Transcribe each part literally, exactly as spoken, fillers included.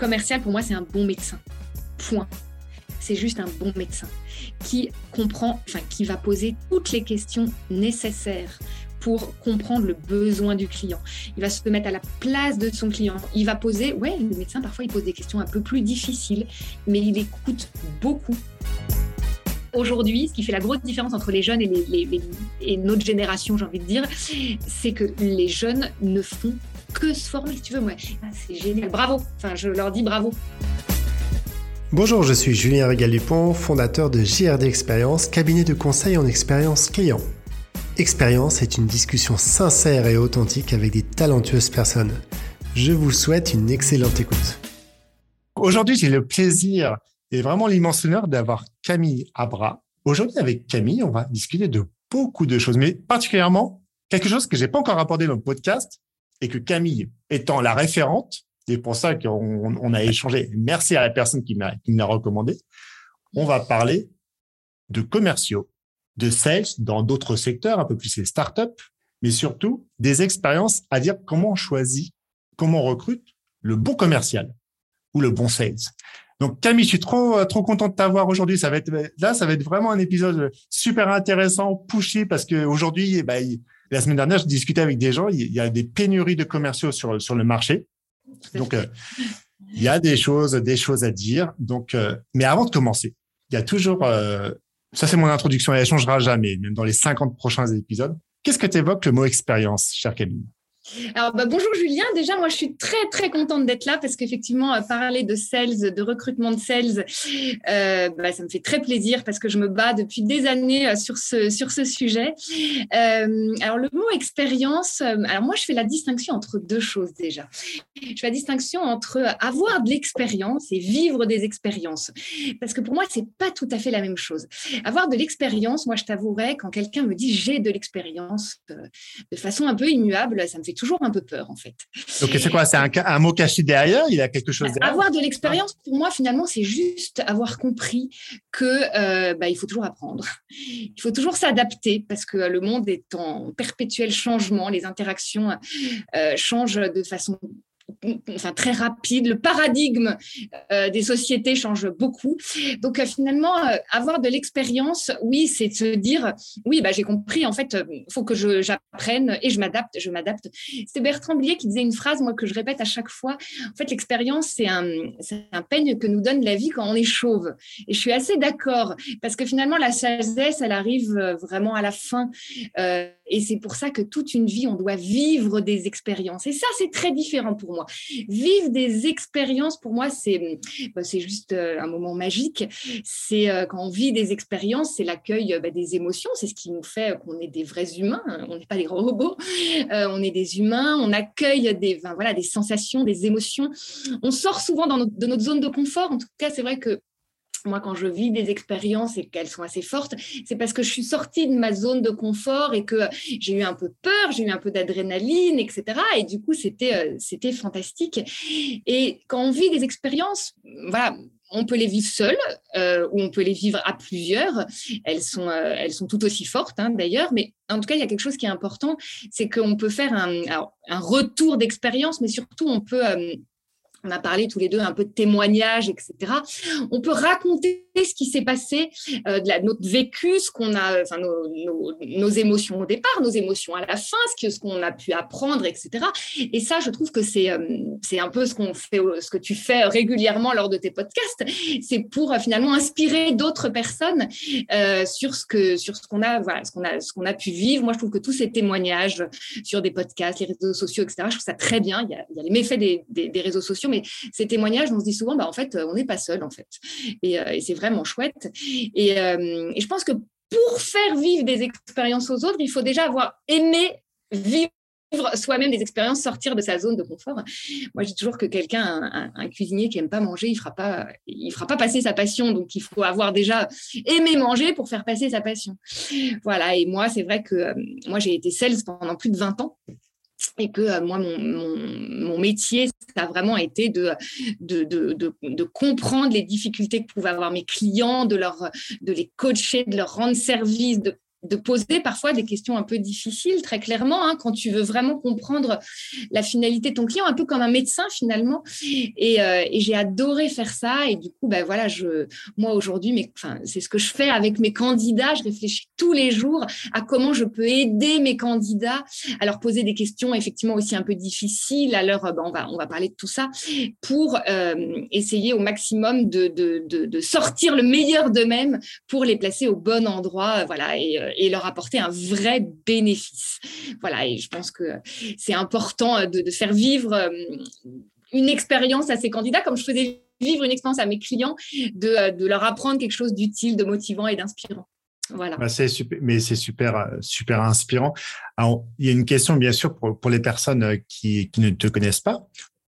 commercial, pour moi, c'est un bon médecin. Point. C'est juste un bon médecin qui comprend, enfin, qui va poser toutes les questions nécessaires pour comprendre le besoin du client. Il va se mettre à la place de son client. Il va poser, ouais, le médecin, parfois, il pose des questions un peu plus difficiles, mais il écoute beaucoup. Aujourd'hui, ce qui fait la grosse différence entre les jeunes et, les, les, les, et notre génération, j'ai envie de dire, c'est que les jeunes ne font que se former, si tu veux. Moi, ah, c'est génial, bravo. Enfin, je leur dis bravo. Bonjour, je suis Julien Régal-Dupont, fondateur de J R D Expérience, cabinet de conseil en expérience client. Expérience est une discussion sincère et authentique avec des talentueuses personnes. Je vous souhaite une excellente écoute. Aujourd'hui, j'ai le plaisir et vraiment l'immense honneur d'avoir Camille Abra. Aujourd'hui, avec Camille, on va discuter de beaucoup de choses, mais particulièrement quelque chose que j'ai pas encore abordé dans le podcast et que Camille, étant la référente, c'est pour ça qu'on on a échangé. Merci à la personne qui m'a, qui me l'a recommandé. On va parler de commerciaux, de sales dans d'autres secteurs, un peu plus les startups, mais surtout des expériences à dire comment on choisit, comment on recrute le bon commercial ou le bon sales. Donc Camille, je suis trop trop content de t'avoir aujourd'hui. Ça va être là, ça va être vraiment un épisode super intéressant, pushy, parce que aujourd'hui, bah, la semaine dernière, je discutais avec des gens. Il y a des pénuries de commerciaux sur sur le marché. Donc euh, il y a des choses des choses à dire. Donc, euh, mais avant de commencer, il y a toujours euh, ça, c'est mon introduction. Elle ne changera jamais, même dans les cinquante prochains épisodes. Qu'est-ce que tu évoques le mot expérience, chère Camille? Alors, bah, bonjour Julien. Déjà, moi, je suis très, très contente d'être là parce qu'effectivement, euh, parler de sales, de recrutement de sales, euh, bah, ça me fait très plaisir parce que je me bats depuis des années euh, sur ce, sur ce sujet. Euh, alors, le mot expérience, euh, alors moi, je fais la distinction entre deux choses déjà. Je fais la distinction entre avoir de l'expérience et vivre des expériences. Parce que pour moi, c'est pas tout à fait la même chose. Avoir de l'expérience, moi, je t'avouerais, quand quelqu'un me dit j'ai de l'expérience euh, de façon un peu immuable, ça me fait toujours un peu peur, en fait. Donc, c'est quoi? C'est un, un mot caché derrière? Il y a quelque chose derrière? Avoir de l'expérience, pour moi, finalement, c'est juste avoir compris que euh, bah, il faut toujours apprendre. Il faut toujours s'adapter parce que le monde est en perpétuel changement. Les interactions euh, changent de façon enfin très rapide, le paradigme euh, des sociétés change beaucoup. Donc euh, finalement, euh, avoir de l'expérience, oui, c'est de se dire, oui, bah j'ai compris. En fait, il euh, faut que je, j'apprenne et je m'adapte, je m'adapte. C'est Bertrand Blier qui disait une phrase, moi que je répète à chaque fois. En fait, l'expérience, c'est un, c'est un peigne que nous donne la vie quand on est chauve. Et je suis assez d'accord parce que finalement, la sagesse, elle arrive vraiment à la fin. Euh, et c'est pour ça que toute une vie, on doit vivre des expériences. Et ça, c'est très différent pour moi. Vivre des expériences, pour moi, c'est, bah, c'est juste un moment magique. C'est euh, quand on vit des expériences, c'est l'accueil bah, des émotions. C'est ce qui nous fait qu'on est des vrais humains. On n'est pas des robots. Euh, on est des humains. On accueille des, enfin, voilà, des sensations, des émotions. On sort souvent dans notre, de notre zone de confort. En tout cas, c'est vrai que moi, quand je vis des expériences et qu'elles sont assez fortes, c'est parce que je suis sortie de ma zone de confort et que j'ai eu un peu peur, j'ai eu un peu d'adrénaline, et cetera. Et du coup, c'était, euh, c'était fantastique. Et quand on vit des expériences, voilà, on peut les vivre seules euh, ou on peut les vivre à plusieurs. Elles sont, euh, elles sont tout aussi fortes, hein, d'ailleurs. Mais en tout cas, il y a quelque chose qui est important, c'est qu'on peut faire un, alors, un retour d'expérience, mais surtout, on peut... Euh, on a parlé tous les deux un peu de témoignages, et cetera. On peut raconter ce qui s'est passé, euh, de la, notre vécu, ce qu'on a, enfin nos, nos, nos émotions au départ, nos émotions à la fin, ce que ce qu'on a pu apprendre, et cetera. Et ça, je trouve que c'est euh, c'est un peu ce qu'on fait, ce que tu fais régulièrement lors de tes podcasts. C'est pour euh, finalement inspirer d'autres personnes euh, sur ce que sur ce qu'on a, voilà, ce qu'on a ce qu'on a pu vivre. Moi, je trouve que tous ces témoignages sur des podcasts, les réseaux sociaux, et cetera. Je trouve ça très bien. Il y a, il y a les méfaits des, des, des réseaux sociaux. Mais ces témoignages, on se dit souvent, bah, en fait, on n'est pas seul, en fait. Et, euh, et c'est vraiment chouette. Et, euh, et je pense que pour faire vivre des expériences aux autres, il faut déjà avoir aimé vivre soi-même des expériences, sortir de sa zone de confort. Moi, je dis toujours que quelqu'un, un, un cuisinier qui aime pas manger, il fera pas, il fera pas passer sa passion. Donc, il faut avoir déjà aimé manger pour faire passer sa passion. Voilà. Et moi, c'est vrai que euh, moi, j'ai été sales pendant plus de vingt ans. Et que euh, moi, mon, mon, mon métier, ça a vraiment été de, de, de, de, de comprendre les difficultés que pouvaient avoir mes clients, de, leur, de les coacher, de leur rendre service, de de poser parfois des questions un peu difficiles, très clairement, hein, quand tu veux vraiment comprendre la finalité de ton client, un peu comme un médecin finalement. Et, euh, et j'ai adoré faire ça. Et du coup, ben voilà, je, moi aujourd'hui, mais, enfin, c'est ce que je fais avec mes candidats. Je réfléchis tous les jours à comment je peux aider mes candidats à leur poser des questions effectivement aussi un peu difficiles. À leur, ben on va, on va parler de tout ça pour euh, essayer au maximum de, de, de, de sortir le meilleur d'eux-mêmes pour les placer au bon endroit, voilà, et, et leur apporter un vrai bénéfice. Voilà, et je pense que c'est important de, de faire vivre une expérience à ces candidats, comme je faisais vivre une expérience à mes clients, de, de leur apprendre quelque chose d'utile, de motivant et d'inspirant. Voilà. Bah c'est super, mais c'est super, super inspirant. Alors, il y a une question, bien sûr, pour, pour les personnes qui, qui ne te connaissent pas.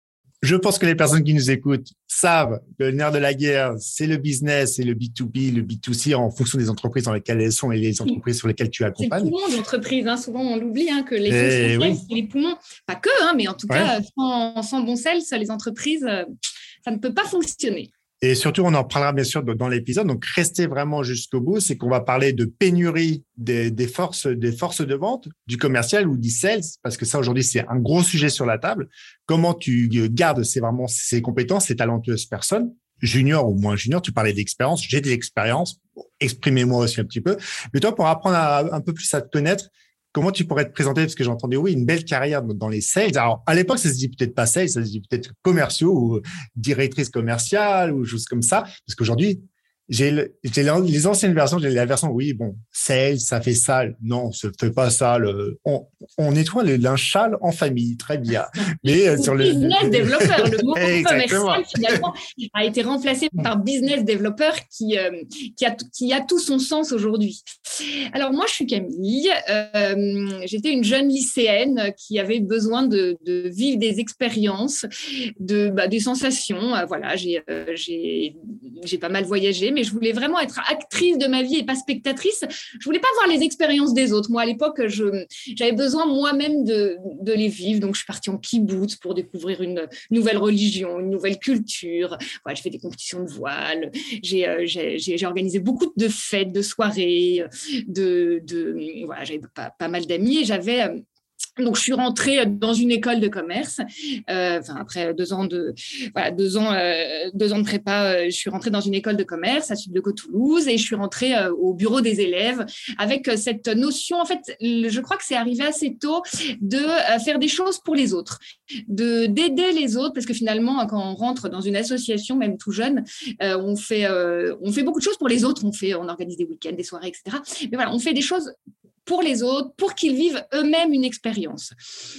Je pense que les personnes qui nous écoutent savent que le nerf de la guerre, c'est le business, c'est le B deux B, le B deux C en fonction des entreprises dans lesquelles elles sont et les entreprises sur lesquelles tu accompagnes. C'est le poumon d'entreprise, hein. Souvent on l'oublie, hein, que les sales, oui. c'est les poumons. Pas que, hein, mais en tout ouais. cas, sans, sans bon sales, les entreprises, ça ne peut pas fonctionner. Et surtout, on en parlera bien sûr dans l'épisode. Donc, restez vraiment jusqu'au bout. C'est qu'on va parler de pénurie des, des forces, des forces de vente, du commercial ou du sales, parce que ça, aujourd'hui, c'est un gros sujet sur la table. Comment tu gardes ces, vraiment ces compétences, ces talentueuses personnes, junior ou moins junior. Tu parlais d'expérience. J'ai de l'expérience. Exprimez-moi aussi un petit peu. Mais toi, pour apprendre à, un peu plus à te connaître, comment tu pourrais te présenter? Parce que j'ai entendu, oui, une belle carrière dans les sales. Alors, à l'époque, ça se dit peut-être pas sales, ça se dit peut-être commerciaux ou directrice commerciale ou choses comme ça. Parce qu'aujourd'hui, j'ai, le, j'ai les anciennes versions, j'ai la version, oui, bon, sales, ça fait sale. Non, ça fait pas sale. On, on nettoie le linge sale en famille. Très bien. Mais euh, sur le business développeur, le mot commercial, finalement, a été remplacé par business développeur qui, euh, qui, a, qui a tout son sens aujourd'hui. Alors, moi, je suis Camille. Euh, j'étais une jeune lycéenne qui avait besoin de, de vivre des expériences, de, bah, des sensations. Euh, voilà, j'ai, euh, j'ai, j'ai pas mal voyagé, mais je voulais vraiment être actrice de ma vie et pas spectatrice. Je voulais pas voir les expériences des autres. Moi, à l'époque, je, j'avais besoin moi-même de, de les vivre. Donc, je suis partie en kibbutz pour découvrir une nouvelle religion, une nouvelle culture. Voilà, j'ai fait des compétitions de voile. J'ai, euh, j'ai, j'ai, j'ai organisé beaucoup de fêtes, de soirées. De, de, voilà, j'avais pas, pas mal d'amis et j'avais... Euh, Donc, je suis rentrée dans une école de commerce. Euh, enfin, après deux ans de, voilà, deux ans, euh, deux ans de prépa, euh, je suis rentrée dans une école de commerce à Sup-de-Co-Toulouse et je suis rentrée euh, au bureau des élèves avec euh, cette notion. En fait, je crois que c'est arrivé assez tôt de euh, faire des choses pour les autres, de d'aider les autres, parce que finalement, quand on rentre dans une association, même tout jeune, euh, on fait, euh, on fait beaucoup de choses pour les autres. On fait, on organise des week-ends, des soirées, et cetera. Mais voilà, on fait des choses pour les autres, pour qu'ils vivent eux-mêmes une expérience.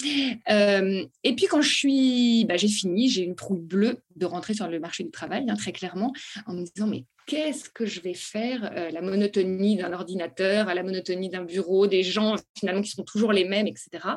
Euh, et puis, quand je suis, bah, j'ai fini, j'ai une trouille bleue de rentrer sur le marché du travail, hein, très clairement, en me disant, mais qu'est-ce que je vais faire euh, la monotonie d'un ordinateur, à la monotonie d'un bureau, des gens finalement qui sont toujours les mêmes, et cetera.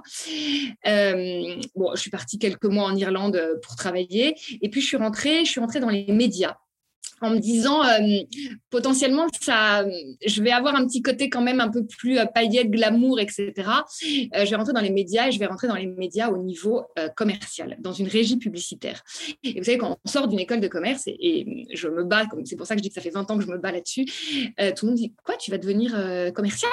Euh, bon, je suis partie quelques mois en Irlande pour travailler, et puis je suis rentrée, je suis rentrée dans les médias, en me disant euh, potentiellement ça, je vais avoir un petit côté quand même un peu plus euh, paillettes, glamour, et cetera. Euh, je vais rentrer dans les médias et je vais rentrer dans les médias au niveau euh, commercial, dans une régie publicitaire. Et vous savez, quand on sort d'une école de commerce, et, et je me bats, c'est pour ça que je dis que ça fait vingt ans que je me bats là-dessus, euh, tout le monde dit, quoi, tu vas devenir euh, commercial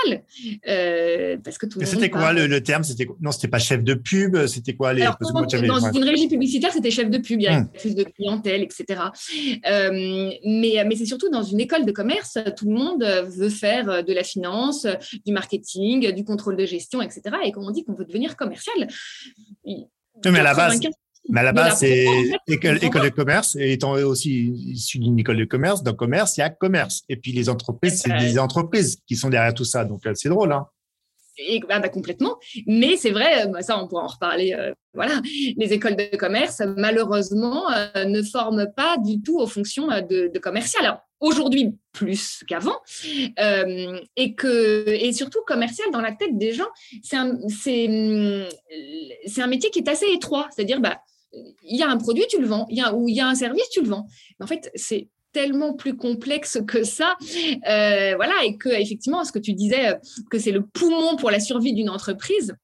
euh, parce que tout le monde C'était quoi parle... le, le terme? C'était, non, c'était pas chef de pub, c'était quoi les... Alors, parce que moi, dans ouais. une régie publicitaire, c'était chef de pub, il y a plus de clientèle, et cetera. Euh, Mais, mais c'est surtout dans une école de commerce, tout le monde veut faire de la finance, du marketing, du contrôle de gestion, et cetera. Et quand on dit qu'on veut devenir commercial, oui, mais à la base, mais à la base, c'est école, école de commerce, et étant aussi issu d'une école de commerce, dans commerce, il y a commerce. Et puis les entreprises, c'est des entreprises qui sont derrière tout ça. Donc c'est drôle, hein. Et, bah, bah, complètement. Mais c'est vrai, bah, ça, on pourra en reparler. Euh, voilà, les écoles de commerce, malheureusement, euh, ne forment pas du tout aux fonctions de, de commercial. Alors, aujourd'hui, plus qu'avant. Euh, et, que, et surtout, commercial, dans la tête des gens, c'est un, c'est, c'est un métier qui est assez étroit. C'est-à-dire, bah, il y a un produit, tu le vends. Il y a, ou il y a un service, tu le vends. Mais en fait, c'est tellement plus complexe que ça, euh, voilà, et que effectivement, ce que tu disais, que c'est le poumon pour la survie d'une entreprise,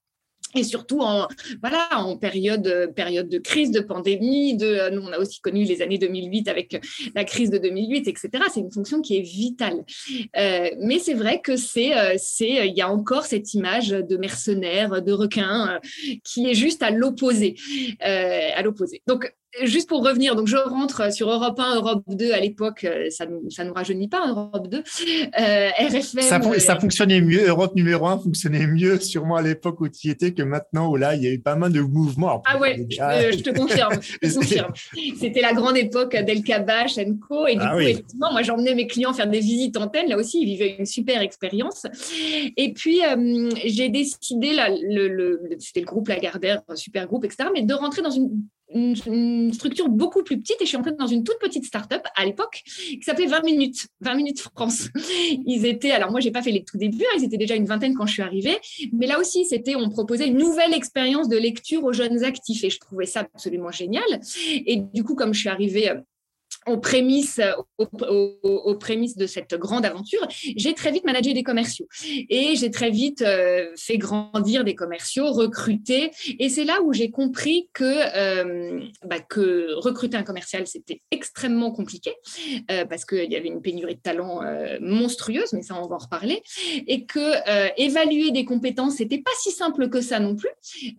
Et surtout en, voilà, en période, période de crise, de pandémie, de, nous on a aussi connu les années deux mille huit avec la crise de deux mille huit, et cetera. C'est une fonction qui est vitale. Euh, mais c'est vrai que c'est, c'est, il y a encore cette image de mercenaire, de requin, euh, qui est juste à l'opposé, euh, à l'opposé. Donc, juste pour revenir, donc je rentre sur Europe un, Europe deux à l'époque, ça ne ça nous rajeunit pas, Europe deux. Euh, R F M. Ça, ça fonctionnait mieux, Europe numéro un fonctionnait mieux sûrement à l'époque où tu y étais que maintenant où là, il y a eu pas mal de mouvements. Ah ouais, je, je te confirme, je te confirme. C'était la grande époque d'El Kabbach and Co. Et du ah coup, oui. effectivement, moi, j'emmenais mes clients faire des visites antennes. Là aussi, ils vivaient une super expérience. Et puis, euh, j'ai décidé, là, le, le, c'était le groupe Lagardère, super groupe, et cetera, mais de rentrer dans une Une, une structure beaucoup plus petite et je suis entrée dans une toute petite start-up à l'époque qui s'appelait vingt minutes, vingt minutes France. Ils étaient, alors moi, j'ai pas fait les tout débuts, ils étaient déjà une vingtaine quand je suis arrivée, mais là aussi, c'était, on proposait une nouvelle expérience de lecture aux jeunes actifs et je trouvais ça absolument génial. Et du coup, comme je suis arrivée aux prémices, aux, aux, aux prémices de cette grande aventure, j'ai très vite managé des commerciaux et j'ai très vite euh, fait grandir des commerciaux, recruté. Et c'est là où j'ai compris que, euh, bah, que recruter un commercial, c'était extrêmement compliqué euh, parce qu'il y avait une pénurie de talents euh, monstrueuse, mais ça, on va en reparler. Et que euh, évaluer des compétences, c'était pas si simple que ça non plus.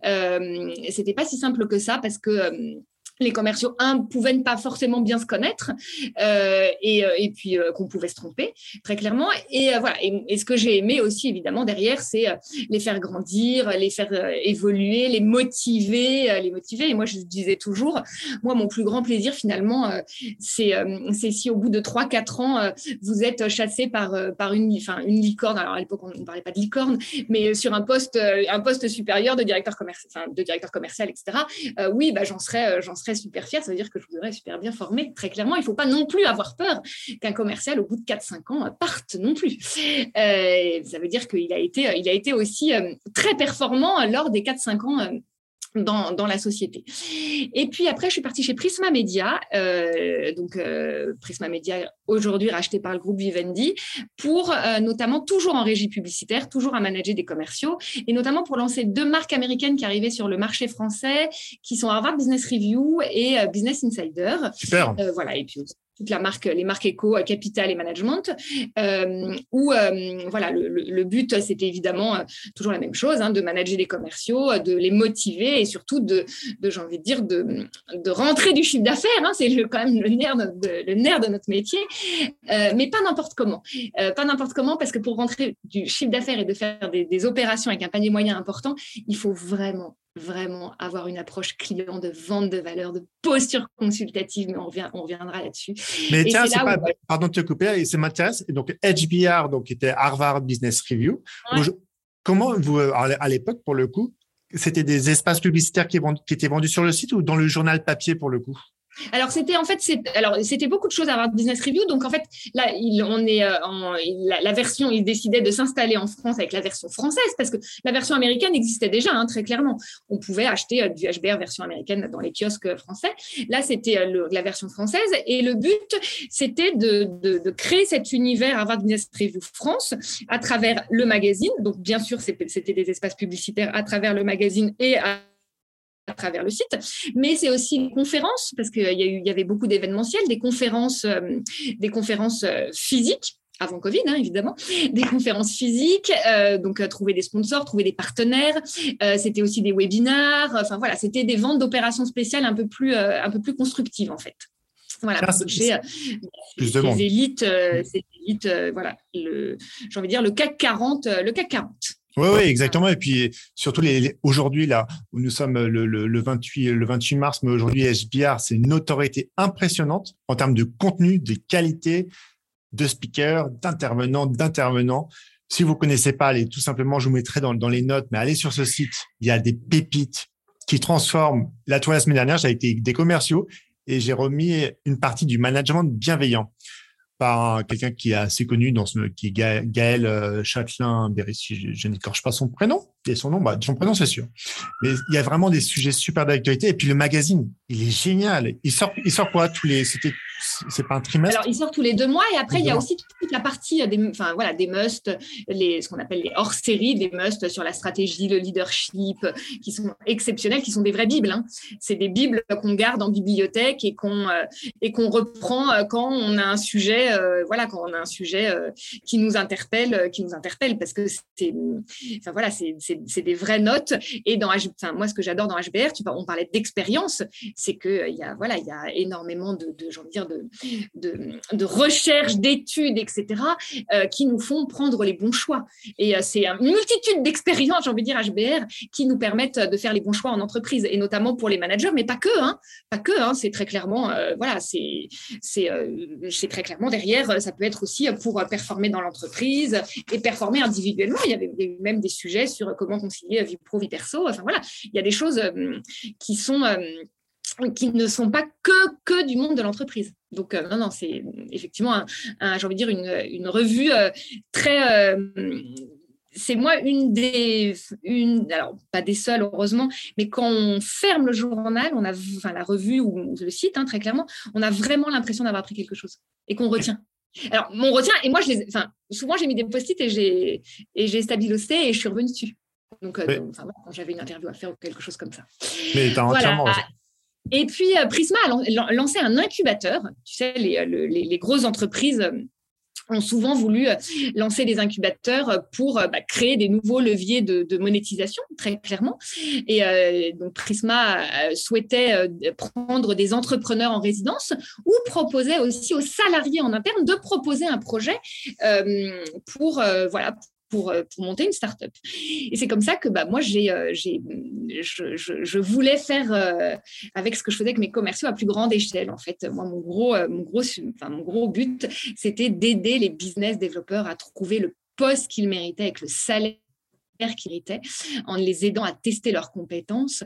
Euh, c'était pas si simple que ça parce que euh, les commerciaux, un, pouvaient ne pas forcément bien se connaître euh, et, et puis euh, qu'on pouvait se tromper, très clairement. Et, euh, voilà. et, et ce que j'ai aimé aussi, évidemment, derrière, c'est euh, les faire grandir, les faire euh, évoluer, les motiver, euh, les motiver. Et moi, je disais toujours, moi, mon plus grand plaisir, finalement, euh, c'est, euh, c'est si au bout de trois quatre ans, euh, vous êtes chassé par, euh, par une, enfin, une licorne. Alors, à l'époque, on ne parlait pas de licorne, mais sur un poste, euh, un poste supérieur de directeur, commerci- enfin, de directeur commercial, et cetera. Euh, oui, bah, j'en serais, euh, j'en serais super fière, ça veut dire que je vous aurais super bien formé. Très clairement, il ne faut pas non plus avoir peur qu'un commercial, au bout de quatre cinq ans, parte non plus. Euh, ça veut dire qu'il a été, il a été aussi euh, très performant lors des quatre cinq ans euh, Dans, dans la société. Et puis après, je suis partie chez Prisma Media, euh, donc euh, Prisma Media aujourd'hui racheté par le groupe Vivendi, pour euh, notamment toujours en régie publicitaire, toujours à manager des commerciaux, et notamment pour lancer deux marques américaines qui arrivaient sur le marché français, qui sont Harvard Business Review et euh, Business Insider. Super. Euh, voilà, et puis aussi toute la marque, les marques éco, capital et management, euh, où euh, voilà, le, le, le but, c'était évidemment euh, toujours la même chose, hein, de manager les commerciaux, de les motiver et surtout de, de j'ai envie de dire, de, de rentrer du chiffre d'affaires, hein, c'est le, quand même le nerf de, le nerf de notre métier, euh, mais pas n'importe comment. Euh, pas n'importe comment, parce que pour rentrer du chiffre d'affaires et de faire des, des opérations avec un panier moyen important, il faut vraiment vraiment avoir une approche client de vente de valeur, de posture consultative, mais on, revient, on reviendra là-dessus. Mais et tiens, c'est, c'est pas, où... pardon de te couper, et ça m'intéresse. Donc, H B R, donc, qui était Harvard Business Review. Ouais. Donc, je, comment vous, à l'époque, pour le coup, c'était des espaces publicitaires qui, qui étaient vendus sur le site ou dans le journal papier, pour le coup? Alors, c'était en fait, c'est, alors, c'était beaucoup de choses à Harvard Business Review. Donc, en fait, là, il, on est en, la, la version, il décidait de s'installer en France avec la version française parce que la version américaine existait déjà, hein, très clairement. On pouvait acheter euh, du H B R version américaine dans les kiosques français. Là, c'était euh, le, la version française. Et le but, c'était de, de, de créer cet univers Harvard Business Review France à travers le magazine. Donc, bien sûr, c'était des espaces publicitaires à travers le magazine et à à travers le site, mais c'est aussi une conférence parce qu'il y a eu, il y avait beaucoup d'événementiels, des conférences, euh, des conférences euh, physiques avant Covid, hein, évidemment, des conférences physiques, euh, donc euh, trouver des sponsors, trouver des partenaires. Euh, c'était aussi des webinars. Enfin voilà, c'était des ventes d'opérations spéciales un peu plus, euh, un peu plus constructives en fait. Voilà, ah, c'est, chez, plus ces, ces élites, euh, ces élites, euh, voilà, le, j'ai envie de dire le C A C quarante, euh, le C A C quarante. Oui, oui, exactement. Et puis surtout les, les, aujourd'hui là où nous sommes le, le, le vingt-huit le vingt-huit mars, mais aujourd'hui H B R, c'est une notoriété impressionnante en termes de contenu, de qualité, de speakers, d'intervenants, d'intervenants. Si vous connaissez pas, allez tout simplement, je vous mettrai dans, dans les notes, mais allez sur ce site. Il y a des pépites qui transforment. Là, toi, la semaine dernière, j'ai été avec des commerciaux et j'ai remis une partie du management bienveillant par quelqu'un qui est assez connu, dans ce, qui est Gaël euh, Châtelain-Berry, si je, je n'écorche pas son prénom, et son nom, bah, son prénom c'est sûr. Mais il y a vraiment des sujets super d'actualité. Et puis le magazine, il est génial. Il sort, il sort quoi tous les, c'était c'est pas un trimestre? Alors, il sort tous les deux mois et après, il y a aussi toute la partie des, enfin, voilà, des musts, les, ce qu'on appelle les hors-séries, des musts sur la stratégie, le leadership, qui sont exceptionnels, qui sont des vraies bibles. Hein. C'est des bibles qu'on garde en bibliothèque et qu'on, euh, et qu'on reprend quand on a un sujet, euh, voilà, quand on a un sujet euh, qui nous interpelle, qui nous interpelle, parce que c'est, enfin, voilà, c'est, c'est, c'est des vraies notes. Et dans, enfin, moi, ce que j'adore dans H B R, tu, on parlait d'expérience, c'est que il y a, voilà, il y a énormément de, de, j'ai envie de dire, de, de, de recherches, d'études, et cetera, euh, qui nous font prendre les bons choix. Et euh, c'est une multitude d'expériences, j'ai envie de dire, H B R, qui nous permettent de faire les bons choix en entreprise, et notamment pour les managers, mais pas que, hein, pas que, hein, c'est très clairement, euh, voilà, c'est, c'est, euh, c'est très clairement derrière, ça peut être aussi pour performer dans l'entreprise et performer individuellement. Il y avait même des sujets sur comment concilier vie pro, vie perso. Enfin voilà, il y a des choses euh, qui sont euh, qui ne sont pas que, que du monde de l'entreprise. Donc, euh, non, non, c'est effectivement, un, un, j'ai envie de dire, une, une revue euh, très... Euh, c'est moi une des... Une, alors, pas des seules, heureusement, mais quand on ferme le journal, on a, enfin, la revue ou le site, hein, très clairement, on a vraiment l'impression d'avoir appris quelque chose et qu'on retient. Alors, on retient, et moi, je les, enfin, souvent, j'ai mis des post-it et j'ai, et j'ai stabilisé et je suis revenue dessus. Donc, euh, donc enfin, quand j'avais une interview à faire ou quelque chose comme ça. Mais t'as entièrement voilà. Et puis, euh, Prisma a lancé un incubateur. Tu sais, les, les, les grosses entreprises ont souvent voulu lancer des incubateurs pour bah, créer des nouveaux leviers de, de monétisation, très clairement. Et euh, donc, Prisma souhaitait euh, prendre des entrepreneurs en résidence ou proposait aussi aux salariés en interne de proposer un projet euh, pour, euh, voilà, Pour, pour monter une start-up. Et c'est comme ça que bah, moi, j'ai, j'ai, je, je, je voulais faire, euh, avec ce que je faisais avec mes commerciaux, à plus grande échelle. En fait, moi, mon gros, mon gros, enfin, mon gros but, c'était d'aider les business développeurs à trouver le poste qu'ils méritaient avec le salaire qu'ils méritaient, en les aidant à tester leurs compétences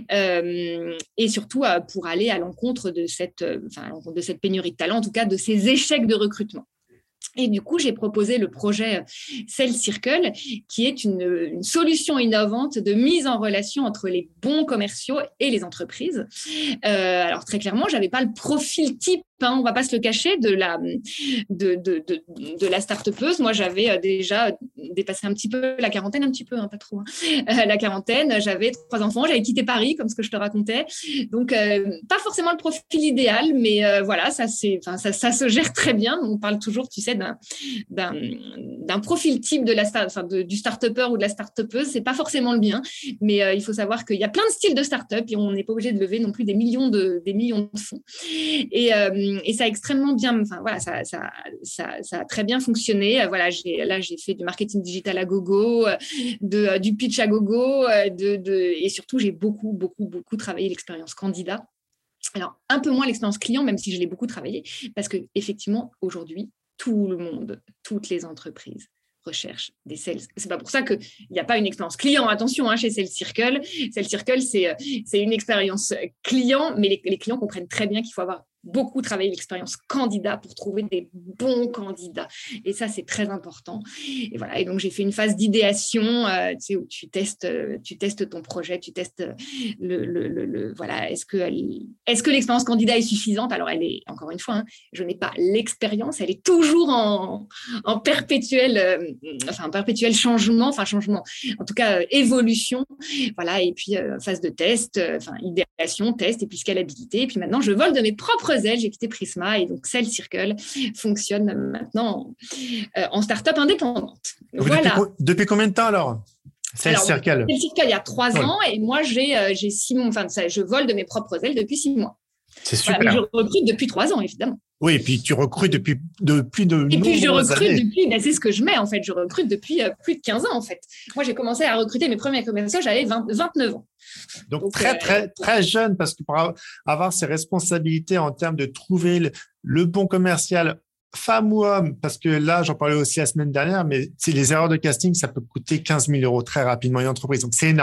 euh, et surtout euh, pour aller à l'encontre de cette, euh, enfin, à l'encontre de cette pénurie de talent, en tout cas de ces échecs de recrutement. Et du coup, j'ai proposé le projet Sales Circle, qui est une, une solution innovante de mise en relation entre les bons commerciaux et les entreprises. Euh, alors, très clairement, je n'avais pas le profil type, hein, on ne va pas se le cacher, de la, de, de, de, de la start-upeuse. Moi, j'avais déjà dépassé un petit peu la quarantaine, un petit peu, hein, pas trop, hein, euh, la quarantaine. J'avais trois enfants, j'avais quitté Paris, comme ce que je te racontais. Donc, euh, pas forcément le profil idéal, mais euh, voilà, ça, c'est, ça, ça se gère très bien. On parle toujours, tu sais, d'un, d'un, d'un profil type de la start, enfin de, du start-upper ou de la start-upeuse. C'est pas forcément le mien, mais euh, il faut savoir qu'il y a plein de styles de start-up et on n'est pas obligé de lever non plus des millions de, des millions de fonds. Et, euh, et ça a extrêmement bien, enfin voilà, ça, ça, ça, ça a très bien fonctionné. Voilà, j'ai, là, j'ai fait du marketing digital à gogo, de, du pitch à gogo, de, de, et surtout, j'ai beaucoup, beaucoup, beaucoup travaillé l'expérience candidat. Alors, un peu moins l'expérience client, même si je l'ai beaucoup travaillé, parce qu'effectivement, aujourd'hui, tout le monde, toutes les entreprises recherchent des sales. C'est pas pour ça qu'il n'y a pas une expérience client. Attention, hein, chez Sales Circle. Sales Circle, c'est, c'est une expérience client, mais les, les clients comprennent très bien qu'il faut avoir beaucoup travaillé l'expérience candidat pour trouver des bons candidats. Et ça, c'est très important. Et voilà. Et donc, j'ai fait une phase d'idéation, euh, tu sais, où tu testes, tu testes ton projet, tu testes le, le, le, le voilà. Est-ce que, est-ce que l'expérience candidat est suffisante? Alors, elle est, encore une fois, hein, je n'ai pas l'expérience, elle est toujours en, en perpétuel, euh, enfin, en perpétuel changement, enfin, changement, en tout cas, euh, évolution. Voilà. Et puis, euh, phase de test, euh, enfin, idéation, test, et puis scalabilité. Et puis maintenant, je vole de mes propres ailes, j'ai quitté Prisma et donc Sales Circle fonctionne maintenant en, euh, en start-up indépendante. Voilà. Depuis, depuis combien de temps alors? Sales alors, Circle. Sales Circle, il y a trois oui. ans et moi, j'ai, euh, j'ai six mois, enfin, ça, je vole de mes propres ailes depuis six mois. C'est super. Voilà, mais je recrute depuis trois ans, évidemment. Oui, et puis tu recrutes depuis, depuis de Et puis je recrute années. depuis, ben c'est ce que je mets en fait, je recrute depuis euh, plus de quinze ans en fait. Moi, j'ai commencé à recruter mes premiers commerciaux, j'avais vingt, vingt-neuf ans. Donc, Donc très, euh, très, très jeune, parce que pour avoir ces responsabilités en termes de trouver le, le bon commercial, femme ou homme, parce que là, j'en parlais aussi la semaine dernière, mais c'est les erreurs de casting, ça peut coûter quinze mille euros très rapidement une entreprise. Donc, c'est énorme.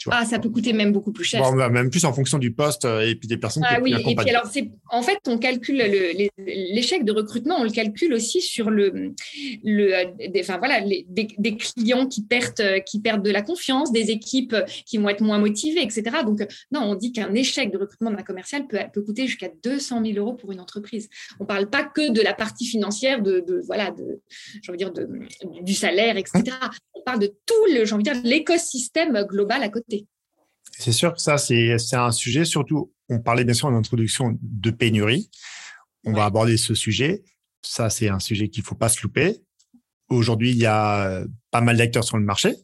Tu vois. Ah, ça peut coûter même beaucoup plus cher. Bon, même plus en fonction du poste et puis des personnes ah, qui oui. accompagnent. Et puis alors, c'est, en fait, on calcule le, l'échec de recrutement, on le calcule aussi sur le, le, des, enfin, voilà, les, des, des clients qui perdent, qui perdent de la confiance, des équipes qui vont être moins motivées, et cetera. Donc, non, on dit qu'un échec de recrutement d'un commercial peut, peut coûter jusqu'à deux cent mille euros pour une entreprise. On ne parle pas que de la partie financière, de, de, voilà, de, j'ai envie de dire de, du salaire, et cetera. On parle de tout le, j'ai envie de dire, l'écosystème global à côté. C'est sûr que ça, c'est, c'est un sujet, surtout, on parlait bien sûr en introduction de pénurie. On ouais. va aborder ce sujet. Ça, c'est un sujet qu'il ne faut pas se louper. Aujourd'hui, il y a pas mal d'acteurs sur le marché.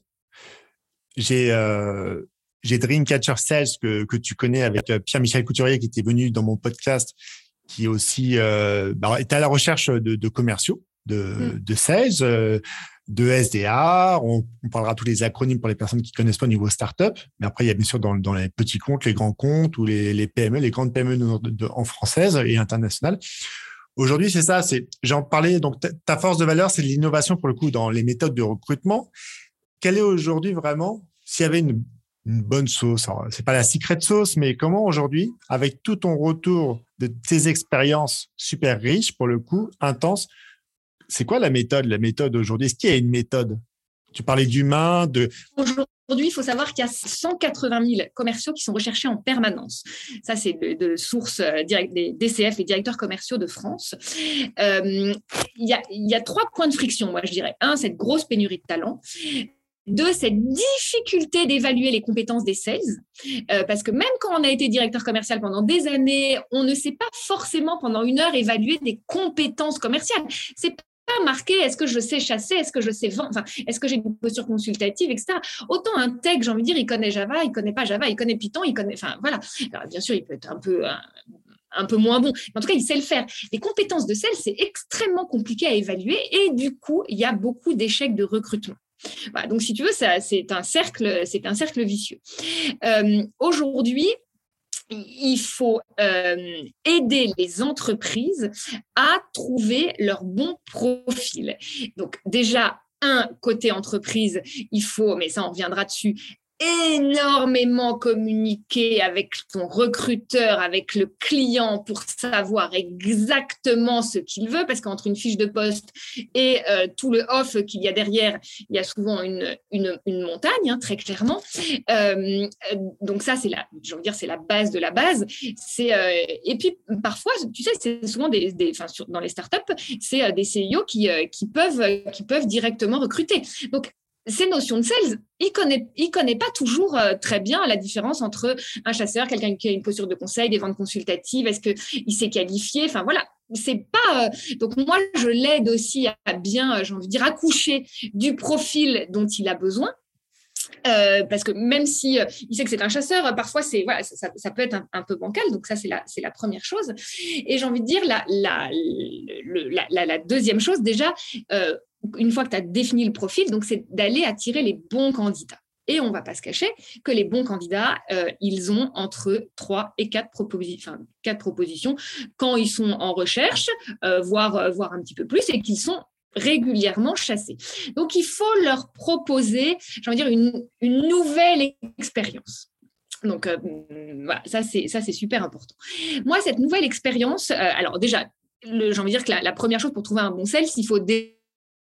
J'ai, euh, j'ai Dreamcatcher Sales que, que tu connais avec Pierre-Michel Couturier qui était venu dans mon podcast, qui est aussi euh, bah, était à la recherche de, de commerciaux, de, mmh. de sales, euh, de S D A. On, on parlera tous les acronymes pour les personnes qui connaissent pas au niveau startup. Mais après, il y a bien sûr dans, dans les petits comptes, les grands comptes ou les, les P M E, les grandes P M E de, de, de, en française et internationale. Aujourd'hui, c'est ça. C'est, j'en parlais. Donc, ta, ta force de valeur, c'est l'innovation pour le coup dans les méthodes de recrutement. Quelle est aujourd'hui vraiment, s'il y avait une, une bonne sauce, alors, c'est pas la secret sauce, mais comment aujourd'hui, avec tout ton retour de tes expériences super riches pour le coup, intenses, c'est quoi la méthode, la méthode aujourd'hui? Est-ce qu'il y a une méthode? Tu parlais d'humain, de... Aujourd'hui, il faut savoir qu'il y a cent quatre-vingt mille commerciaux qui sont recherchés en permanence. Ça, c'est de, de sources direct, des D C F, les directeurs commerciaux de France. Euh, il y a, il y a trois points de friction, moi, je dirais. Un, cette grosse pénurie de talent. Deux, cette difficulté d'évaluer les compétences des sales, euh, parce que même quand on a été directeur commercial pendant des années, on ne sait pas forcément pendant une heure évaluer des compétences commerciales. C'est pas marqué, est-ce que je sais chasser, est-ce que je sais vendre, enfin, est-ce que j'ai une posture consultative, et cetera. Autant un tech, j'ai envie de dire, il connaît Java, il connaît pas Java, il connaît Python, il connaît, enfin voilà. Alors, bien sûr, il peut être un peu... Un, un peu moins bon. Mais en tout cas, il sait le faire. Les compétences de sales, c'est extrêmement compliqué à évaluer et du coup, il y a beaucoup d'échecs de recrutement. Voilà, donc, si tu veux, ça, c'est un cercle, c'est un cercle vicieux. Euh, aujourd'hui, il faut euh, aider les entreprises à trouver leur bon profil. Donc, déjà, un, côté entreprise, il faut, mais ça, on reviendra dessus, énormément communiquer avec ton recruteur, avec le client pour savoir exactement ce qu'il veut, parce qu'entre une fiche de poste et euh, tout le off qu'il y a derrière, il y a souvent une, une, une montagne, hein, très clairement. Euh, donc ça, c'est la, je veux dire, c'est la base de la base. C'est, euh, et puis, parfois, tu sais, c'est souvent des, des enfin, sur, dans les startups, c'est euh, des C E O qui, euh, qui, peuvent, qui peuvent directement recruter. Donc, ces notions de sales, il ne connaît, il connaît pas toujours euh, très bien la différence entre un chasseur, quelqu'un qui a une posture de conseil, des ventes consultatives, est-ce qu'il s'est qualifié, enfin voilà, c'est pas... Euh, donc moi, je l'aide aussi à bien, j'ai envie de dire, accoucher du profil dont il a besoin. Euh, parce que même si euh, il sait que c'est un chasseur, euh, parfois c'est voilà, ça, ça, ça peut être un, un peu bancal. Donc ça c'est la c'est la première chose. Et j'ai envie de dire la la le, la, la, la deuxième chose déjà, euh, une fois que tu as défini le profil, donc c'est d'aller attirer les bons candidats. Et on ne va pas se cacher que les bons candidats, euh, ils ont entre trois et quatre, proposi- enfin, quatre propositions quand ils sont en recherche, euh, voire euh, voire un petit peu plus, et qu'ils sont régulièrement chassés. Donc, il faut leur proposer, j'ai envie de dire, une, une nouvelle expérience. Donc, euh, voilà, ça c'est, ça, c'est super important. Moi, cette nouvelle expérience, euh, alors déjà, le, j'ai envie de dire que la, la première chose pour trouver un bon sales, il faut dé-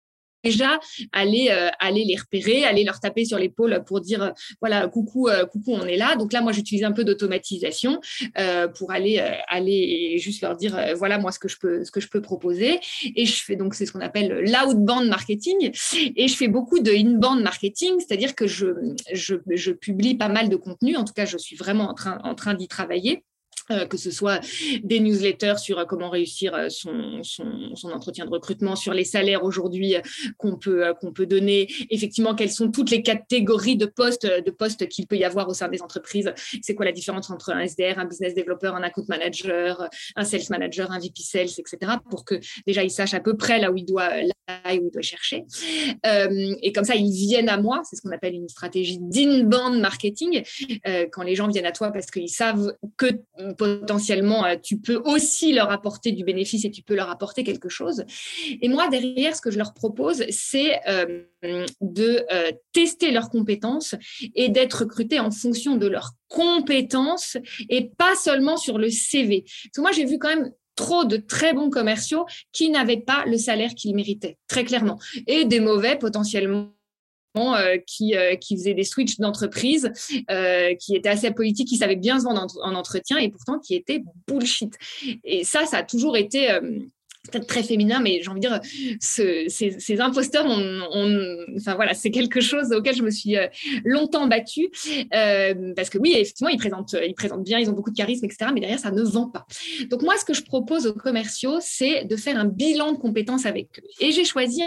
déjà aller euh, aller les repérer, aller leur taper sur l'épaule pour dire euh, voilà coucou euh, coucou on est là. Donc là moi j'utilise un peu d'automatisation euh, pour aller euh, aller et juste leur dire euh, voilà moi ce que je peux ce que je peux proposer. Et je fais donc c'est ce qu'on appelle l'outbound marketing et je fais beaucoup de inbound marketing, c'est-à-dire que je je je publie pas mal de contenu. En tout cas je suis vraiment en train en train d'y travailler. Euh, que ce soit des newsletters sur euh, comment réussir euh, son, son, son entretien de recrutement, sur les salaires aujourd'hui euh, qu'on peut, euh, qu'on peut donner, effectivement, quelles sont toutes les catégories de postes, de postes qu'il peut y avoir au sein des entreprises, c'est quoi la différence entre un S D R, un business developer, un account manager, un sales manager, un V P sales, et cetera, pour que déjà il sache à peu près là où il doit, là où il doit chercher. Euh, et comme ça, ils viennent à moi, c'est ce qu'on appelle une stratégie d'inbound marketing, euh, quand les gens viennent à toi parce qu'ils savent que potentiellement, euh, tu peux aussi leur apporter du bénéfice et tu peux leur apporter quelque chose. Et moi, derrière, ce que je leur propose, c'est euh, de euh, tester leurs compétences et d'être recrutés en fonction de leurs compétences et pas seulement sur le C V. Parce que moi, j'ai vu quand même trop de très bons commerciaux qui n'avaient pas le salaire qu'ils méritaient, très clairement, et des mauvais potentiellement euh, qui, euh, qui faisaient des switches d'entreprise, euh, qui étaient assez politiques, qui savaient bien se vendre en, en entretien et pourtant qui étaient bullshit. Et ça, ça a toujours été... Euh, peut-être très féminin, mais j'ai envie de dire, ce, ces, ces imposteurs, on, on, enfin voilà, c'est quelque chose auquel je me suis longtemps battue, euh, parce que oui, effectivement, ils présentent, ils présentent bien, ils ont beaucoup de charisme, et cetera, mais derrière, ça ne vend pas. Donc moi, ce que je propose aux commerciaux, c'est de faire un bilan de compétences avec eux. Et j'ai choisi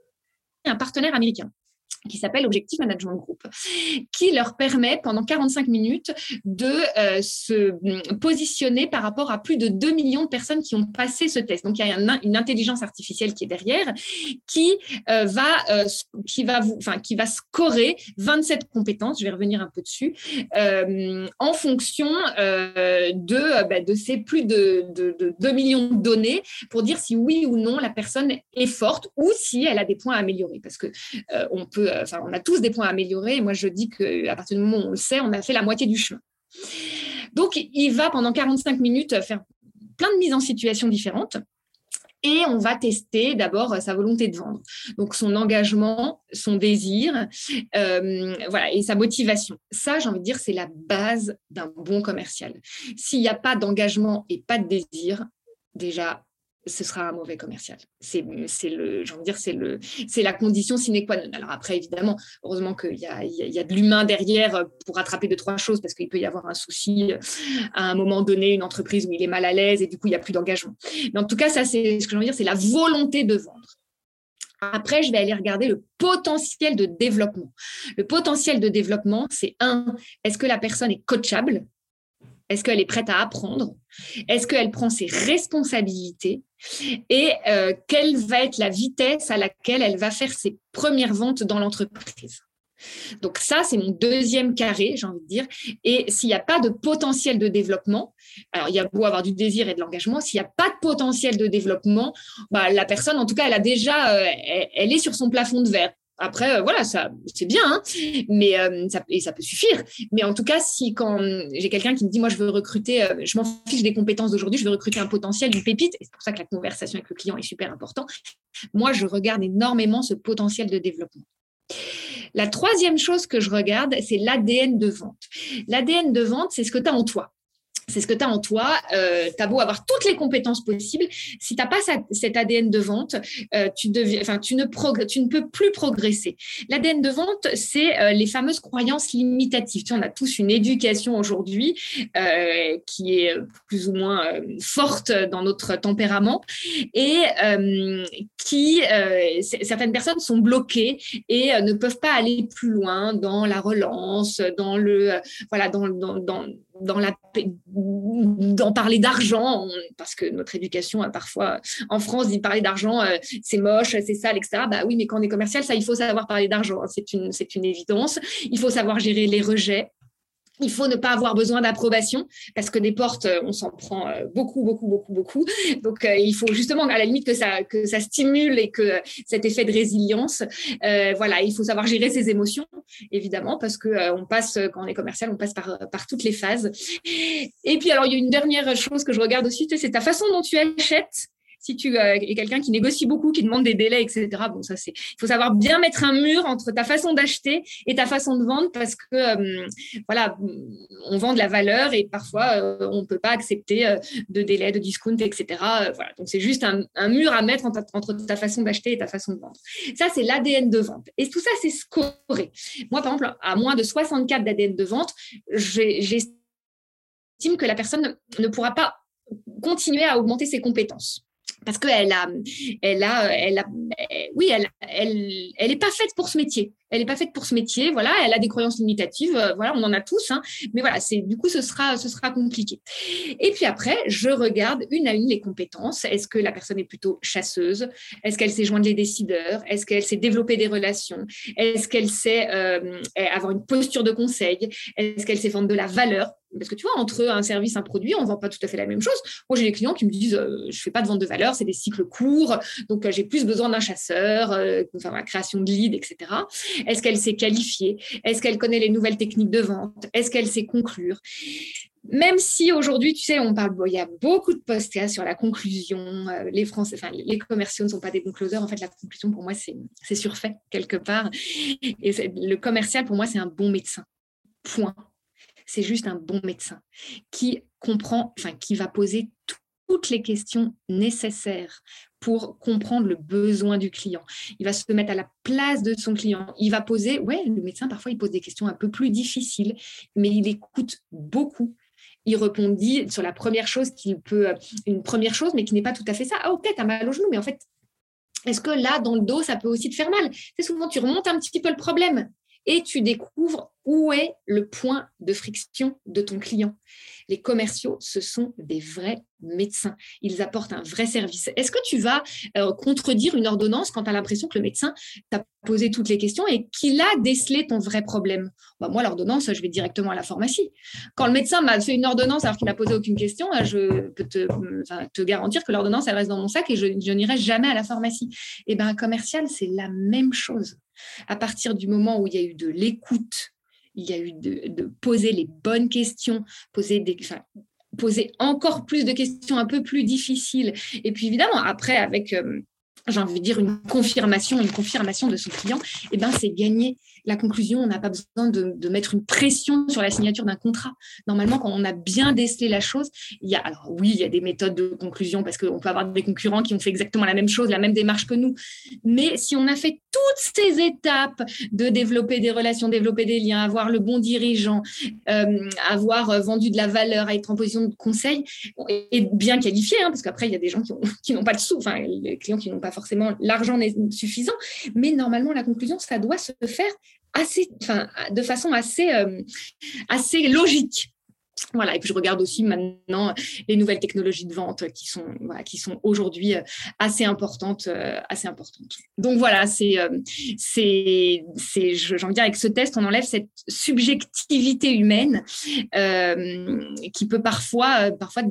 un partenaire américain qui s'appelle Objective Management Group, qui leur permet pendant quarante-cinq minutes de euh, se positionner par rapport à plus de deux millions de personnes qui ont passé ce test. Donc, il y a un, une intelligence artificielle qui est derrière, qui, euh, va, euh, qui, va, vous, enfin, qui va scorer vingt-sept compétences, je vais revenir un peu dessus, euh, en fonction euh, de, bah, de ces plus de, de, de deux millions de données pour dire si oui ou non la personne est forte ou si elle a des points à améliorer. Parce que euh, on peut Enfin, on a tous des points à améliorer. Et moi, je dis qu'à partir du moment où on le sait, on a fait la moitié du chemin. Donc, il va pendant quarante-cinq minutes faire plein de mises en situation différentes. Et on va tester d'abord sa volonté de vendre. Donc, son engagement, son désir, euh, voilà, et sa motivation. Ça, j'ai envie de dire, c'est la base d'un bon commercial. S'il n'y a pas d'engagement et pas de désir, déjà, ce sera un mauvais commercial. C'est, c'est, le, j'ai envie de dire, c'est, le, c'est la condition sine qua non. Alors après, évidemment, heureusement qu'il y a, il y a de l'humain derrière pour rattraper deux, trois choses, parce qu'il peut y avoir un souci à un moment donné, une entreprise où il est mal à l'aise et du coup, il n'y a plus d'engagement. Mais en tout cas, ça, c'est ce que j'ai envie de dire, c'est la volonté de vendre. Après, je vais aller regarder le potentiel de développement. Le potentiel de développement, c'est un, est-ce que la personne est coachable ? Est-ce qu'elle est prête à apprendre ? Est-ce qu'elle prend ses responsabilités ? Et euh, quelle va être la vitesse à laquelle elle va faire ses premières ventes dans l'entreprise ? Donc ça, c'est mon deuxième carré, j'ai envie de dire. Et s'il n'y a pas de potentiel de développement, alors il y a beau avoir du désir et de l'engagement, s'il n'y a pas de potentiel de développement, bah, la personne, en tout cas, elle a déjà, euh, elle, elle est sur son plafond de verre. Après, euh, voilà, ça, c'est bien, hein, mais euh, ça, et ça peut suffire. Mais en tout cas, si quand j'ai quelqu'un qui me dit, moi, je veux recruter, euh, je m'en fiche des compétences d'aujourd'hui, je veux recruter un potentiel, une pépite, et c'est pour ça que la conversation avec le client est super important. Moi, je regarde énormément ce potentiel de développement. La troisième chose que je regarde, c'est l'A D N de vente. L'A D N de vente, c'est ce que tu as en toi. C'est ce que tu as en toi. Euh, tu as beau avoir toutes les compétences possibles. Si tu n'as pas ça, cet A D N de vente, euh, tu, deviens, enfin, tu, ne progr- tu ne peux plus progresser. L'A D N de vente, c'est euh, les fameuses croyances limitatives. Tu sais, on a tous une éducation aujourd'hui euh, qui est plus ou moins euh, forte dans notre tempérament et euh, qui, euh, certaines personnes sont bloquées et euh, ne peuvent pas aller plus loin dans la relance, dans le, euh, voilà, dans, dans, dans dans la d'en parler d'argent, parce que notre éducation a parfois en France dit parler d'argent, euh, c'est moche, c'est sale, et cetera. Bah oui, mais quand on est commercial, ça, il faut savoir parler d'argent, c'est une, c'est une évidence. Il faut savoir gérer les rejets. Il faut ne pas avoir besoin d'approbation parce que des portes, on s'en prend beaucoup, beaucoup, beaucoup, beaucoup. Donc, euh, il faut justement, à la limite, que ça, que ça stimule et que cet effet de résilience, euh, voilà, il faut savoir gérer ses émotions, évidemment, parce que euh, on passe, quand on est commercial, on passe par, par toutes les phases. Et puis, alors, il y a une dernière chose que je regarde aussi, c'est ta façon dont tu achètes. Si tu euh, es quelqu'un qui négocie beaucoup, qui demande des délais, et cetera, bon, ça, c'est, il faut savoir bien mettre un mur entre ta façon d'acheter et ta façon de vendre parce que, euh, voilà, on vend de la valeur et parfois, euh, on ne peut pas accepter euh, de délais, de discount, et cetera. Euh, voilà. Donc, c'est juste un, un mur à mettre entre, entre ta façon d'acheter et ta façon de vendre. Ça, c'est l'A D N de vente. Et tout ça, c'est scoré. Moi, par exemple, à moins de soixante-quatre d'A D N de vente, j'ai, j'estime que la personne ne pourra pas continuer à augmenter ses compétences. Parce qu'elle a, elle a, elle a, oui, elle, elle, elle est pas faite pour ce métier. Elle n'est pas faite pour ce métier. Voilà, elle a des croyances limitatives. Euh, voilà, on en a tous. Hein, mais voilà, c'est du coup, ce sera, ce sera compliqué. Et puis après, je regarde une à une les compétences. Est-ce que la personne est plutôt chasseuse? Est-ce qu'elle sait joindre les décideurs? Est-ce qu'elle sait développer des relations? Est-ce qu'elle sait euh, avoir une posture de conseil? Est-ce qu'elle sait vendre de la valeur? Parce que tu vois, entre un service, un produit, on ne vend pas tout à fait la même chose. Moi, j'ai des clients qui me disent euh, je ne fais pas de vente de valeur, c'est des cycles courts, donc euh, j'ai plus besoin d'un chasseur, euh, enfin, la création de leads, et cetera. Est-ce qu'elle sait qualifier? Est-ce qu'elle connaît les nouvelles techniques de vente? Est-ce qu'elle sait conclure? Même si aujourd'hui, tu sais, on parle, bon, il y a beaucoup de podcasts sur la conclusion, euh, les Français, enfin, les commerciaux ne sont pas des bons closers. En fait, la conclusion, pour moi, c'est, c'est surfait quelque part. Et le commercial, pour moi, c'est un bon médecin. Point. C'est juste un bon médecin qui comprend, enfin, qui va poser toutes les questions nécessaires pour comprendre le besoin du client. Il va se mettre à la place de son client. Il va poser, ouais, le médecin, parfois, il pose des questions un peu plus difficiles, mais il écoute beaucoup. Il répondit sur la première chose qu'il peut, une première chose, mais qui n'est pas tout à fait ça. Ah, ok, t'as mal au genou, mais en fait, est-ce que là, dans le dos, ça peut aussi te faire mal? C'est souvent, tu remontes un petit peu le problème et tu découvres où est le point de friction de ton client. Les commerciaux, ce sont des vrais médecins. Ils apportent un vrai service. Est-ce que tu vas euh, contredire une ordonnance quand tu as l'impression que le médecin t'a posé toutes les questions et qu'il a décelé ton vrai problème? Bah, moi, l'ordonnance, je vais directement à la pharmacie. Quand le médecin m'a fait une ordonnance alors qu'il n'a posé aucune question, je peux te, enfin, te garantir que l'ordonnance, elle reste dans mon sac et je, je n'irai jamais à la pharmacie. Et bien, un commercial, c'est la même chose. À partir du moment où il y a eu de l'écoute, il y a eu de, de poser les bonnes questions, poser, des, enfin, poser encore plus de questions un peu plus difficiles. Et puis évidemment, après, avec, euh, j'ai envie de dire, une confirmation, une confirmation de son client, eh ben, c'est gagné. La conclusion, on n'a pas besoin de, de mettre une pression sur la signature d'un contrat. Normalement, quand on a bien décelé la chose, il y a, alors oui, il y a des méthodes de conclusion parce qu'on peut avoir des concurrents qui ont fait exactement la même chose, la même démarche que nous. Mais si on a fait toutes ces étapes de développer des relations, développer des liens, avoir le bon dirigeant, euh, avoir vendu de la valeur, être en position de conseil et bien qualifié, hein, parce qu'après, il y a des gens qui, ont, qui n'ont pas de sous, enfin, les clients qui n'ont pas forcément l'argent n'est suffisant. Mais normalement, la conclusion, ça doit se faire assez, enfin, de façon assez, euh, assez logique. Voilà. Et puis je regarde aussi maintenant les nouvelles technologies de vente qui sont, voilà, qui sont aujourd'hui assez importantes, euh, assez importantes. Donc voilà, c'est, euh, c'est, c'est, j'ai envie de dire, avec ce test, on enlève cette subjectivité humaine euh, qui peut parfois, euh, parfois,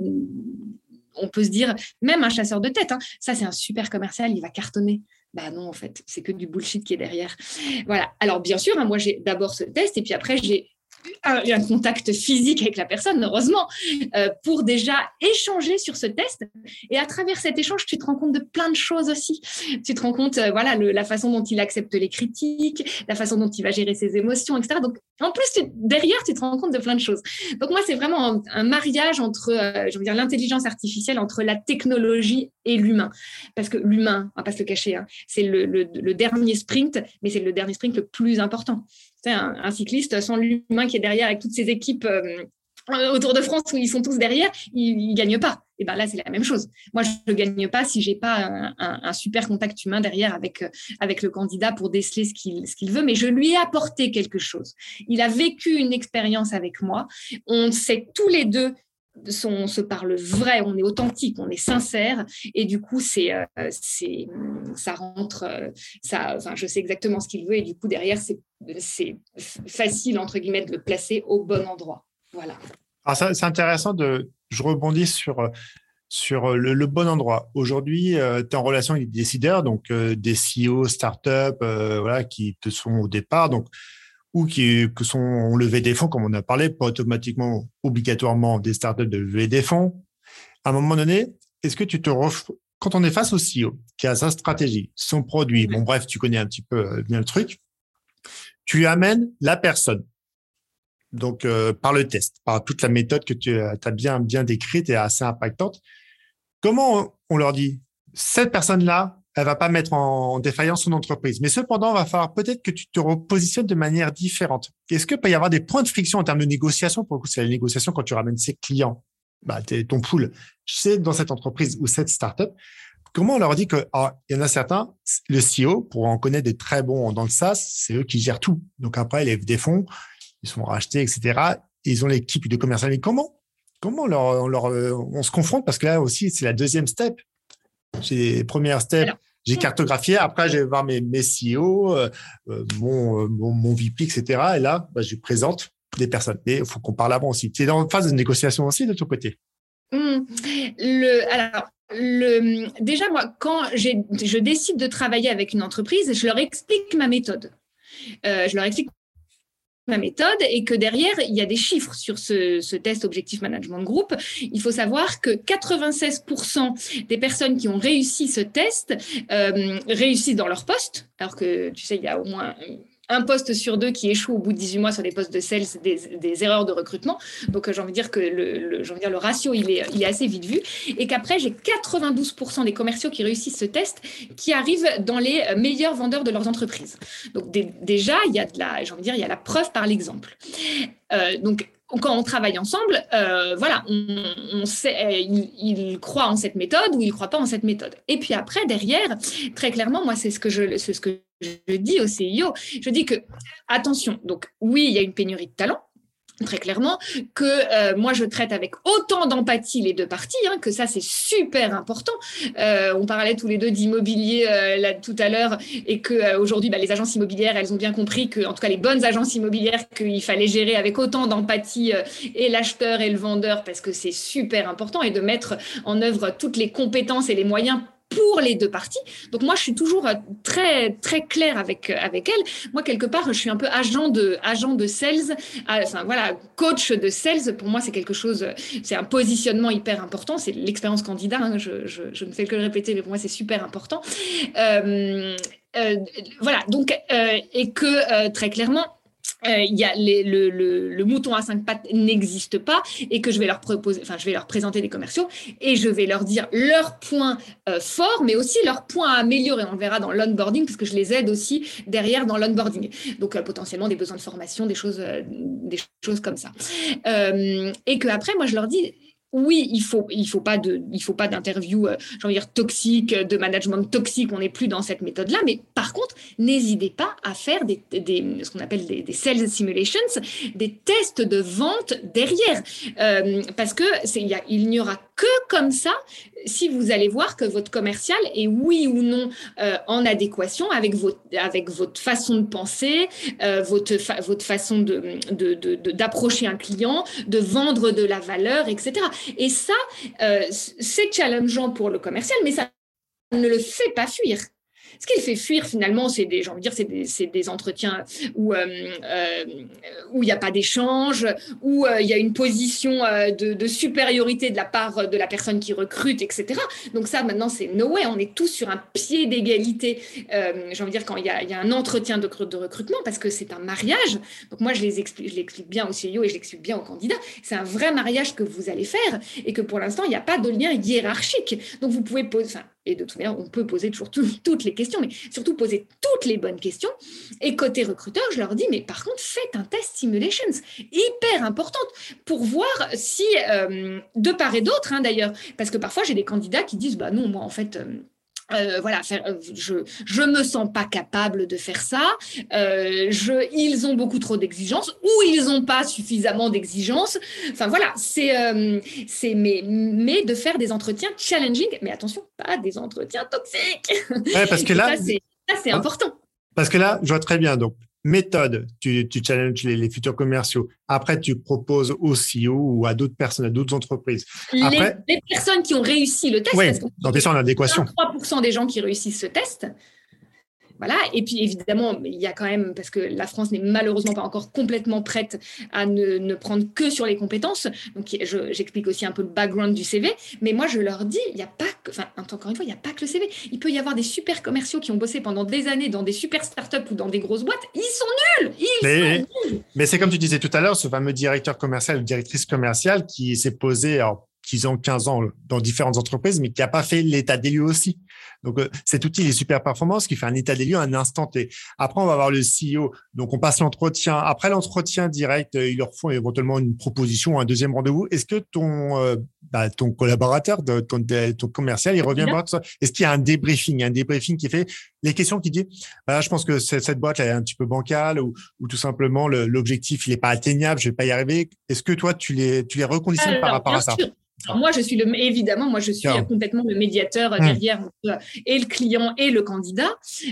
on peut se dire, même un chasseur de tête, hein, ça c'est un super commercial, il va cartonner. Bah non, en fait, c'est que du bullshit qui est derrière. Voilà. Alors, bien sûr, hein, moi, j'ai d'abord ce test et puis après, j'ai un, un contact physique avec la personne, heureusement, euh, pour déjà échanger sur ce test. Et à travers cet échange, tu te rends compte de plein de choses aussi. Tu te rends compte, euh, voilà, le, la façon dont il accepte les critiques, la façon dont il va gérer ses émotions, et cetera. Donc, en plus, tu, derrière, tu te rends compte de plein de choses. Donc, moi, c'est vraiment un, un mariage entre, euh, je veux dire, l'intelligence artificielle, entre la technologie et l'humain. Parce que l'humain, on va pas se le cacher, hein, c'est le, le, le dernier sprint, mais c'est le dernier sprint le plus important. C'est un, un cycliste sans l'humain qui est derrière avec toutes ces équipes euh, autour de France où ils sont tous derrière, il ne gagne pas. Et bien là, c'est la même chose. Moi, je ne gagne pas si je n'ai pas un, un, un super contact humain derrière avec, avec le candidat pour déceler ce qu'il, ce qu'il veut, mais je lui ai apporté quelque chose. Il a vécu une expérience avec moi. On sait tous les deux, on se parle vrai, on est authentique, on est sincère, et du coup, c'est, euh, c'est, ça rentre, euh, ça, enfin, je sais exactement ce qu'il veut, et du coup, derrière, c'est, c'est facile, entre guillemets, de le placer au bon endroit. Voilà. Alors, ça, c'est intéressant, de, je rebondis sur, sur le, le bon endroit. Aujourd'hui, euh, tu es en relation avec des décideurs, donc euh, des C E O, startups, euh, voilà, qui te sont au départ, donc ou qui que sont ont levé des fonds, comme on a parlé, pas automatiquement, obligatoirement des startups de lever des fonds. À un moment donné, est-ce que tu te ref... quand on est face au C E O, qui a sa stratégie, son produit, bon bref, tu connais un petit peu bien le truc, tu lui amènes la personne, donc euh, par le test, par toute la méthode que tu as bien, bien décrite et assez impactante. Comment on leur dit, cette personne-là, elle va pas mettre en défaillance son entreprise. Mais cependant, il va falloir peut-être que tu te repositionnes de manière différente. Est-ce qu'il peut y avoir des points de friction en termes de négociation? Pour le coup, c'est la négociation quand tu ramènes ses clients, bah, ton pool, c'est dans cette entreprise ou cette startup, comment on leur dit que, alors, il y en a certains, le C E O, pour en connaître des très bons dans le SaaS, c'est eux qui gèrent tout. Donc après, ils lèvent des fonds, ils sont rachetés, et cetera. Ils ont l'équipe de commercial. Mais comment, comment on, leur, on, leur, on se confronte? Parce que là aussi, c'est la deuxième step. J'ai première step. Alors, j'ai cartographié. Après, je vais voir mes, mes C E O, euh, mon, mon, mon V P, et cetera. Et là, bah, je présente des personnes. Mais il faut qu'on parle avant aussi. Tu es dans une phase de négociation aussi de ton côté? Mmh. Le, alors, le, déjà, moi, quand j'ai, je décide de travailler avec une entreprise, je leur explique ma méthode. Euh, je leur explique ma méthode et que derrière, il y a des chiffres sur ce, ce test Objectif Management Group. Il faut savoir que quatre-vingt-seize pour cent des personnes qui ont réussi ce test euh, réussissent dans leur poste, alors que, tu sais, il y a au moins un poste sur deux qui échoue au bout de dix-huit mois sur des postes de sales, des, des erreurs de recrutement. Donc, j'ai envie de dire que le, le, j'ai envie de dire, le ratio, il est, il est assez vite vu. Et qu'après, j'ai quatre-vingt-douze pour cent des commerciaux qui réussissent ce test qui arrivent dans les meilleurs vendeurs de leurs entreprises. Donc, d- déjà, il y a de la, j'ai envie de dire, il y a la preuve par l'exemple. Euh, donc, quand on travaille ensemble, euh, voilà, on, on sait, il, il croit en cette méthode ou il ne croit pas en cette méthode. Et puis après, derrière, très clairement, moi, c'est ce que je, c'est ce que je dis au C I O. Je dis que, attention, donc oui, il y a une pénurie de talent, très clairement, que euh, moi je traite avec autant d'empathie les deux parties, hein, que ça c'est super important. Euh, on parlait tous les deux d'immobilier euh, là, tout à l'heure et qu'aujourd'hui euh, bah, les agences immobilières, elles ont bien compris que, en tout cas les bonnes agences immobilières, qu'il fallait gérer avec autant d'empathie euh, et l'acheteur et le vendeur parce que c'est super important et de mettre en œuvre toutes les compétences et les moyens pour les deux parties. Donc moi, je suis toujours très très claire avec avec elle. Moi, quelque part, je suis un peu agent de agent de sales, enfin voilà, coach de sales. Pour moi, c'est quelque chose, c'est un positionnement hyper important. C'est l'expérience candidat. Hein, je, je je ne fais que le répéter, mais pour moi, c'est super important. Euh, euh, voilà. Donc euh, et que euh, très clairement. Euh, y a les, le, le, le mouton à cinq pattes n'existe pas et que je vais leur proposer, enfin je vais leur présenter des commerciaux et je vais leur dire leurs points euh, forts, mais aussi leurs points à améliorer. On le verra dans l'onboarding parce que je les aide aussi derrière dans l'onboarding. Donc euh, potentiellement des besoins de formation, des choses, euh, des choses comme ça. Euh, et que après moi je leur dis. Oui, il faut, il faut pas de, il faut pas d'interview, euh, j'ai envie de dire toxique, de management toxique. On n'est plus dans cette méthode-là. Mais par contre, n'hésitez pas à faire des, des ce qu'on appelle des, des sales simulations, des tests de vente derrière, euh, parce que c'est, il y a, il n'y aura que comme ça si vous allez voir que votre commercial est oui ou non euh, en adéquation avec votre, avec votre façon de penser, euh, votre, fa- votre façon de, de, de, de, d'approcher un client, de vendre de la valeur, et cetera. Et ça, euh, c'est challengeant pour le commercial, mais ça ne le fait pas fuir. Ce qui le fait fuir, finalement, c'est des, j'ai envie de dire, c'est des, c'est des entretiens où euh, euh, où il n'y a pas d'échange, où euh, il y a une position euh, de, de supériorité de la part de la personne qui recrute, et cetera. Donc ça, maintenant, c'est no way. On est tous sur un pied d'égalité, euh, j'ai envie de dire, quand il y a, il y a un entretien de, de recrutement, parce que c'est un mariage. Donc moi, je les explique, je l'explique bien au C E O et je l'explique bien aux candidats. C'est un vrai mariage que vous allez faire et que pour l'instant, il n'y a pas de lien hiérarchique. Donc vous pouvez poser... Enfin, et de toute manière, on peut poser toujours tout, toutes les questions, mais surtout poser toutes les bonnes questions. Et côté recruteur, je leur dis, mais par contre, faites un test simulations, hyper importante, pour voir si, euh, de part et d'autre, hein, d'ailleurs, parce que parfois, j'ai des candidats qui disent, bah non, moi, en fait... Euh, Euh, voilà, faire, euh, je je me sens pas capable de faire ça. Euh, je, ils ont beaucoup trop d'exigences ou ils ont pas suffisamment d'exigences. Enfin voilà, c'est euh, c'est mais mais de faire des entretiens challenging, mais attention, pas des entretiens toxiques. Ouais, parce que là, ça c'est ça c'est important. Parce que là, je vois très bien. Donc méthode, tu, tu challenges les, les futurs commerciaux. Après, tu proposes au C E O ou à d'autres personnes, à d'autres entreprises. Après, les, les personnes qui ont réussi le test, oui, parce que donc ils sont en adéquation. vingt-trois pour cent des gens qui réussissent ce test. Voilà. Et puis, évidemment, il y a quand même, parce que la France n'est malheureusement pas encore complètement prête à ne, ne prendre que sur les compétences. Donc, je, j'explique aussi un peu le background du C V. Mais moi, je leur dis, il n'y a pas que, enfin, encore une fois, il n'y a pas que le C V. Il peut y avoir des super commerciaux qui ont bossé pendant des années dans des super startups ou dans des grosses boîtes. Ils sont nuls! Ils mais, sont nuls! Mais c'est comme tu disais tout à l'heure, ce fameux directeur commercial ou directrice commerciale qui s'est posé, alors, dix ans, quinze ans dans différentes entreprises, mais qui n'a pas fait l'état des lieux aussi. Donc, euh, cet outil il est super performant, ce qui fait un état des lieux à un instant T. Après, on va avoir le C E O. Donc, on passe l'entretien. Après l'entretien direct, euh, ils leur font éventuellement une proposition ou un deuxième rendez-vous. Est-ce que ton, euh, bah, ton collaborateur, de, ton, de, ton commercial, il revient voir ça? Est-ce qu'il y a un débriefing, un débriefing qui fait les questions qui dit, bah, je pense que cette boîte elle est un petit peu bancale ou, ou tout simplement le, l'objectif il n'est pas atteignable, je vais pas y arriver. Est-ce que toi tu les tu les reconditionnes Alors, par rapport à ça? Sûr. Alors moi, je suis le, évidemment, moi, je suis Ciao. complètement le médiateur mmh. derrière entre, et le client et le candidat.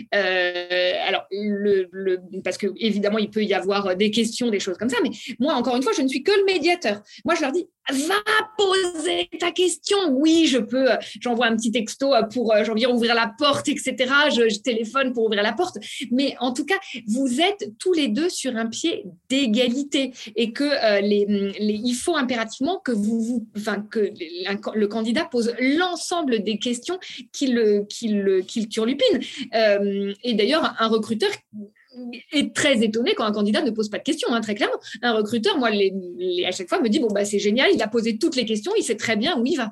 Euh, alors, le, le, parce que évidemment, il peut y avoir des questions, des choses comme ça. Mais moi, encore une fois, je ne suis que le médiateur. Moi, je leur dis, va poser ta question. Oui, je peux. J'envoie un petit texto pour, j'ai envie d'ouvrir la porte, et cetera. Je, je téléphone pour ouvrir la porte. Mais en tout cas, vous êtes tous les deux sur un pied d'égalité et que euh, les, les, il faut impérativement que vous, vous enfin, que le candidat pose l'ensemble des questions qui le, qui le, qui le turlupinent. Euh, et d'ailleurs, un recruteur est très étonné quand un candidat ne pose pas de questions, hein, très clairement. Un recruteur, moi, les, les, à chaque fois, me dit, bon, bah, c'est génial, il a posé toutes les questions, il sait très bien où il va.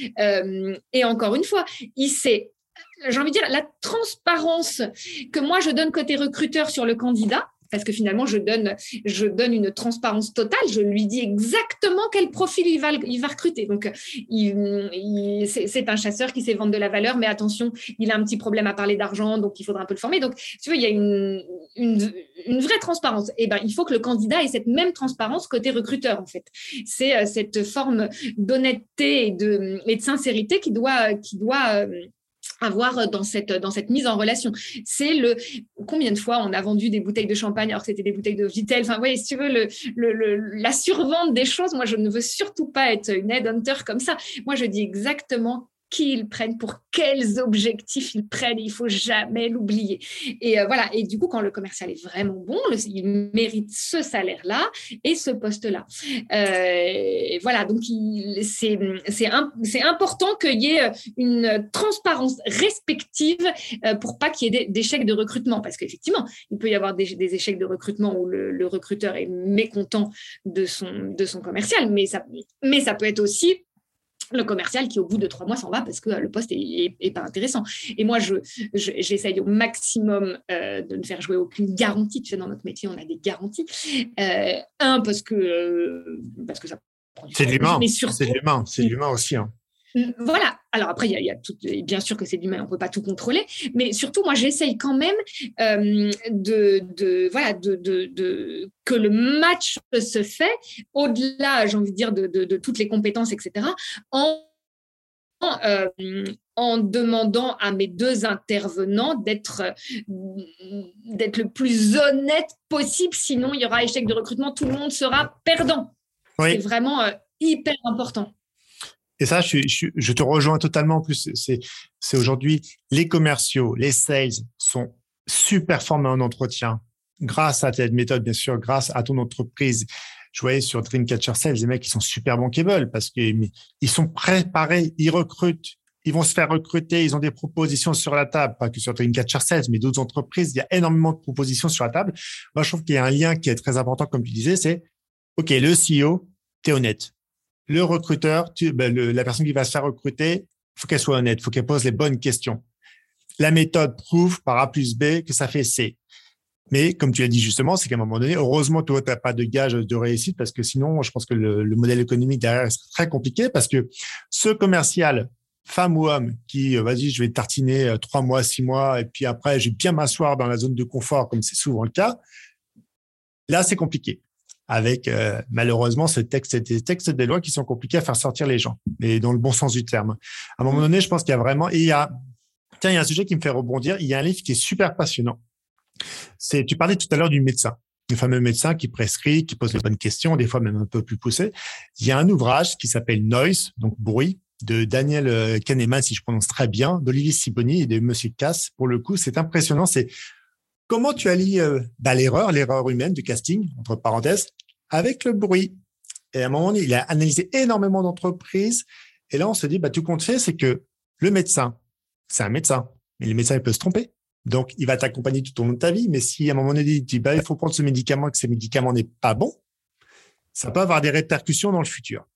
Euh, et encore une fois, il sait, j'ai envie de dire, la transparence que moi, je donne côté recruteur sur le candidat, parce que finalement, je donne, je donne une transparence totale. Je lui dis exactement quel profil il va, il va recruter. Donc, il, il, c'est, c'est un chasseur qui sait vendre de la valeur, mais attention, il a un petit problème à parler d'argent, donc il faudra un peu le former. Donc, tu vois, il y a une, une, une vraie transparence. Et ben, il faut que le candidat ait cette même transparence côté recruteur, en fait. C'est euh, cette forme d'honnêteté et de, et de sincérité qui doit, qui doit euh, avoir dans cette, dans cette mise en relation. C'est le combien de fois on a vendu des bouteilles de champagne alors que c'était des bouteilles de Vitel. Enfin, oui, si tu veux, le, le, le, la survente des choses, moi, je ne veux surtout pas être une headhunter comme ça. Moi, je dis exactement qui ils prennent, pour quels objectifs ils prennent, il ne faut jamais l'oublier. Et euh, voilà, et du coup, quand le commercial est vraiment bon, le, il mérite ce salaire-là et ce poste-là. Euh, voilà, donc il, c'est, c'est, un, c'est important qu'il y ait une transparence respective euh, pour pas qu'il y ait d'échecs de recrutement, parce qu'effectivement, il peut y avoir des, des échecs de recrutement où le, le recruteur est mécontent de son, de son commercial, mais ça, mais ça peut être aussi le commercial qui, au bout de trois mois, s'en va parce que le poste est, est, est pas intéressant. Et moi, je, je, j'essaye au maximum euh, de ne faire jouer aucune garantie. Tu sais, dans notre métier, on a des garanties. Euh, un, parce que, euh, parce que ça prend du temps. C'est l'humain. Mais surtout, c'est l'humain. C'est l'humain aussi. Hein. Voilà. Alors après, il y a, il y a tout, bien sûr que c'est l'humain, on ne peut pas tout contrôler, mais surtout, moi, j'essaye quand même euh, de, de, voilà, de, de, de, que le match se fait au-delà, j'ai envie de dire, de, de, de toutes les compétences, et cetera, en, euh, en demandant à mes deux intervenants d'être, d'être le plus honnête possible, sinon il y aura échec de recrutement, tout le monde sera perdant. Oui. C'est vraiment euh, hyper important. Et ça, je, je, je te rejoins totalement. En plus, c'est, c'est aujourd'hui, les commerciaux, les sales sont super formés en entretien grâce à cette méthode, bien sûr, grâce à ton entreprise. Je voyais sur Dreamcatcher Sales, les mecs qui sont super bankable parce qu'ils sont préparés, ils recrutent, ils vont se faire recruter, ils ont des propositions sur la table, pas que sur Dreamcatcher Sales, mais d'autres entreprises, il y a énormément de propositions sur la table. Moi, je trouve qu'il y a un lien qui est très important, comme tu disais, c'est, OK, le C E O, t'es honnête. Le recruteur, tu, ben le, la personne qui va se faire recruter, il faut qu'elle soit honnête, il faut qu'elle pose les bonnes questions. La méthode prouve par A plus B que ça fait C. Mais comme tu as dit justement, c'est qu'à un moment donné, heureusement, toi, tu n'as pas de gage de réussite parce que sinon, je pense que le, le modèle économique derrière serait très compliqué parce que ce commercial, femme ou homme, qui, vas-y, je vais tartiner trois mois, six mois et puis après, je vais bien m'asseoir dans la zone de confort comme c'est souvent le cas, là, c'est compliqué. Avec euh, malheureusement ce texte, des textes des lois qui sont compliqués à faire sortir les gens, mais dans le bon sens du terme. À un moment donné, je pense qu'il y a vraiment, et il y a, tiens, il y a un sujet qui me fait rebondir. Il y a un livre qui est super passionnant. C'est, tu parlais tout à l'heure du médecin, le fameux médecin qui prescrit, qui pose les bonnes questions, des fois même un peu plus poussées. Il y a un ouvrage qui s'appelle Noise, donc bruit, de Daniel Kahneman, si je prononce très bien, d'Olivier Sibony et de Monsieur Cass. Pour le coup, c'est impressionnant. C'est comment tu allies euh, bah, l'erreur, l'erreur humaine de casting, entre parenthèses, avec le bruit. Et à un moment donné, il a analysé énormément d'entreprises. Et là, on se dit, bah, tout compte fait, c'est que le médecin, c'est un médecin. Mais le médecin, il peut se tromper. Donc, il va t'accompagner tout au long de ta vie. Mais si à un moment donné, il dit, bah, il faut prendre ce médicament et que ce médicament n'est pas bon, ça peut avoir des répercussions dans le futur.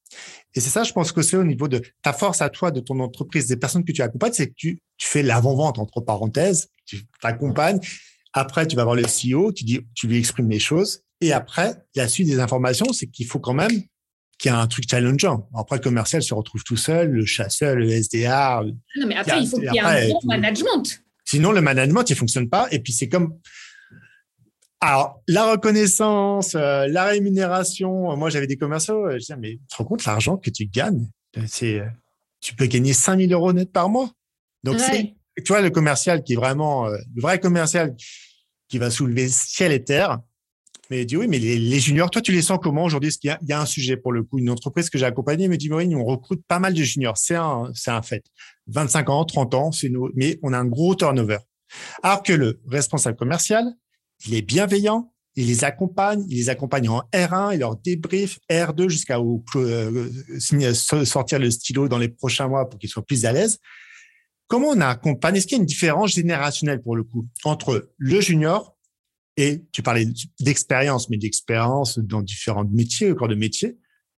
Et c'est ça, je pense que c'est au niveau de ta force à toi, de ton entreprise, des personnes que tu accompagnes, c'est que tu, tu fais l'avant-vente, entre parenthèses, tu t'accompagnes. Après, tu vas voir le C E O, tu dis, tu lui exprimes les choses. Et après, la suite des informations, c'est qu'il faut quand même qu'il y ait un truc challengeant. Après, le commercial se retrouve tout seul, le chasseur, le S D R. Non, mais après, il, il faut qu'il y ait un bon management. Sinon, le management, il fonctionne pas. Et puis, c'est comme... Alors, la reconnaissance, euh, la rémunération. Moi, j'avais des commerciaux. Je disais, mais tu te rends compte l'argent que tu gagnes? C'est, tu peux gagner cinq mille euros net par mois. Donc, ouais. c'est, tu vois, le commercial qui est vraiment, euh, le vrai commercial qui va soulever ciel et terre. Mais il dit, oui, mais les, les juniors, toi, tu les sens comment aujourd'hui? Est-ce qu'il y a, il y a un sujet pour le coup? Une entreprise que j'ai accompagnée me dit, Maureen, on recrute pas mal de juniors. C'est un, c'est un fait. vingt-cinq ans, trente ans, c'est nous, mais on a un gros turnover. Alors que le responsable commercial, il est bienveillant, il les accompagne, il les accompagne en R un, il leur débrief R deux jusqu'à au, euh, sortir le stylo dans les prochains mois pour qu'ils soient plus à l'aise. Comment on accompagne? Est-ce qu'il y a une différence générationnelle pour le coup entre le junior et, tu parlais d'expérience, mais d'expérience dans différents métiers, au corps de métier,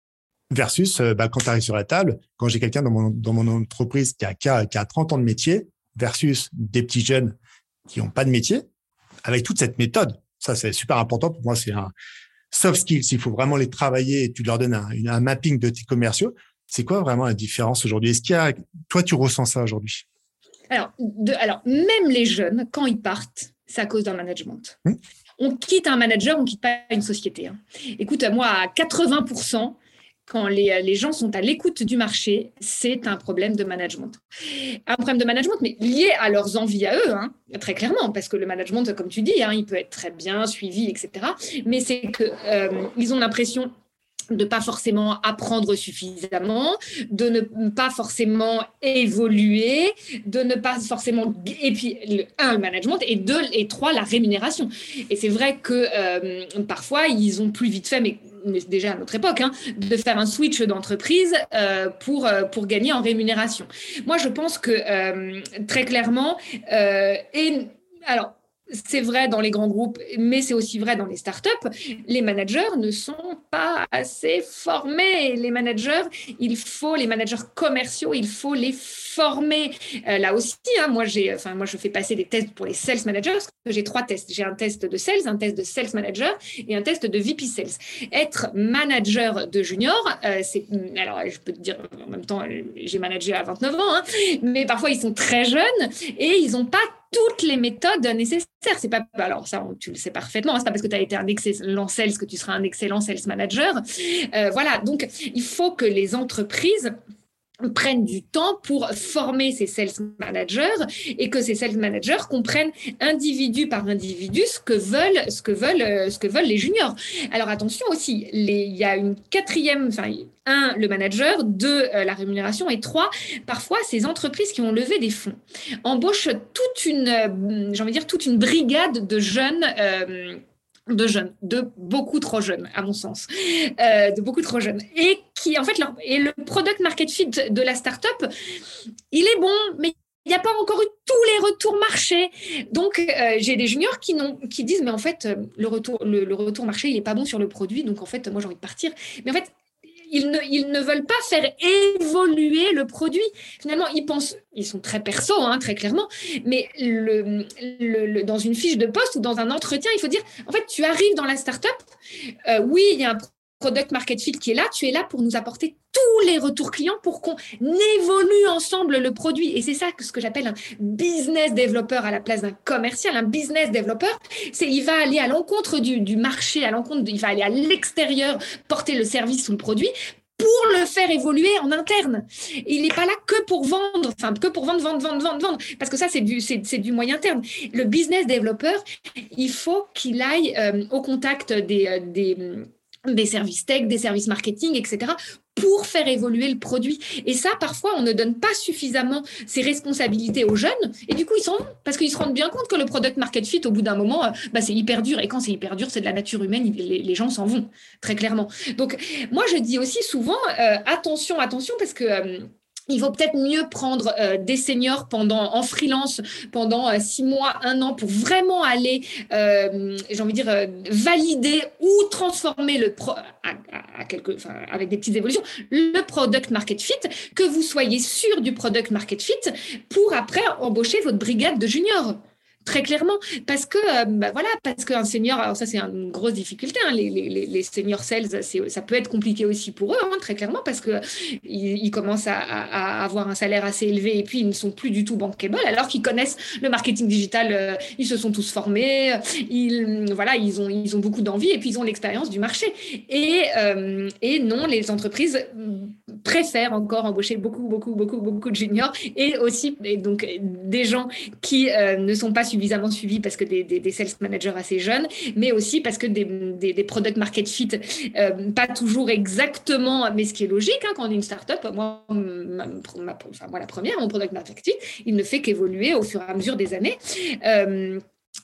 versus bah, quand tu arrives sur la table, quand j'ai quelqu'un dans mon, dans mon entreprise qui a, qui, a, qui a trente ans de métier versus des petits jeunes qui n'ont pas de métier, avec toute cette méthode. Ça, c'est super important. Pour moi, c'est un soft skills. Il faut vraiment les travailler et tu leur donnes un, un mapping de tes commerciaux. C'est quoi vraiment la différence aujourd'hui? Est-ce qu'il y a, toi, tu ressens ça aujourd'hui? Alors, de, alors, même les jeunes, quand ils partent, c'est à cause d'un management. Hum. On quitte un manager, on ne quitte pas une société. Hein. Écoute, moi, à quatre-vingts pour cent, quand les, les gens sont à l'écoute du marché, c'est un problème de management. Un problème de management, mais lié à leurs envies à eux, hein, très clairement, parce que le management, comme tu dis, hein, il peut être très bien suivi, et cetera. Mais c'est qu'ils euh, ont l'impression de ne pas forcément apprendre suffisamment, de ne pas forcément évoluer, de ne pas forcément... Et puis, le, un, le management, et deux, et trois, la rémunération. Et c'est vrai que euh, parfois, ils ont plus vite fait, mais déjà à notre époque, hein, de faire un switch d'entreprise euh, pour, euh, pour gagner en rémunération. Moi, je pense que, euh, très clairement, euh, et alors, c'est vrai dans les grands groupes, mais c'est aussi vrai dans les startups. Les managers ne sont pas assez formés. Les managers, il faut les managers commerciaux, il faut les former. Euh, là aussi, hein, moi, j'ai, enfin, moi, je fais passer des tests pour les sales managers. Parce que j'ai trois tests. J'ai un test de sales, un test de sales manager et un test de V P sales. Être manager de junior, euh, c'est, alors, je peux te dire, en même temps, j'ai managé à vingt-neuf ans, hein, mais parfois ils sont très jeunes et ils n'ont pas toutes les méthodes nécessaires. C'est pas, alors ça, tu le sais parfaitement, hein, c'est pas parce que tu as été un excellent sales que tu seras un excellent sales manager. Euh, voilà, donc il faut que les entreprises prennent du temps pour former ces sales managers et que ces sales managers comprennent individu par individu ce que veulent, ce que veulent, ce que veulent les juniors. Alors attention aussi, les, il y a une quatrième, enfin, un, le manager, deux, euh, la rémunération et trois, parfois ces entreprises qui ont levé des fonds embauchent toute une, euh, j'ai envie de dire, toute une brigade de jeunes euh, de jeunes, de beaucoup trop jeunes, à mon sens, euh, de beaucoup trop jeunes. Et qui, en fait, leur, et le product market fit de la startup, il est bon, mais il n'y a pas encore eu tous les retours marché. Donc, euh, j'ai des juniors qui, n'ont, qui disent, mais en fait, le retour, le, le retour marché, il n'est pas bon sur le produit, donc en fait, moi, j'ai envie de partir. Mais en fait, Ils ne, ils ne veulent pas faire évoluer le produit. Finalement, ils pensent, ils sont très perso, hein, très clairement, mais le, le, le, dans une fiche de poste ou dans un entretien, il faut dire, en fait, tu arrives dans la startup, euh, oui, il y a un product market fit qui est là, tu es là pour nous apporter tous les retours clients pour qu'on évolue ensemble le produit. Et c'est ça que ce que j'appelle un business développeur à la place d'un commercial. Un business développeur, c'est il va aller à l'encontre du, du marché, à l'encontre, de, il va aller à l'extérieur, porter le service ou le produit pour le faire évoluer en interne. Et il n'est pas là que pour vendre, enfin que pour vendre, vendre, vendre, vendre, vendre, parce que ça c'est du, c'est, c'est du moyen terme. Le business développeur, il faut qu'il aille euh, au contact des, euh, des des services tech, des services marketing, et cetera, pour faire évoluer le produit. Et ça, parfois, on ne donne pas suffisamment ces responsabilités aux jeunes, et du coup, ils s'en vont, parce qu'ils se rendent bien compte que le product market fit, au bout d'un moment, euh, bah, c'est hyper dur, et quand c'est hyper dur, c'est de la nature humaine, les, les gens s'en vont, très clairement. Donc, moi, je dis aussi souvent, euh, attention, attention, parce que... Euh, il vaut peut-être mieux prendre euh, des seniors pendant, en freelance pendant euh, six mois, un an pour vraiment aller, euh, j'ai envie de dire, euh, valider ou transformer le pro, à, à, à quelque, enfin, avec des petites évolutions, le product market fit, que vous soyez sûr du product market fit pour après embaucher votre brigade de juniors. Très clairement, parce que euh, bah voilà, parce qu'un senior, alors ça c'est une grosse difficulté, hein, les, les, les seniors sales, c'est, ça peut être compliqué aussi pour eux, hein, très clairement, parce que ils, ils commencent à, à, à avoir un salaire assez élevé et puis ils ne sont plus du tout bankable, alors qu'ils connaissent le marketing digital, euh, ils se sont tous formés, ils voilà, ils ont ils ont beaucoup d'envie et puis ils ont l'expérience du marché. Et euh, et non, les entreprises préfèrent encore embaucher beaucoup beaucoup beaucoup beaucoup de juniors et aussi et donc des gens qui euh, ne sont pas suffisamment suivis parce que des, des, des sales managers assez jeunes, mais aussi parce que des, des, des product market fit euh, pas toujours exactement, mais ce qui est logique hein, quand on est une startup. Moi, ma, ma, enfin, moi la première, mon product market fit, il ne fait qu'évoluer au fur et à mesure des années. Euh,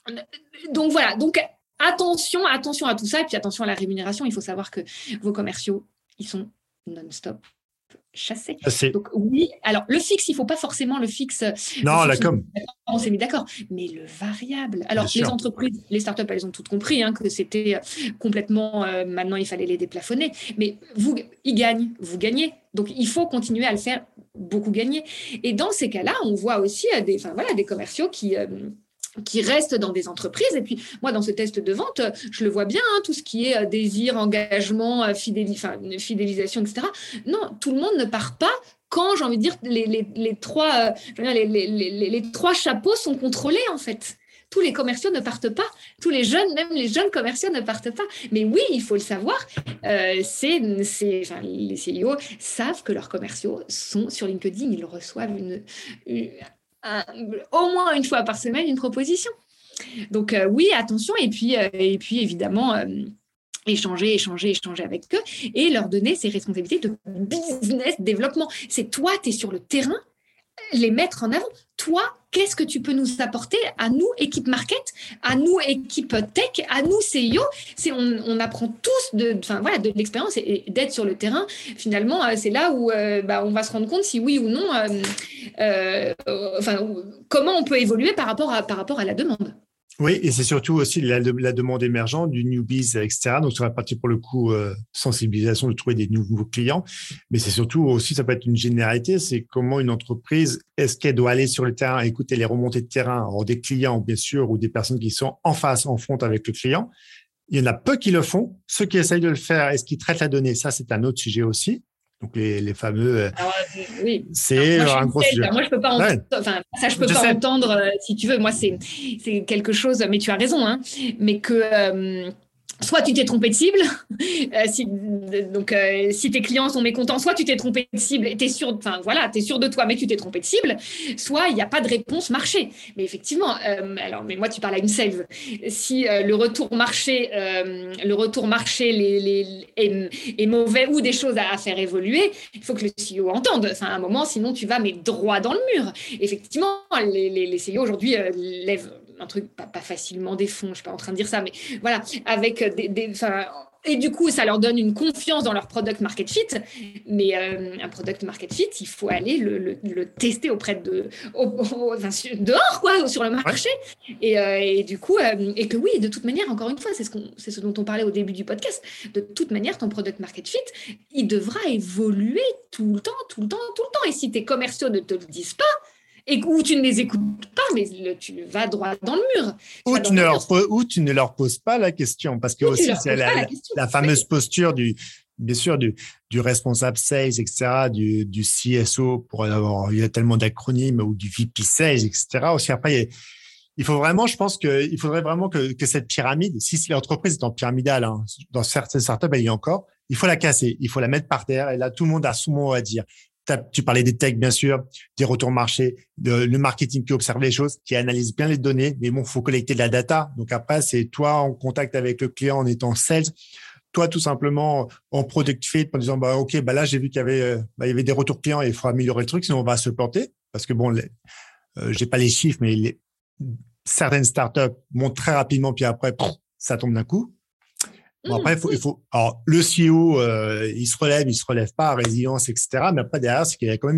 donc voilà, donc attention, attention à tout ça et puis attention à la rémunération. Il faut savoir que vos commerciaux, ils sont non-stop chassé. Chassé. Donc oui, alors le fixe, il ne faut pas forcément le fixe. Non, le la fixe, com. On s'est mis d'accord, mais le variable. Alors Bien les sûr. entreprises, les startups, elles ont toutes compris hein, que c'était complètement. Euh, maintenant, il fallait les déplafonner. Mais vous, ils gagnent, vous gagnez. Donc il faut continuer à le faire beaucoup gagner. Et dans ces cas-là, on voit aussi euh, des, enfin voilà, des commerciaux qui. Euh, qui restent dans des entreprises. Et puis, moi, dans ce test de vente, je le vois bien, hein, tout ce qui est désir, engagement, fidélis- enfin, fidélisation, et cetera. Non, tout le monde ne part pas quand, j'ai envie de dire, les, les, les, trois, je veux dire, les, les, les, les trois chapeaux sont contrôlés, en fait. Tous les commerciaux ne partent pas. Tous les jeunes, même les jeunes commerciaux ne partent pas. Mais oui, il faut le savoir. Euh, c'est, c'est, enfin, les C E O savent que leurs commerciaux sont sur LinkedIn. Ils reçoivent une... une Un, au moins une fois par semaine une proposition. Donc euh, oui, attention, et puis, euh, et puis évidemment, euh, échanger, échanger, échanger avec eux et leur donner ces responsabilités de business développement. C'est toi, tu es sur le terrain, les mettre en avant. Toi, qu'est-ce que tu peux nous apporter à nous, équipe market, à nous, équipe tech, à nous, C E O. C'est, on, on apprend tous de, enfin, voilà, de l'expérience et, et d'être sur le terrain. Finalement, euh, c'est là où euh, bah, on va se rendre compte si oui ou non, euh, euh, enfin, comment on peut évoluer par rapport à, par rapport à la demande. Oui, et c'est surtout aussi la, la demande émergente du newbies, et cetera. Donc, sur la partie, pour le coup, euh, sensibilisation, de trouver des nouveaux clients. Mais c'est surtout aussi, ça peut être une généralité, c'est comment une entreprise, est-ce qu'elle doit aller sur le terrain, écouter les remontées de terrain, alors des clients, bien sûr, ou des personnes qui sont en face, en front avec le client. Il y en a peu qui le font. Ceux qui essayent de le faire, est-ce qu'ils traitent la donnée? Ça, c'est un autre sujet aussi. Donc, les, les fameux, alors, oui. c'est alors, moi, un gros sujet. Moi, je peux pas, ouais. ent- enfin, ça, je peux je pas sais. entendre, euh, si tu veux. Moi, c'est, c'est quelque chose, mais tu as raison, hein, mais que euh, soit tu t'es trompé de cible, euh, si, donc euh, si tes clients sont mécontents, soit tu t'es trompé de cible et t'es sûr, enfin voilà, t'es sûr de toi, mais tu t'es trompé de cible, soit il n'y a pas de réponse marché. Mais effectivement, euh, alors, mais moi, tu parles à une sales. Si euh, le retour marché, euh, le retour marché les, les, est, est mauvais ou des choses à, à faire évoluer, il faut que le C E O entende. Enfin, à un moment, sinon tu vas mais droit dans le mur. Effectivement, les, les, les C E O aujourd'hui euh, lèvent un truc, pas, pas facilement des fonds, je ne suis pas en train de dire ça, mais voilà, avec des, des, et du coup, ça leur donne une confiance dans leur product market fit. Mais euh, un product market fit, il faut aller le, le, le tester auprès de, au, au, enfin, dehors, quoi, sur le marché. Ouais. Et, euh, et du coup, euh, et que oui, de toute manière, encore une fois, c'est ce, qu'on, c'est ce dont on parlait au début du podcast. De toute manière, ton product market fit, il devra évoluer tout le temps, tout le temps, tout le temps. Et si tes commerciaux ne te le disent pas, et où tu ne les écoutes pas, mais le, tu vas droit dans le mur. Ou tu, ne leur poses, ou tu ne leur poses pas la question, parce que aussi, c'est la, la, la fameuse oui. posture du, bien sûr, du, du responsable sales, et cetera, du, du C S O, pour avoir, il y a tellement d'acronymes, ou du V P sales, et cetera. Aussi, après, il, y a, il faut vraiment, je pense que, il faudrait vraiment que, que cette pyramide, si l'entreprise est en pyramidale, hein, dans certaines startups, elle y est encore, il faut la casser, il faut la mettre par terre, et là, tout le monde a son mot à dire. Tu parlais des techs, bien sûr, des retours marché, de, le marketing qui observe les choses, qui analyse bien les données. Mais bon, faut collecter de la data. Donc après, c'est toi en contact avec le client en étant sales. Toi, tout simplement, en product fit, en disant, bah, OK, bah là, j'ai vu qu'il y avait, bah, il y avait des retours clients et il faut améliorer le truc, sinon on va se planter. Parce que bon, les, euh, j'ai pas les chiffres, mais les, certaines startups montent très rapidement, puis après, pff, ça tombe d'un coup. Bon, après, il faut, il faut, alors, le C E O, euh, il se relève, il se relève pas, résilience, et cetera. Mais après, derrière, c'est qu'il y a quand même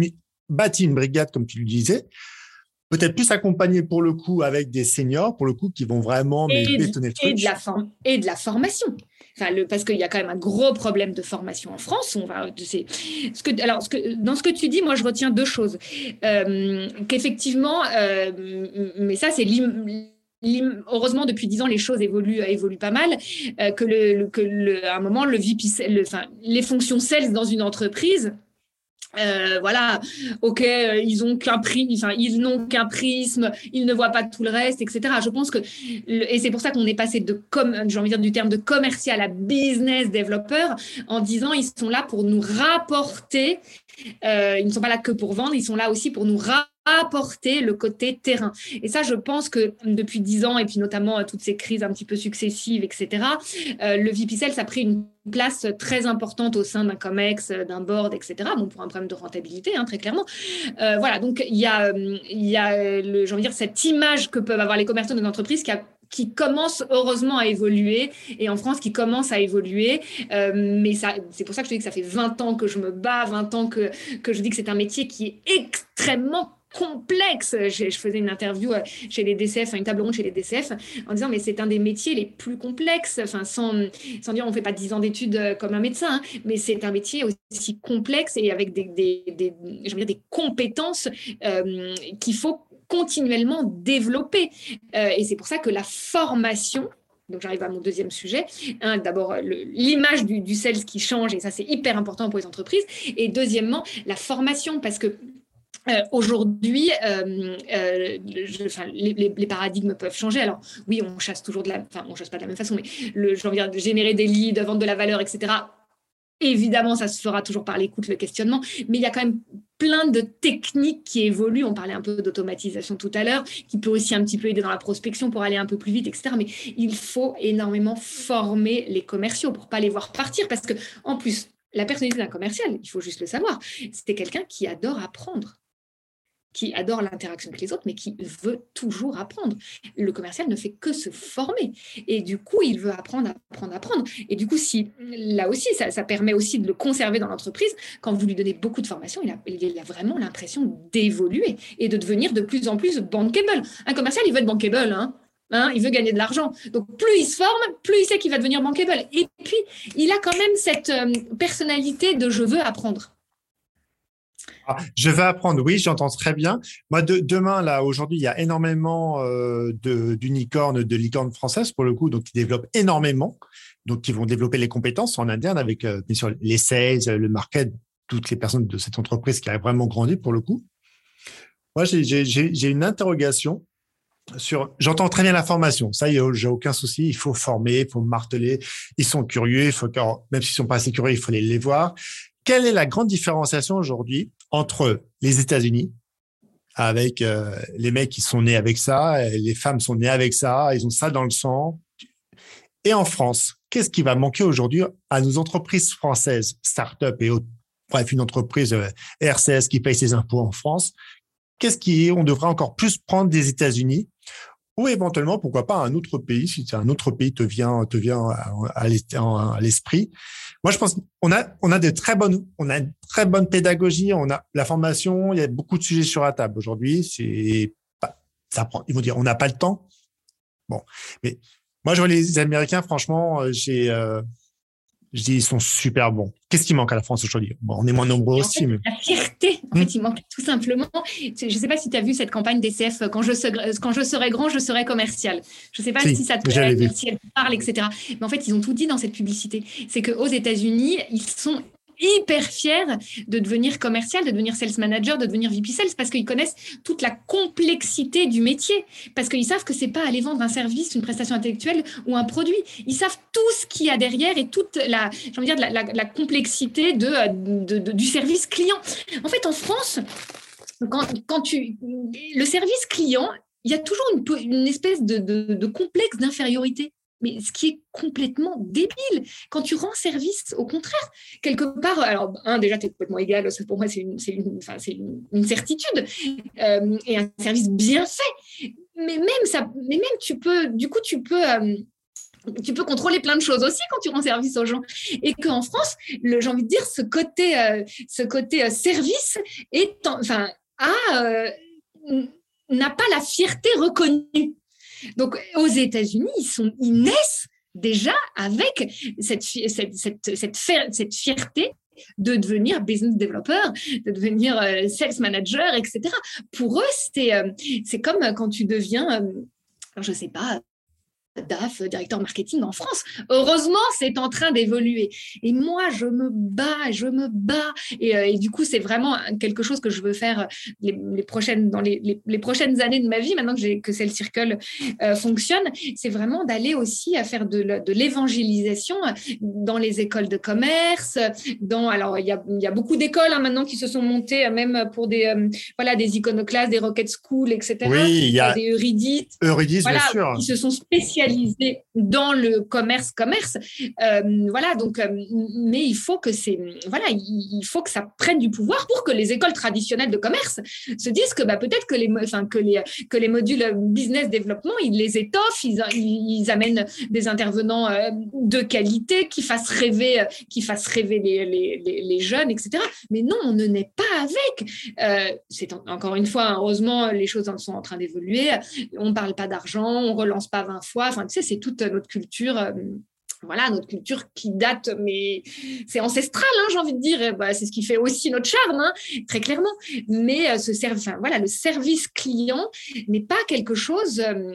bâti une brigade, comme tu le disais, peut-être plus accompagné pour le coup avec des seniors, pour le coup, qui vont vraiment mais, et, bétonner le truc. Et de la, for- et de la formation. Enfin, le, parce qu'il y a quand même un gros problème de formation en France. On va, c'est, ce que, alors, ce que, dans ce que tu dis, moi, je retiens deux choses. Euh, qu'effectivement, euh, mais ça, c'est l'im, l'im, heureusement, depuis dix ans, les choses évoluent, évoluent pas mal. Euh, que, le, le, que le, à un moment, le V P, le, enfin, les fonctions sales dans une entreprise, Euh, voilà, ok, euh, ils ont qu'un prisme, enfin, ils n'ont qu'un prisme, ils ne voient pas tout le reste, et cetera. Je pense que, le, et c'est pour ça qu'on est passé de com, j'ai envie de dire du terme de commercial à business développeur, en disant ils sont là pour nous rapporter, euh, ils ne sont pas là que pour vendre, ils sont là aussi pour nous rapporter apporter le côté terrain. Et ça, je pense que depuis dix ans, et puis notamment euh, toutes ces crises un petit peu successives, et cetera, euh, le V P Sales a pris une place très importante au sein d'un COMEX, d'un board, et cetera. Bon, pour un problème de rentabilité, hein, très clairement. Euh, voilà, donc il y a, il y a le, j'ai envie de dire, cette image que peuvent avoir les commerçants d'une entreprise qui a qui commence heureusement à évoluer, et en France qui commence à évoluer, euh, mais ça, c'est pour ça que je te dis que ça fait vingt ans que je me bats, vingt ans que, que je dis que c'est un métier qui est extrêmement complexe. Je, je faisais une interview chez les D C F, une table ronde chez les D C F, en disant mais c'est un des métiers les plus complexes, enfin sans, sans dire on ne fait pas dix ans d'études comme un médecin, hein, mais c'est un métier aussi complexe et avec des, des, des, je veux dire, des compétences euh, qu'il faut continuellement développer. Euh, et c'est pour ça que la formation, donc j'arrive à mon deuxième sujet, hein, d'abord le, l'image du, du sales qui change, et ça c'est hyper important pour les entreprises, et deuxièmement la formation, parce que Euh, aujourd'hui, euh, euh, je, enfin, les, les, les paradigmes peuvent changer. Alors oui, on chasse toujours de la, enfin on chasse pas de la même façon, mais le, j'ai envie de dire, générer des leads, vendre de la valeur, et cetera. Évidemment, ça se fera toujours par l'écoute, le questionnement, mais il y a quand même plein de techniques qui évoluent. On parlait un peu d'automatisation tout à l'heure, qui peut aussi un petit peu aider dans la prospection pour aller un peu plus vite, et cetera. Mais il faut énormément former les commerciaux pour pas les voir partir, parce que en plus, la personnalité d'un commercial, il faut juste le savoir, c'est quelqu'un qui adore apprendre, qui adore l'interaction avec les autres, mais qui veut toujours apprendre. Le commercial ne fait que se former. Et du coup, il veut apprendre, apprendre, apprendre. Et du coup, si, là aussi, ça, ça permet aussi de le conserver dans l'entreprise. Quand vous lui donnez beaucoup de formation, il a, il a vraiment l'impression d'évoluer et de devenir de plus en plus bankable. Un commercial, il veut être bankable, hein. Hein, il veut gagner de l'argent. Donc, plus il se forme, plus il sait qu'il va devenir bankable. Et puis, il a quand même cette euh, personnalité de « je veux apprendre ». Ah, je vais apprendre, oui, j'entends très bien. Moi, de, demain, là, aujourd'hui, il y a énormément euh, de, d'unicornes, de licornes françaises, pour le coup, donc qui développent énormément, donc qui vont développer les compétences en interne avec, euh, bien sûr, les sales, le market, toutes les personnes de cette entreprise qui a vraiment grandi, pour le coup. Moi, j'ai, j'ai, j'ai une interrogation sur… J'entends très bien la formation, ça, j'ai aucun souci, il faut former, il faut marteler, ils sont curieux, il faut, même s'ils sont pas assez curieux, il faut les, les voir. Quelle est la grande différenciation aujourd'hui entre les États-Unis, avec euh, les mecs qui sont nés avec ça, les femmes sont nées avec ça, ils ont ça dans le sang, et en France, qu'est-ce qui va manquer aujourd'hui à nos entreprises françaises, start-up et autres, bref, une entreprise euh, R C S qui paye ses impôts en France, qu'est-ce qui on devrait encore plus prendre des États-Unis, ou éventuellement, pourquoi pas un autre pays, si un autre pays te vient, te vient à l'esprit. Moi, je pense qu'on a, on a de très bonnes, on a une très bonne pédagogie, on a la formation, il y a beaucoup de sujets sur la table aujourd'hui. C'est, ça prend, ils vont dire, on n'a pas le temps. Bon, mais moi, je vois les Américains, franchement, j'ai, euh, je dis, ils sont super bons. Qu'est-ce qui manque à la France aujourd'hui? Bon, on est moins nombreux aussi. En fait, mais… La fierté, en fait, il manque tout simplement. Je ne sais pas si tu as vu cette campagne D C F, quand je, serai, quand je serai grand, je serai commercial. Je ne sais pas si, si ça te plaît, si elle parle, et cetera. Mais en fait, ils ont tout dit dans cette publicité. C'est qu'aux États-Unis, ils sont hyper fiers de devenir commercial, de devenir sales manager, de devenir V P sales, parce qu'ils connaissent toute la complexité du métier, parce qu'ils savent que c'est pas aller vendre un service, une prestation intellectuelle ou un produit. Ils savent tout ce qu'il y a derrière et toute la, j'ai envie de dire, la, la, la complexité de, de, de, du service client. En fait, en France, quand, quand tu, le service client, il y a toujours une, une espèce de, de, de complexe d'infériorité. Mais ce qui est complètement débile. Quand tu rends service, au contraire, quelque part, alors, un, déjà, tu es complètement égal, ça, pour moi, c'est une, c'est une, enfin, c'est une, une certitude, euh, et un service bien fait. Mais même, ça, mais même tu peux, du coup, tu peux, euh, tu peux contrôler plein de choses aussi quand tu rends service aux gens. Et qu'en France, le, j'ai envie de dire, ce côté, euh, ce côté euh, service est, en, enfin, a, euh, n'a pas la fierté reconnue. Donc, aux États-Unis, ils, sont, ils naissent déjà avec cette, cette, cette, cette, cette fierté de devenir business developer, de devenir euh, sales manager, et cetera. Pour eux, c'est, euh, c'est comme quand tu deviens, euh, alors je ne sais pas, D A F, directeur marketing en France. Heureusement, c'est en train d'évoluer. Et moi, je me bats, je me bats. Et, euh, et du coup, c'est vraiment quelque chose que je veux faire les, les prochaines, dans les, les, les prochaines années de ma vie, maintenant que, j'ai, que Sales Circle euh, fonctionne. C'est vraiment d'aller aussi à faire de, de l'évangélisation dans les écoles de commerce. Dans, alors, il y a, il y a beaucoup d'écoles hein, maintenant qui se sont montées, même pour des, euh, voilà, des iconoclastes, des Rocket School, et cetera. Oui, il y a des Eurydice. Eurydice, voilà, bien sûr. Qui se sont spécialisés dans le commerce commerce euh, voilà donc euh, mais il faut que c'est voilà il, il faut que ça prenne du pouvoir pour que les écoles traditionnelles de commerce se disent que bah peut-être que les enfin que les que les modules business développement ils les étoffent, ils, ils amènent des intervenants euh, de qualité qui fassent rêver qui fassent rêver les, les, les, les jeunes, etc. Mais non, on ne naît pas avec. Euh, c'est en, encore une fois, heureusement les choses sont en train d'évoluer, on parle pas d'argent, on relance pas vingt fois. Enfin, tu sais, c'est toute notre culture, euh, voilà, notre culture qui date, mais c'est ancestral, hein, j'ai envie de dire. Bah, c'est ce qui fait aussi notre charme, hein, très clairement. Mais euh, ce service, enfin, voilà, le service client n'est pas quelque chose. Euh,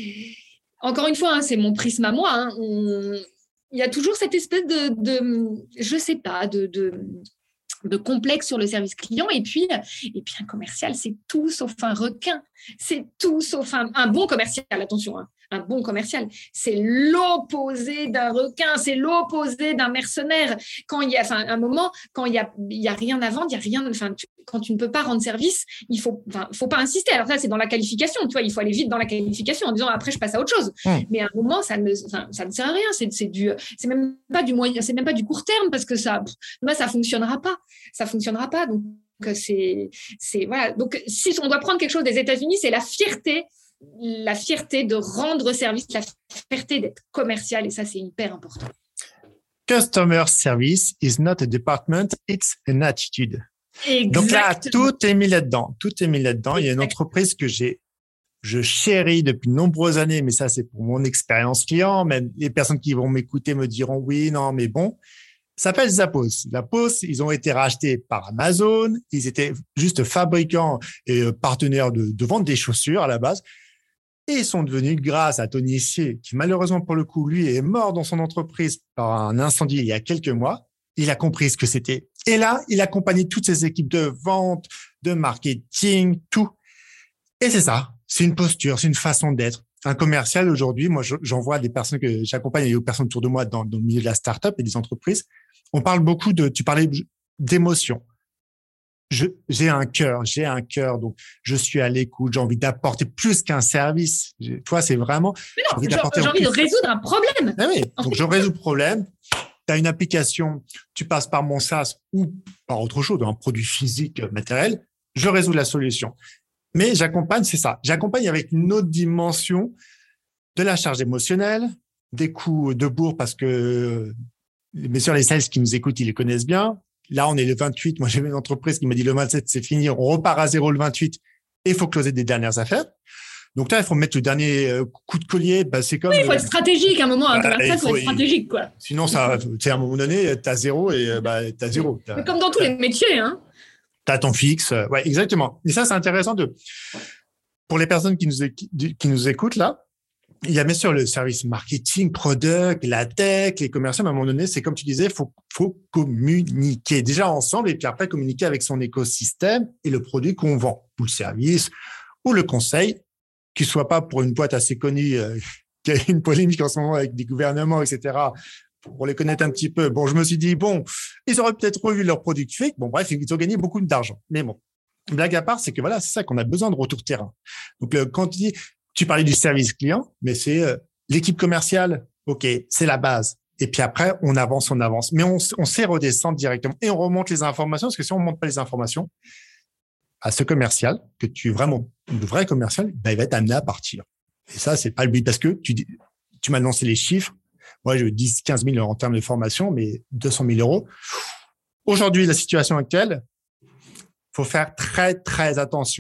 encore une fois, hein, c'est mon prisme à moi. Hein, on, il y a toujours cette espèce de, de je sais pas, de, de de complexe sur le service client. Et puis, et puis un commercial, c'est tout sauf un requin. C'est tout sauf un, un bon commercial, attention, hein. Un bon commercial, c'est l'opposé d'un requin, c'est l'opposé d'un mercenaire. Quand il y a, enfin, un moment, quand il y a, il y a rien à vendre, il y a rien, enfin, tu, quand tu ne peux pas rendre service, il faut, enfin, faut pas insister. Alors ça, c'est dans la qualification, tu vois, il faut aller vite dans la qualification en disant après, je passe à autre chose. Mmh. Mais à un moment, ça ne, enfin, ça ne sert à rien. C'est, c'est du, c'est même pas du moyen, c'est même pas du court terme parce que ça, moi, ça fonctionnera pas. Ça fonctionnera pas. Donc, c'est, c'est, voilà. Donc, si on doit prendre quelque chose des États-Unis, c'est la fierté. la fierté de rendre service, la fierté d'être commercial, et ça, c'est hyper important. Customer service is not a department, it's an attitude. Exactement. Donc là, tout est mis là-dedans. Tout est mis là-dedans. Exactement. Il y a une entreprise que j'ai, je chéris depuis de nombreuses années, mais ça, c'est pour mon expérience client. Même les personnes qui vont m'écouter me diront oui, non, mais bon. Ça s'appelle Zappos. Zappos, ils ont été rachetés par Amazon. Ils étaient juste fabricants et partenaires de, de vente des chaussures à la base. Et ils sont devenus, grâce à Tony Essier, qui malheureusement pour le coup, lui, est mort dans son entreprise par un incendie il y a quelques mois. Il a compris ce que c'était. Et là, il accompagnait toutes ses équipes de vente, de marketing, tout. Et c'est ça. C'est une posture, c'est une façon d'être. Un commercial aujourd'hui, moi, j'en vois des personnes que j'accompagne et des personnes autour de moi dans, dans le milieu de la start-up et des entreprises. On parle beaucoup de, tu parlais d'émotion. Je, j'ai un cœur, j'ai un cœur, donc je suis à l'écoute, j'ai envie d'apporter plus qu'un service. J'ai, toi, c'est vraiment. Mais non, j'ai envie, j'ai envie de résoudre un problème. Ah oui, donc je résous le problème. Tu as une application, tu passes par mon SaaS ou par autre chose, un produit physique, matériel, je résous la solution. Mais j'accompagne, c'est ça, j'accompagne avec une autre dimension de la charge émotionnelle, des coups de bourre parce que, bien sûr, les sales qui nous écoutent, ils les connaissent bien. Là, on est le vingt-huit. Moi, j'ai une entreprise qui m'a dit le vingt-sept, c'est fini. On repart à zéro le vingt-huit et il faut closer des dernières affaires. Donc là, il faut mettre le dernier coup de collier. Bah, c'est comme. Oui, il faut être stratégique à un moment. Un commercial, il faut être stratégique, quoi. Sinon, ça, tu sais, à un moment donné, t'as zéro et bah, t'as zéro. T'as, Mais comme dans tous les métiers, hein. T'as ton fixe. Ouais, exactement. Et ça, c'est intéressant de, pour les personnes qui nous, qui nous écoutent là. Il y a bien sûr le service marketing, product, la tech, les commerciaux. À un moment donné, c'est comme tu disais, faut, faut communiquer déjà ensemble et puis après communiquer avec son écosystème et le produit qu'on vend ou le service ou le conseil, qui soit pas pour une boîte assez connue, euh, qui a une polémique en ce moment avec des gouvernements, et cetera. Pour les connaître un petit peu. Bon, je me suis dit, bon, ils auraient peut-être revu leur produit fake. Bon, bref, ils ont gagné beaucoup d'argent. Mais bon, blague à part, c'est que voilà, c'est ça qu'on a besoin de retour terrain. Donc, le, quand tu dis, tu parlais du service client, mais c'est euh, l'équipe commerciale. OK, c'est la base. Et puis après, on avance, on avance. Mais on, on sait redescendre directement et on remonte les informations parce que si on ne remonte pas les informations à ce commercial, que tu es vraiment le vrai commercial, ben, il va être amené à partir. Et ça, c'est pas le but parce que tu, tu m'as annoncé les chiffres. ouais, je dix, quinze mille en termes de formation, mais deux cent mille euros. Aujourd'hui, la situation actuelle, faut faire très, très attention.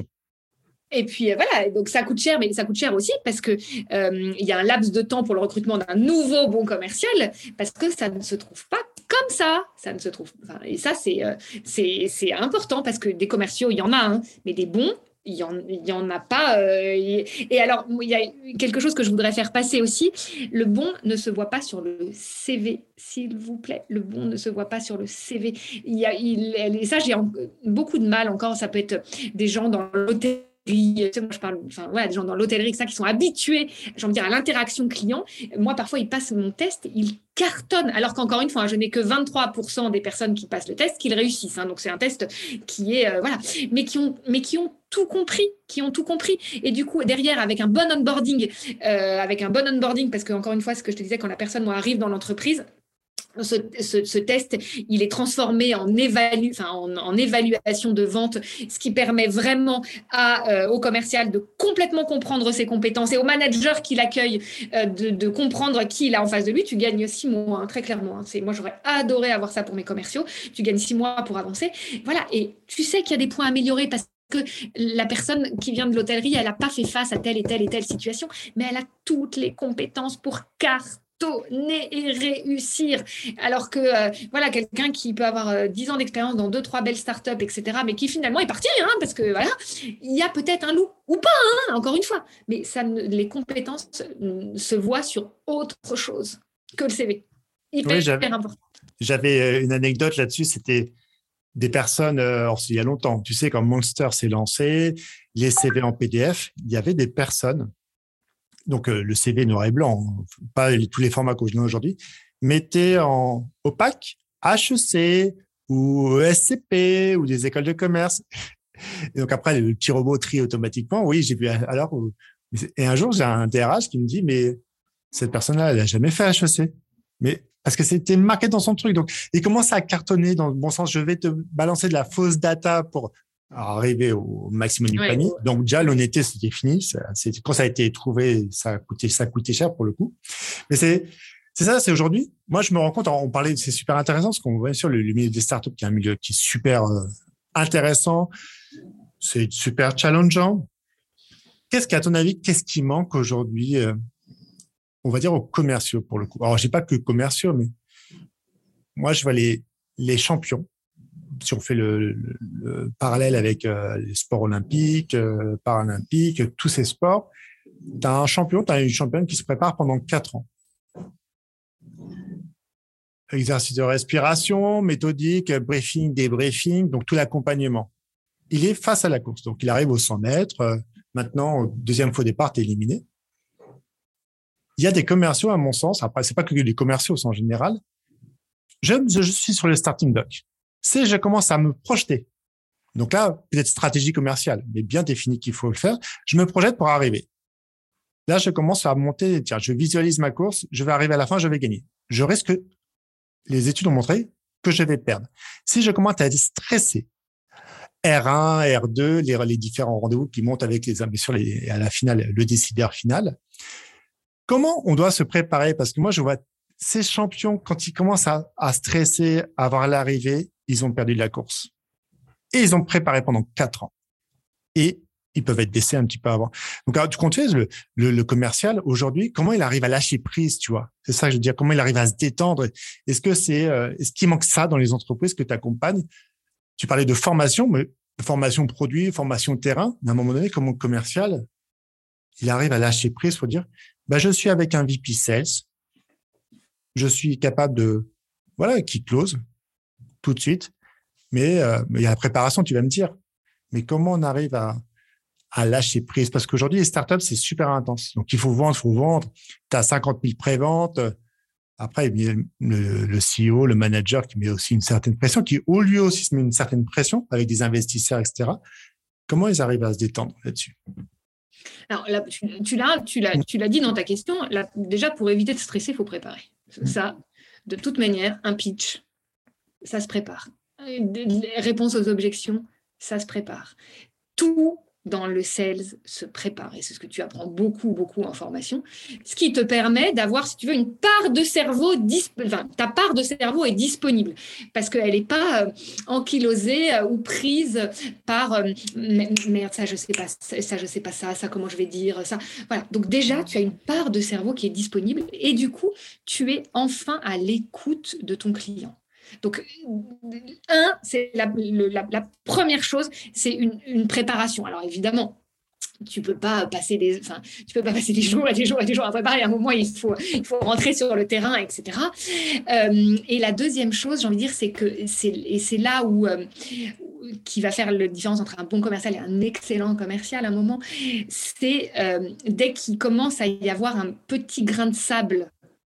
Et puis euh, voilà, donc ça coûte cher, mais ça coûte cher aussi parce que euh, il y a un laps de temps pour le recrutement d'un nouveau bon commercial, parce que ça ne se trouve pas comme ça. Ça ne se trouve. Enfin, et ça, c'est euh, c'est c'est important parce que des commerciaux, il y en a, hein, mais des bons, il y en il y en a pas. Euh, et alors, il y a quelque chose que je voudrais faire passer aussi. Le bon ne se voit pas sur le C V, s'il vous plaît. Le bon ne se voit pas sur le C V. Il y a, il, et ça, j'ai en, beaucoup de mal encore. Ça peut être des gens dans l'hôtel. Moi, je parle, enfin, ouais, des gens dans l'hôtellerie, ça, qui sont habitués, j'ai envie de dire, à l'interaction client. Moi, parfois, ils passent mon test, ils cartonnent, alors qu'encore une fois, hein, je n'ai que vingt-trois pour cent des personnes qui passent le test qui le réussissent. Hein, donc, c'est un test qui est, euh, voilà, mais qui ont, mais qui ont tout compris, qui ont tout compris. Et du coup, derrière, avec un bon onboarding, euh, avec un bon onboarding, parce que encore une fois, ce que je te disais, quand la personne moi, arrive dans l'entreprise, Ce, ce, ce test, il est transformé en, évalu, enfin, en, en évaluation de vente, ce qui permet vraiment à, euh, au commercial de complètement comprendre ses compétences et au manager qui l'accueille euh, de, de comprendre qui il a en face de lui. Tu gagnes six mois, hein, très clairement. Hein. C'est, moi, j'aurais adoré avoir ça pour mes commerciaux. Tu gagnes six mois pour avancer. Voilà, et tu sais qu'il y a des points à améliorer parce que la personne qui vient de l'hôtellerie, elle n'a pas fait face à telle et telle et telle situation, mais elle a toutes les compétences pour cartonner et réussir. Alors que euh, voilà, quelqu'un qui peut avoir euh, dix ans d'expérience dans deux, trois belles startups, et cetera, mais qui finalement est parti, hein, parce que voilà, il y a peut-être un loup, ou pas, hein, encore une fois, mais ça, les compétences euh, se voient sur autre chose que le C V. Hyper, oui, j'avais, hyper important. J'avais une anecdote là-dessus, c'était des personnes, euh, il y a longtemps, tu sais, quand Monster s'est lancé, les C V en P D F, il y avait des personnes. Donc, euh, le C V noir et blanc, pas les, tous les formats que je donne aujourd'hui, mettez en opaque H E C ou E S C P ou des écoles de commerce. Et donc, après, le petit robot trie automatiquement. Oui, j'ai vu. Alors, et un jour, j'ai un D R H qui me dit, mais cette personne-là, elle n'a jamais fait H E C. Mais parce que c'était marqué dans son truc. Donc, il commence à cartonner dans le bon sens. Je vais te balancer de la fausse data pour arriver au maximum du panier. Ouais. Donc déjà l'honnêteté c'était fini. Ça, c'est, quand ça a été trouvé, ça a coûté, ça a coûté cher pour le coup. Mais c'est c'est ça, c'est aujourd'hui. Moi je me rends compte, on parlait, c'est super intéressant parce qu'on voit sur le, le milieu des startups qui est un milieu qui est super euh, intéressant, c'est super challengeant. Qu'est-ce qu'à ton avis, qu'est-ce qui manque aujourd'hui, euh, on va dire aux commerciaux pour le coup. Alors je dis pas que commerciaux, mais moi je vois les les champions. Si on fait le, le, le parallèle avec euh, les sports olympiques, euh, paralympiques, tous ces sports, tu as un champion, tu as une championne qui se prépare pendant quatre ans. Exercice de respiration, méthodique, briefing, débriefing, donc tout l'accompagnement. Il est face à la course, donc il arrive aux cent mètres. Euh, maintenant, deuxième faux départ, tu es éliminé. Il y a des commerciaux, à mon sens, après, c'est pas que les commerciaux, c'est en général. Je, je suis sur le starting block. C'est je commence à me projeter. Donc là, peut-être stratégie commerciale, mais bien définie qu'il faut le faire. Je me projette pour arriver. Là, je commence à monter. Tiens, je visualise ma course. Je vais arriver à la fin, je vais gagner. Je risque, les études ont montré que je vais perdre. Si je commence à être stressé, R un, R deux, les, les différents rendez-vous qui montent avec les, bien sûr, les, à la finale, le décideur final. Comment on doit se préparer? Parce que moi, je vois ces champions, quand ils commencent à, à stresser, à avoir l'arrivée, ils ont perdu de la course. Et ils ont préparé pendant quatre ans. Et ils peuvent être baissés un petit peu avant. Donc, alors, tu comptes le, le, le commercial, aujourd'hui, comment il arrive à lâcher prise, tu vois? C'est ça que je veux dire. Comment il arrive à se détendre? Est-ce que c'est, euh, est-ce qu'il manque ça dans les entreprises que tu accompagnes? Tu parlais de formation, mais formation produit, formation terrain. Mais à un moment donné, comme commercial, il arrive à lâcher prise pour dire, bah, je suis avec un V P Sales. Je suis capable de, voilà, qui close tout de suite. Mais, euh, mais il y a la préparation, tu vas me dire. Mais comment on arrive à, à lâcher prise? Parce qu'aujourd'hui, les startups, c'est super intense. Donc, il faut vendre, il faut vendre. Tu as cinquante mille préventes. Après, il y a le, le C E O, le manager qui met aussi une certaine pression, qui, au lieu aussi, se met une certaine pression avec des investisseurs, et cetera. Comment ils arrivent à se détendre là-dessus? Alors, là, tu, tu, l'as, tu, l'as, tu l'as dit dans ta question. Là, déjà, pour éviter de stresser, il faut préparer. Ça, de toute manière, un pitch, ça se prépare. Des réponses aux objections, ça se prépare. Tout dans le sales se prépare. Et c'est ce que tu apprends beaucoup, beaucoup en formation. Ce qui te permet d'avoir, si tu veux, une part de cerveau, disp... enfin, ta part de cerveau est disponible parce qu'elle n'est pas euh, ankylosée euh, ou prise par euh, merde, ça je sais pas, ça je sais pas ça, ça comment je vais dire, ça. Voilà. Donc déjà, tu as une part de cerveau qui est disponible et du coup, tu es enfin à l'écoute de ton client. Donc, un, c'est la, le, la, la première chose, c'est une, une préparation. Alors évidemment, tu peux pas passer des, enfin, tu peux pas passer des jours et des jours et des jours à préparer. À un moment, il faut, il faut rentrer sur le terrain, et cetera. Euh, et la deuxième chose, j'ai envie de dire, c'est que c'est et c'est là où euh, qui va faire la différence entre un bon commercial et un excellent commercial. À un moment, c'est euh, dès qu'il commence à y avoir un petit grain de sable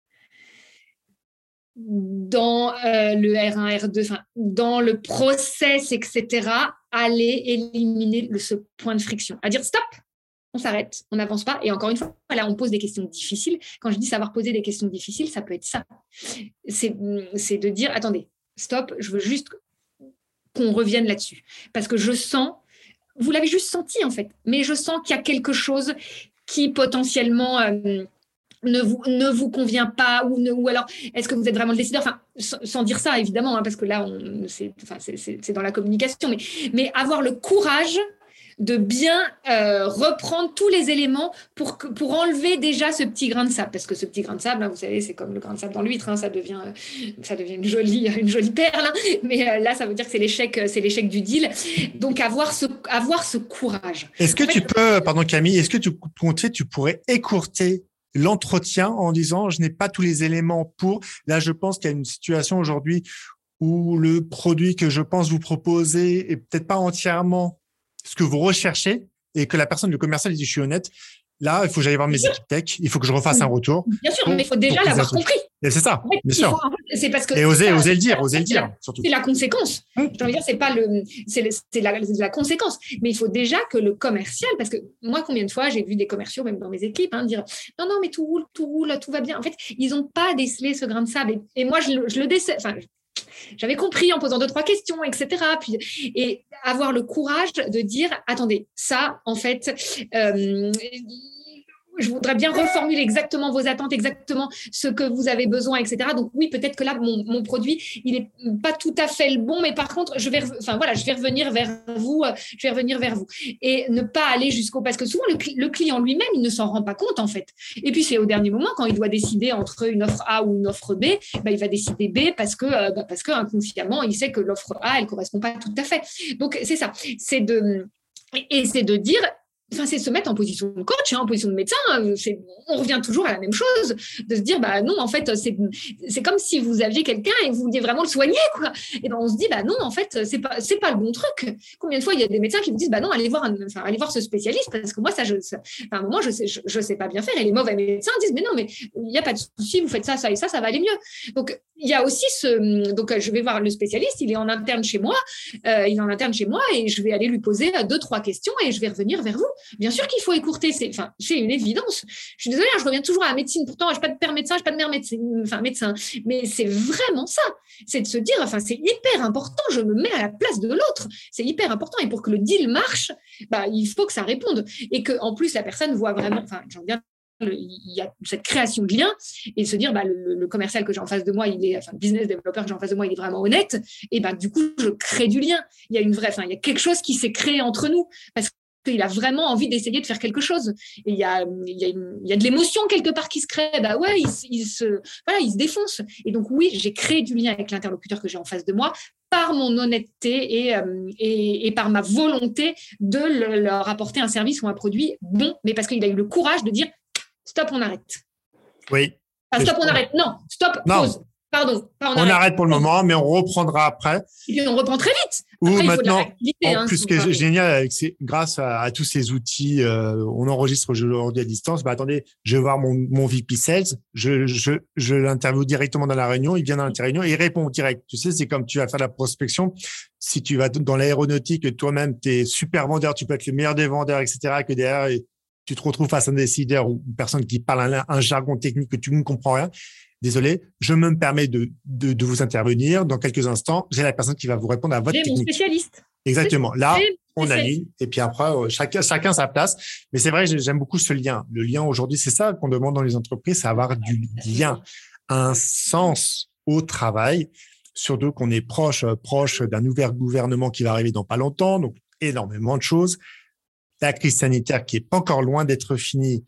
dans euh, le R un, R deux, enfin, dans le process, et cetera, aller éliminer le, ce point de friction. À dire stop, on s'arrête, on n'avance pas. Et encore une fois, là, on pose des questions difficiles. Quand je dis savoir poser des questions difficiles, ça peut être ça. C'est, c'est de dire, attendez, stop, je veux juste qu'on revienne là-dessus. Parce que je sens, vous l'avez juste senti en fait, mais je sens qu'il y a quelque chose qui potentiellement... Euh, ne vous, ne vous convient pas ou, ne, ou alors est-ce que vous êtes vraiment le décideur, enfin, sans, sans dire ça évidemment, hein, parce que là on, c'est, enfin, c'est, c'est, c'est dans la communication, mais, mais avoir le courage de bien euh, reprendre tous les éléments pour, que, pour enlever déjà ce petit grain de sable, parce que ce petit grain de sable, hein, vous savez, c'est comme le grain de sable dans l'huître, hein, ça devient, ça devient une, jolie, une jolie perle, hein, mais euh, là ça veut dire que c'est l'échec, c'est l'échec du deal, donc avoir ce, avoir ce courage. Est-ce que en tu fait, peux, pardon Camille, est-ce que tu, tu pourrais écourter l'entretien en disant je n'ai pas tous les éléments pour. Là, je pense qu'il y a une situation aujourd'hui où le produit que je pense vous proposer est peut-être pas entièrement ce que vous recherchez et que la personne, le commercial, dit je suis honnête. Là, il faut que j'aille voir mes équipes tech. Il faut que je refasse un retour. Bien sûr, pour, mais il faut déjà l'avoir compris. Et c'est ça, en fait, bien sûr. Faut, en fait, c'est parce que et oser, ça, oser le dire, oser le dire, la, surtout. C'est la conséquence. Hum. J'ai envie de dire, c'est pas le, c'est, le, c'est, la, c'est la conséquence. Mais il faut déjà que le commercial, parce que moi, combien de fois j'ai vu des commerciaux, même dans mes équipes, hein, dire non, non, mais tout roule, tout roule, tout va bien. En fait, ils n'ont pas décelé ce grain de sable. Et, et moi, je, je le décèle. Enfin, j'avais compris en posant deux, trois questions, et cetera. Puis, et avoir le courage de dire, attendez, ça, en fait, euh, je voudrais bien reformuler exactement vos attentes, exactement ce que vous avez besoin, et cetera. Donc oui, peut-être que là, mon, mon produit, il n'est pas tout à fait le bon, mais par contre, je vais, enfin voilà, je vais revenir vers vous, je vais revenir vers vous, et ne pas aller jusqu'au, parce que souvent le, le client lui-même, il ne s'en rend pas compte en fait. Et puis c'est au dernier moment quand il doit décider entre une offre A ou une offre B, bah, il va décider B parce que euh, bah, parce que inconsciemment, il sait que l'offre A, elle correspond pas tout à fait. Donc c'est ça, c'est de et c'est de dire. Enfin, c'est se mettre en position de coach, hein, en position de médecin. C'est, on revient toujours à la même chose, de se dire, bah non, en fait, c'est, c'est comme si vous aviez quelqu'un et vous vouliez vraiment le soigner, quoi. Et ben on se dit, bah non, en fait, c'est pas, c'est pas le bon truc. Combien de fois il y a des médecins qui me disent, bah non, allez voir, un, enfin, allez voir ce spécialiste parce que moi, ça, je, ça, à un moment, je sais, je, je sais pas bien faire. Et les mauvais médecins disent, mais non, mais il n'y a pas de souci, vous faites ça, ça et ça, ça va aller mieux. Donc il y a aussi ce, donc je vais voir le spécialiste, il est en interne chez moi, euh, il est en interne chez moi et je vais aller lui poser deux, trois questions et je vais revenir vers vous. Bien sûr qu'il faut écourter, c'est, enfin, c'est une évidence. Je suis désolée, je reviens toujours à la médecine. Pourtant, je n'ai pas de père médecin, je n'ai pas de mère médecin, enfin, médecin. Mais c'est vraiment ça. C'est de se dire, enfin, c'est hyper important. Je me mets à la place de l'autre. C'est hyper important. Et pour que le deal marche, bah, il faut que ça réponde. Et qu'en plus, la personne voit vraiment, enfin, j'en viens. Il y a cette création de lien et se dire bah, le, le commercial que j'ai en face de moi, il est, enfin, le business développeur que j'ai en face de moi, il est vraiment honnête. Et bah, du coup, je crée du lien. Il y a une vraie, enfin, il y a quelque chose qui s'est créé entre nous parce qu'il a vraiment envie d'essayer de faire quelque chose. Et il y a, il y a, une, il y a de l'émotion quelque part qui se crée. Bah ouais, il, il se, voilà, il se défonce. Et donc oui, j'ai créé du lien avec l'interlocuteur que j'ai en face de moi par mon honnêteté et, euh, et, et par ma volonté de le, leur apporter un service ou un produit bon, mais parce qu'il a eu le courage de dire stop, on arrête. Oui. Enfin, stop, on arrête. Non, stop, non. pause. Pardon. Pas, on on arrête. arrête pour le moment, mais on reprendra après. Et puis on reprend très vite. Ou après, maintenant, en hein, plus, ce qui est génial, avec ces, grâce à, à tous ces outils, euh, on enregistre aujourd'hui à distance. Bah, attendez, je vais voir mon, mon V P Sales, je, je, je l'interviewe directement dans la réunion, il vient dans la réunion et il répond direct. Tu sais, c'est comme tu vas faire la prospection. Si tu vas dans l'aéronautique et toi-même, tu es super vendeur, tu peux être le meilleur des vendeurs, et cetera, que derrière, tu te retrouves face à un décideur ou une personne qui parle un, un jargon technique que tu ne comprends rien. Désolé, je me permets de, de, de vous intervenir. Dans quelques instants, j'ai la personne qui va vous répondre à votre j'ai technique. Mon spécialiste. Exactement. Là, on aligne, et puis après, chacun, chacun sa place. Mais c'est vrai, j'aime beaucoup ce lien. Le lien aujourd'hui, c'est ça qu'on demande dans les entreprises, c'est avoir du lien, un sens au travail, surtout qu'on est proche, proche d'un nouvel gouvernement qui va arriver dans pas longtemps, donc énormément de choses. La crise sanitaire qui est pas encore loin d'être finie,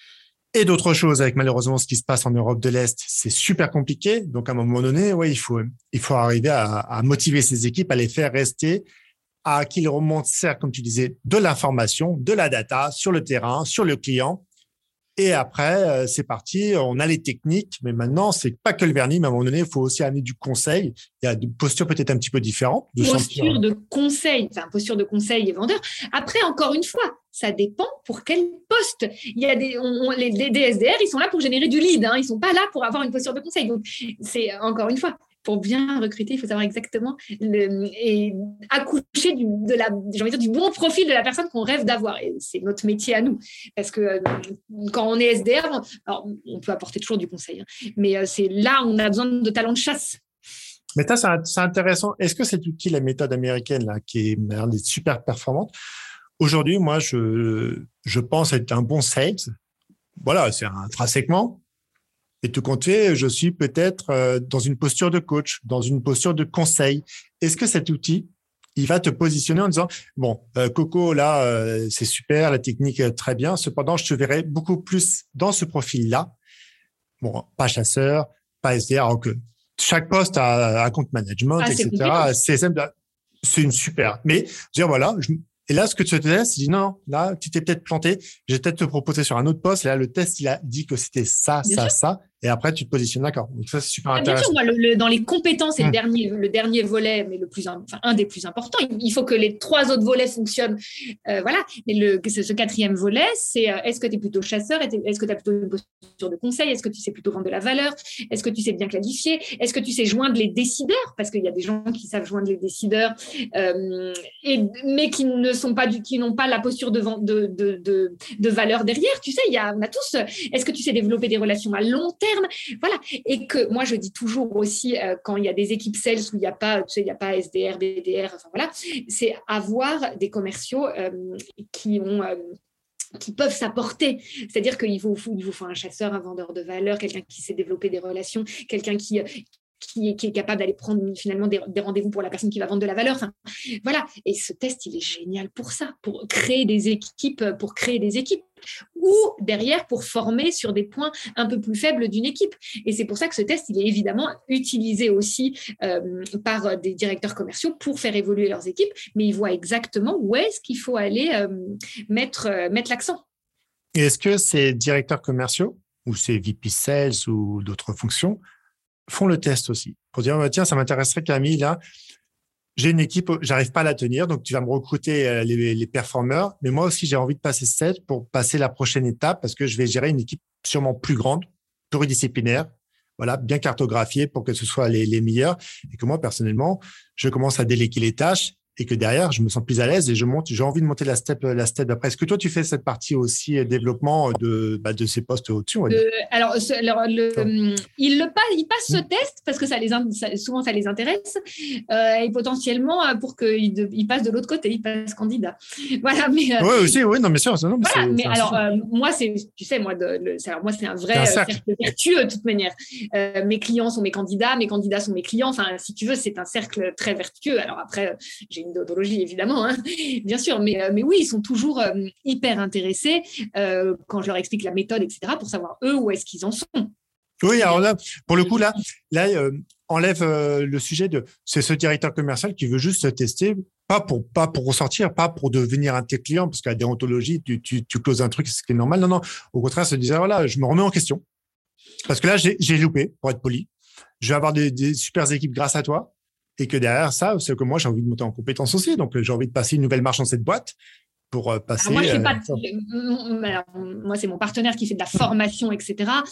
et d'autres choses avec malheureusement ce qui se passe en Europe de l'Est, c'est super compliqué. Donc à un moment donné, ouais, il faut il faut arriver à, à motiver ces équipes, à les faire rester, à qu'ils remontent, certes, comme tu disais, de l'information, de la data sur le terrain, sur le client. Et après, c'est parti, on a les techniques, mais maintenant, c'est pas que le vernis, mais à un moment donné, il faut aussi amener du conseil. Il y a des postures peut-être un petit peu différentes. De posture sentir... de conseil, enfin, posture de conseil et vendeur. Après, encore une fois, ça dépend pour quel poste. Il y a des, on, les, les D S D R, ils sont là pour générer du lead, hein, ils sont pas là pour avoir une posture de conseil. Donc, c'est encore une fois, pour bien recruter, il faut savoir exactement le, et accoucher du, de la, j'ai envie de dire, du bon profil de la personne qu'on rêve d'avoir. Et c'est notre métier à nous. Parce que euh, quand on est S D R, alors, on peut apporter toujours du conseil, hein, mais euh, c'est là où on a besoin de talents de chasse. Mais ça, c'est, c'est intéressant. Est-ce que cet outil, la méthode américaine, là, qui est, est super performante, aujourd'hui, moi, je, je pense être un bon sales. Voilà, c'est intrinsèquement. Et tout compter, je suis peut-être euh, dans une posture de coach, dans une posture de conseil. Est-ce que cet outil, il va te positionner en disant, bon, euh, Coco, là, euh, c'est super, la technique est très bien. Cependant, je te verrai beaucoup plus dans ce profil-là. Bon, pas chasseur, pas S D R, alors que chaque poste a un compte management, ah, et cetera. C'est, c'est une super. Mais dire, voilà, je, et là, ce que tu te laisses, tu dis non, là, tu t'es peut-être planté. Je vais peut-être te proposer sur un autre poste. Et là, le test, il a dit que c'était ça, bien ça, sûr. ça. Et après, tu te positionnes d'accord. Donc ça, c'est super ah, intéressant. Bien sûr, moi, le, le, dans les compétences, c'est mmh. le dernier, le dernier volet, mais le plus, enfin, un des plus importants. Il faut que les trois autres volets fonctionnent. Euh, voilà. Mais le, ce quatrième volet, c'est euh, est-ce que tu es plutôt chasseur? Est-ce que tu as plutôt une posture de conseil? Est-ce que tu sais plutôt vendre de la valeur? Est-ce que tu sais bien qualifier? Est-ce que tu sais joindre les décideurs? Parce qu'il y a des gens qui savent joindre les décideurs, euh, et, mais qui ne sont pas du, qui n'ont pas la posture de, de, de, de, de valeur derrière. Tu sais, il y a, on a tous. Est-ce que tu sais développer des relations à long terme? Voilà, et que moi je dis toujours aussi euh, quand il y a des équipes sales où il n'y a pas, tu sais, il n'y a pas S D R, B D R, enfin voilà, c'est avoir des commerciaux euh, qui ont euh, qui peuvent s'apporter. C'est-à-dire qu'il vous faut, il vous faut un chasseur, un vendeur de valeur, quelqu'un qui sait développer des relations, quelqu'un qui Qui est, qui est capable d'aller prendre finalement des, des rendez-vous pour la personne qui va vendre de la valeur. Enfin, voilà. Et ce test, il est génial pour ça, pour créer des équipes, pour créer des équipes, ou derrière pour former sur des points un peu plus faibles d'une équipe. Et c'est pour ça que ce test, il est évidemment utilisé aussi euh, par des directeurs commerciaux pour faire évoluer leurs équipes, mais ils voient exactement où est-ce qu'il faut aller euh, mettre, euh, mettre l'accent. Et est-ce que ces directeurs commerciaux ou ces V P Sales ou d'autres fonctions font le test aussi pour dire, bah, tiens, ça m'intéresserait, Camille, là, j'ai une équipe, j'arrive pas à la tenir, donc tu vas me recruter les, les performeurs, mais moi aussi, j'ai envie de passer ce test pour passer la prochaine étape parce que je vais gérer une équipe sûrement plus grande, pluridisciplinaire, voilà, bien cartographiée pour que ce soit les, les meilleurs et que moi, personnellement, je commence à déléguer les tâches et que derrière, je me sens plus à l'aise et je monte, j'ai envie de monter la step, la step d'après. Est-ce que toi, tu fais cette partie aussi développement de, bah, de ces postes au-dessus? On va dire. Euh, alors, ce, alors le, oh. ils, le passent, ils passent ce test parce que ça les, ça, souvent, ça les intéresse euh, et potentiellement pour qu'ils ils passent de l'autre côté, ils passent candidat. Voilà, mais. Euh, oui, aussi, oui, non, mais sûr. Non, mais voilà, c'est, mais c'est alors, euh, moi, c'est, tu sais, moi, de, le, c'est, alors, moi, c'est un vrai c'est un cercle. cercle vertueux de toute manière. Euh, mes clients sont mes candidats, mes candidats sont mes clients. Enfin, si tu veux, c'est un cercle très vertueux. Alors après, j'ai une déontologie, évidemment, hein, bien sûr, mais, euh, mais oui, ils sont toujours euh, hyper intéressés euh, quand je leur explique la méthode, et cetera, pour savoir eux où est-ce qu'ils en sont. Oui, alors là, pour le coup, là, là euh, enlève euh, le sujet de c'est ce directeur commercial qui veut juste tester, pas pour pas pour ressortir, pas pour devenir un de tes clients, parce qu'à la déontologie, tu, tu, tu closes un truc, c'est ce qui est normal. Non, non, au contraire, se disait, voilà, je me remets en question. Parce que là, j'ai, j'ai loupé, pour être poli. Je vais avoir des, des super équipes grâce à toi. Et que derrière ça, c'est que moi, j'ai envie de monter en compétence aussi. Donc, j'ai envie de passer une nouvelle marche dans cette boîte pour passer. Alors moi, je fais pas de... Alors, moi, c'est mon partenaire qui fait de la formation, et cetera.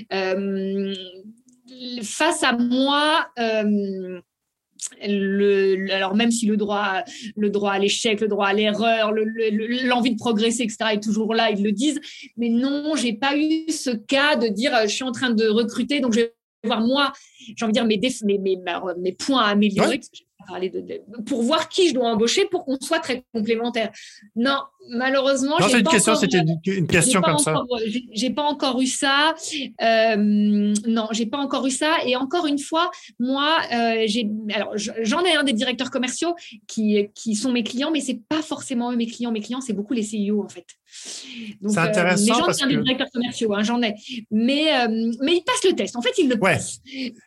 Euh, face à moi, euh, le, alors même si le droit, le droit à l'échec, le droit à l'erreur, le, le, l'envie de progresser, et cetera est toujours là, ils le disent. Mais non, j'ai pas eu ce cas de dire, je suis en train de recruter, donc je vais voir moi, j'ai envie de dire mes, déf- mes, mes, mes points à améliorer, ouais. Parce que j'ai parler de, de, pour voir qui je dois embaucher pour qu'on soit très complémentaires. Non, malheureusement, non, j'ai c'est une pas question, encore, c'était une, une question comme encore, ça. J'ai, j'ai pas encore eu ça. Euh, non, j'ai pas encore eu ça. Et encore une fois, moi, euh, j'ai, alors j'en ai un des directeurs commerciaux qui qui sont mes clients, mais c'est pas forcément eux mes clients. Mes clients, c'est beaucoup les C E O en fait. Donc, c'est intéressant euh, mais j'en parce ai un que des directeurs commerciaux, hein, j'en ai. Mais euh, mais ils passent le test. En fait, ils le ouais. passent.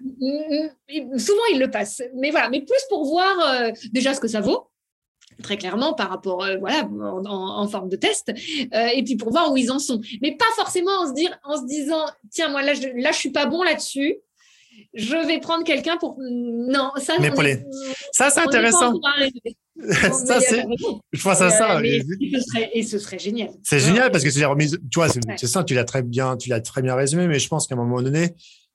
Souvent, ils le passent. Mais voilà, mais plus pour voir euh, déjà ce que ça vaut. Très clairement par rapport, euh, voilà, en, en, en forme de test, euh, et puis pour voir où ils en sont. Mais pas forcément en se, dire, en se disant, tiens, moi, là, je là, je suis pas bon là-dessus, je vais prendre quelqu'un pour… Non, ça, mais on est, ça, c'est intéressant. Ça, c'est… Je pense à ça. Mais, et, ce serait, et ce serait génial. C'est non, génial mais... parce que c'est la remise… Tu vois, c'est, ouais. c'est ça, tu l'as très bien, tu l'as très bien résumé, mais je pense qu'à un moment donné,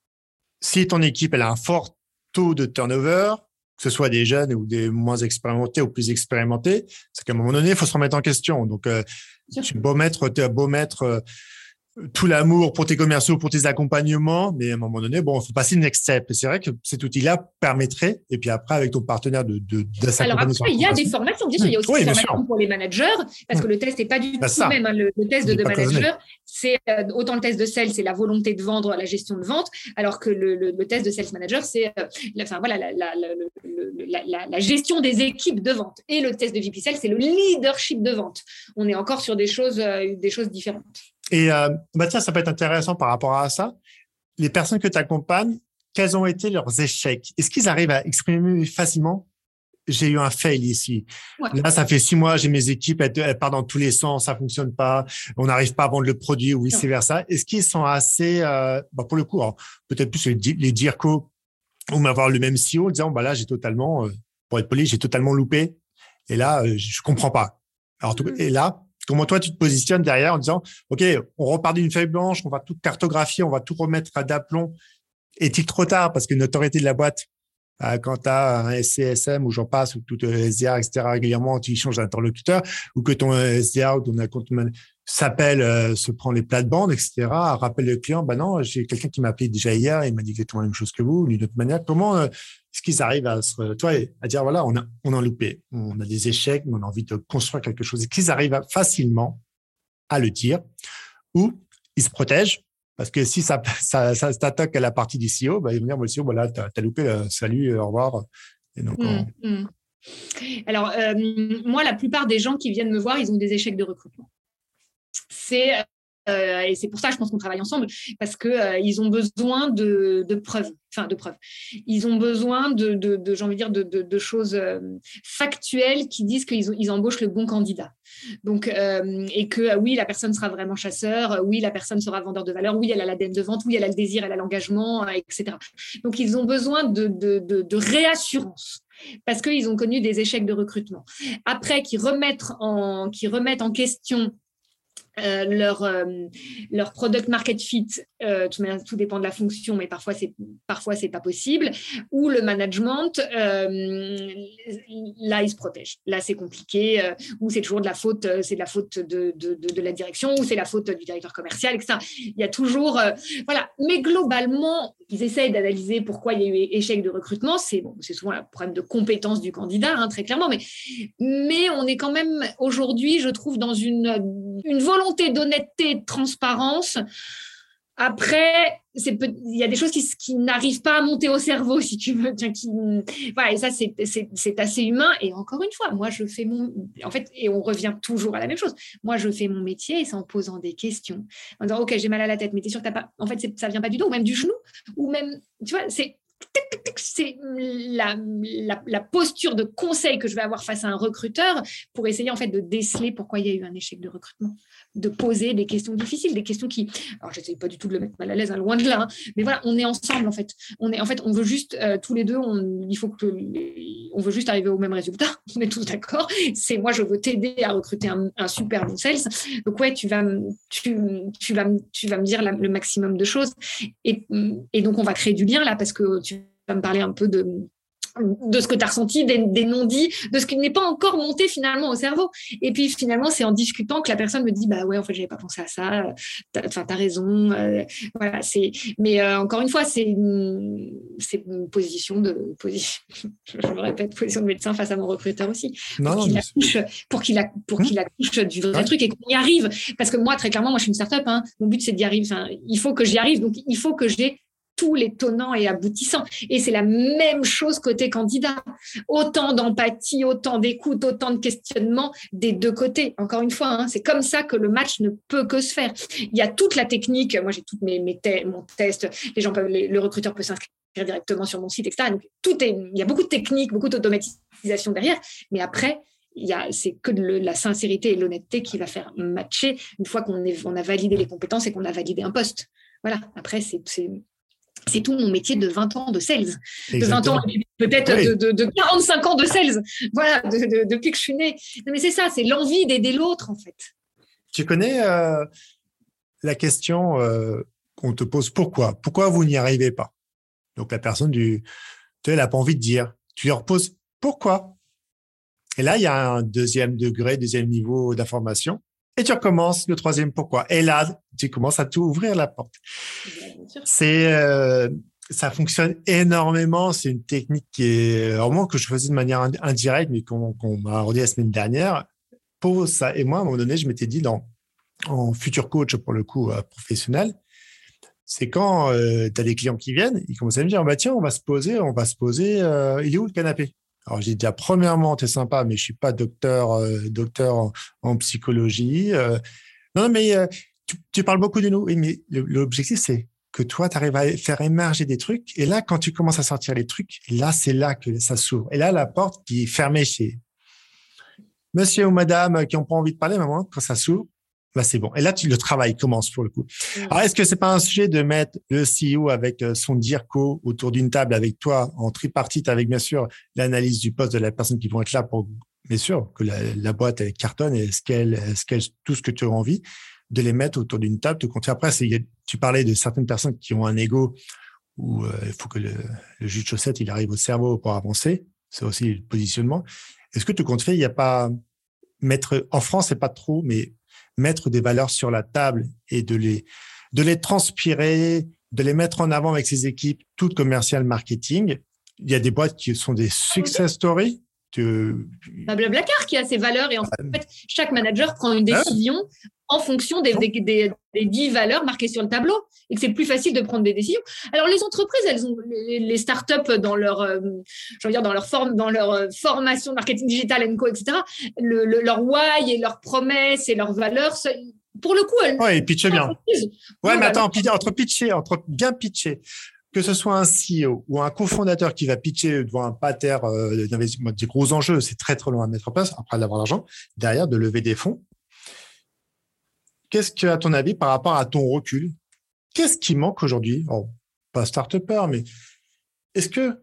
si ton équipe, elle a un fort taux de turnover, que ce soit des jeunes ou des moins expérimentés ou plus expérimentés, c'est qu'à un moment donné, il faut se remettre en question. Donc, euh, tu as beau mettre, tu as beau mettre euh, tout l'amour pour tes commerciaux, pour tes accompagnements, mais à un moment donné, bon, il faut passer le next step. Et c'est vrai que cet outil-là permettrait, et puis après, avec ton partenaire, de, de, de s'accompagner. Alors après, il y a des formations, bien sûr, il y a aussi oui, des bien formations sûr. pour les managers, parce que le test n'est pas du bah tout ça. même. Hein, le, le test il de, de manager, cloisonné. c'est euh, autant le test de sales, c'est la volonté de vendre, la gestion de vente, alors que le, le, le test de sales manager, c'est euh, la, enfin, voilà, la, la, la, la, la, la gestion des équipes de vente. Et le test de V P Sales, c'est le leadership de vente. On est encore sur des choses, euh, des choses différentes. Et euh, bah tiens, ça peut être intéressant par rapport à ça. Les personnes que tu accompagnes, quels ont été leurs échecs? Est-ce qu'ils arrivent à exprimer facilement? J'ai eu un fail ici. Ouais. Là, ça fait six mois, j'ai mes équipes, elles, elles partent dans tous les sens, ça fonctionne pas, on n'arrive pas à vendre le produit ou vice versa. Est-ce qu'ils sont assez, euh, bah pour le coup, alors, peut-être plus les, les dirco ou m'avoir le même C E O en disant, bah là, j'ai totalement, euh, pour être poli, j'ai totalement loupé. Et là, euh, je comprends pas. Alors, tout, et là, comment toi, tu te positionnes derrière en disant, OK, on repart d'une feuille blanche, on va tout cartographier, on va tout remettre à d'aplomb. Est-il trop tard? Parce qu'une autorité de la boîte, euh, quand tu as un S C S M ou j'en passe, ou tout euh, S D R, et cetera, régulièrement, tu changes d'interlocuteur, ou que ton S D R ou ton account manager s'appelle, euh, se prend les plates-bandes, et cetera, rappelle le client, bah non, j'ai quelqu'un qui m'a appelé déjà hier, il m'a dit exactement la même chose que vous, d'une autre manière. Comment euh, est-ce qu'ils arrivent à se, toi, à dire, voilà, on a, on a loupé, on a des échecs, mais on a envie de construire quelque chose. Est-ce qu'ils arrivent à, facilement à le dire, ou ils se protègent? Parce que si ça, ça, ça t'attaque à la partie du C E O, bah, il va me dire, moi, le C E O, voilà, t'as, t'as loupé, là, salut, au revoir. Et donc, mmh, on... mmh. Alors, euh, moi, la plupart des gens qui viennent me voir, ils ont des échecs de recrutement. C'est, euh, et c'est pour ça, je pense qu'on travaille ensemble, parce qu'ils euh, ont besoin de, de preuves. Enfin, de preuves. Ils ont besoin de, de, de j'ai envie de dire, de, de, de choses euh, factuelles qui disent qu'ils ont, ils embauchent le bon candidat. Donc, euh, et que euh, oui, la personne sera vraiment chasseur, oui, la personne sera vendeur de valeur, oui, elle a l'A D N de vente, oui, elle a le désir, elle a l'engagement, euh, et cetera. Donc, ils ont besoin de, de, de, de réassurance parce qu'ils ont connu des échecs de recrutement. Après, qu'ils remettent en, qu'ils remettent en question Euh, leur, euh, leur product market fit, euh, tout, tout dépend de la fonction, mais parfois c'est, parfois c'est pas possible, ou le management, euh, là ils se protègent, là c'est compliqué, euh, ou c'est toujours de la faute, c'est de la faute de, de, de, de la direction, ou c'est la faute du directeur commercial, et cetera. Il y a toujours, euh, voilà, mais globalement, ils essayent d'analyser pourquoi il y a eu échec de recrutement, c'est, bon, c'est souvent un problème de compétence du candidat, hein, très clairement, mais, mais on est quand même aujourd'hui, je trouve, dans une, une volonté volonté d'honnêteté et de transparence. Après, c'est peut- il y a des choses qui, qui n'arrivent pas à monter au cerveau, si tu veux. Qui, voilà, et ça, c'est, c'est, c'est assez humain. Et encore une fois, moi, je fais mon… En fait, et on revient toujours à la même chose. Moi, je fais mon métier et c'est en posant des questions. En disant, OK, j'ai mal à la tête, mais t'es sûr que t'as pas… En fait, c'est, ça vient pas du dos, ou même du genou, ou même… Tu vois, c'est… c'est la, la, la posture de conseil que je vais avoir face à un recruteur pour essayer en fait de déceler pourquoi il y a eu un échec de recrutement, de poser des questions difficiles, des questions qui, alors j'essaye pas du tout de le mettre mal à l'aise, hein, loin de là, hein, mais voilà, on est ensemble en fait, on est en fait, on veut juste euh, tous les deux, on, il faut que, on veut juste arriver au même résultat, on est tous d'accord. C'est moi, je veux t'aider à recruter un, un super bon sales, donc ouais, tu vas, tu, tu vas, tu vas me dire la, le maximum de choses, et, et donc on va créer du lien là parce que tu vas me parler un peu de de ce que tu as ressenti, des, des non-dits, de ce qui n'est pas encore monté finalement au cerveau. Et puis finalement, c'est en discutant que la personne me dit bah ouais, en fait, j'avais pas pensé à ça. Enfin, t'as raison. Euh, voilà, c'est. Mais euh, encore une fois, c'est une, c'est une position de position. Je me répète, position de médecin face à mon recruteur aussi, non, pour qu'il accouche, pour qu'il accouche, pour qu'il accouche du vrai ouais. truc et qu'on y arrive. Parce que moi, très clairement, moi, je suis une start-up. Hein, mon but, c'est d'y arriver. Enfin, il faut que j'y arrive. Donc, il faut que j'ai tous les tenants et aboutissants. Et c'est la même chose côté candidat. Autant d'empathie, autant d'écoute, autant de questionnement des deux côtés. Encore une fois, hein, c'est comme ça que le match ne peut que se faire. Il y a toute la technique. Moi, j'ai toutes mes, mes te- mon test. Les gens peuvent, les, le recruteur peut s'inscrire directement sur mon site, et cetera. Donc, tout est, il y a beaucoup de techniques, beaucoup d'automatisation derrière. Mais après, il y a, c'est que le, la sincérité et l'honnêteté qui va faire matcher une fois qu'on est, on a validé les compétences et qu'on a validé un poste. Voilà. Après, c'est, c'est C'est tout mon métier de vingt ans de sales, Exactement. de vingt ans, peut-être oui. de, de, de quarante-cinq ans de sales, voilà, de, de, depuis que je suis née. Non, mais c'est ça, c'est l'envie d'aider l'autre, en fait. Tu connais euh, la question euh, qu'on te pose, pourquoi Pourquoi vous n'y arrivez pas? Donc, la personne, du, tu sais, elle n'a pas envie de dire. Tu lui reposes, pourquoi? Et là, il y a un deuxième degré, deuxième niveau d'information. Et tu recommences le troisième pourquoi. Et là, tu commences à tout ouvrir la porte. C'est, euh, ça fonctionne énormément. C'est une technique qui est vraiment que je faisais de manière indirecte, mais qu'on, qu'on m'a redit la semaine dernière. Pour ça. Et moi, à un moment donné, je m'étais dit dans, en futur coach, pour le coup, euh, professionnel, c'est quand euh, tu as des clients qui viennent, ils commencent à me dire, bah, tiens, on va se poser, on va se poser, euh, il est où le canapé? Alors, j'ai dit, premièrement, t'es sympa, mais je suis pas docteur, euh, docteur en, en psychologie. Euh, non, mais euh, tu, tu parles beaucoup de nous. Oui, mais le, l'objectif, c'est que toi, tu arrives à faire émerger des trucs. Et là, quand tu commences à sortir les trucs, là, c'est là que ça s'ouvre. Et là, la porte qui est fermée chez monsieur ou madame qui n'ont pas envie de parler, maman, quand ça s'ouvre, là, c'est bon. Et là, tu, le travail commence pour le coup. Mmh. Alors, est-ce que c'est pas un sujet de mettre le C E O avec son DIRCO autour d'une table avec toi en tripartite avec, bien sûr, l'analyse du poste de la personne qui vont être là pour, bien sûr, que la, la boîte elle cartonne et ce qu'elle, ce qu'elle, tout ce que tu as envie, de les mettre autour d'une table, te compter. Après, c'est, tu parlais de certaines personnes qui ont un ego où euh, il faut que le, le jus de chaussette, il arrive au cerveau pour avancer. C'est aussi le positionnement. Est-ce que tu comptes faire, il n'y a pas mettre, en France, c'est pas trop, mais mettre des valeurs sur la table et de les, de les transpirer, de les mettre en avant avec ses équipes, toutes commerciales, marketing. Il y a des boîtes qui sont des success stories. De... Bah, Blablacar qui a ses valeurs et en fait, chaque manager prend une décision ah. en fonction des, des, des, des dix valeurs marquées sur le tableau et que c'est plus facile de prendre des décisions. Alors, les entreprises, elles ont les, les startups dans leur, euh, je veux dire, dans leur forme, dans leur formation marketing digital and co, et cetera. Le, le, leur why et leurs promesses et leurs valeurs, pour le coup, elles. Ouais, ils pitchent bien. Ouais, mais attends, entre pitcher, entre bien pitcher. Que ce soit un C E O ou un cofondateur qui va pitcher devant un pater euh, des gros enjeux, c'est très, très long à mettre en place, après d'avoir l'argent, derrière de lever des fonds. Qu'est-ce que, à ton avis, par rapport à ton recul, qu'est-ce qui manque aujourd'hui? Oh, pas start-upper, mais est-ce que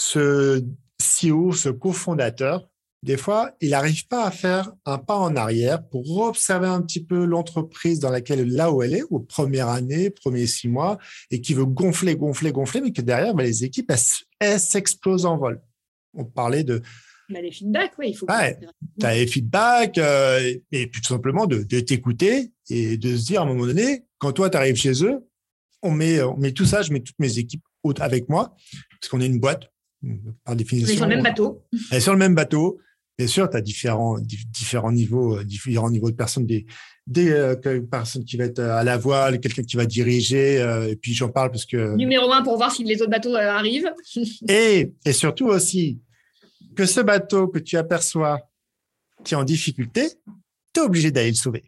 ce C E O, ce cofondateur, des fois, il n'arrive pas à faire un pas en arrière pour observer un petit peu l'entreprise dans laquelle, là où elle est, aux premières années, premiers six mois, et qui veut gonfler, gonfler, gonfler, mais que derrière, bah, les équipes, elles, elles s'explosent en vol. On parlait de... Bah, les feedbacks, oui, il faut... Ouais, tu as les feedbacks, euh, et puis tout simplement de, de t'écouter et de se dire, à un moment donné, quand toi, tu arrives chez eux, on met, on met tout ça, je mets toutes mes équipes avec moi, parce qu'on est une boîte, par définition. On est sur le même bateau. On est sur le même bateau. Bien sûr, tu as différents, différents niveaux, différents niveaux de personnes, des, des euh, personnes qui vont être à la voile, quelqu'un qui va diriger, euh, et puis j'en parle parce que… Numéro un pour voir si les autres bateaux euh, arrivent. et, et surtout aussi, que ce bateau que tu aperçois qui est en difficulté, tu es obligé d'aller le sauver.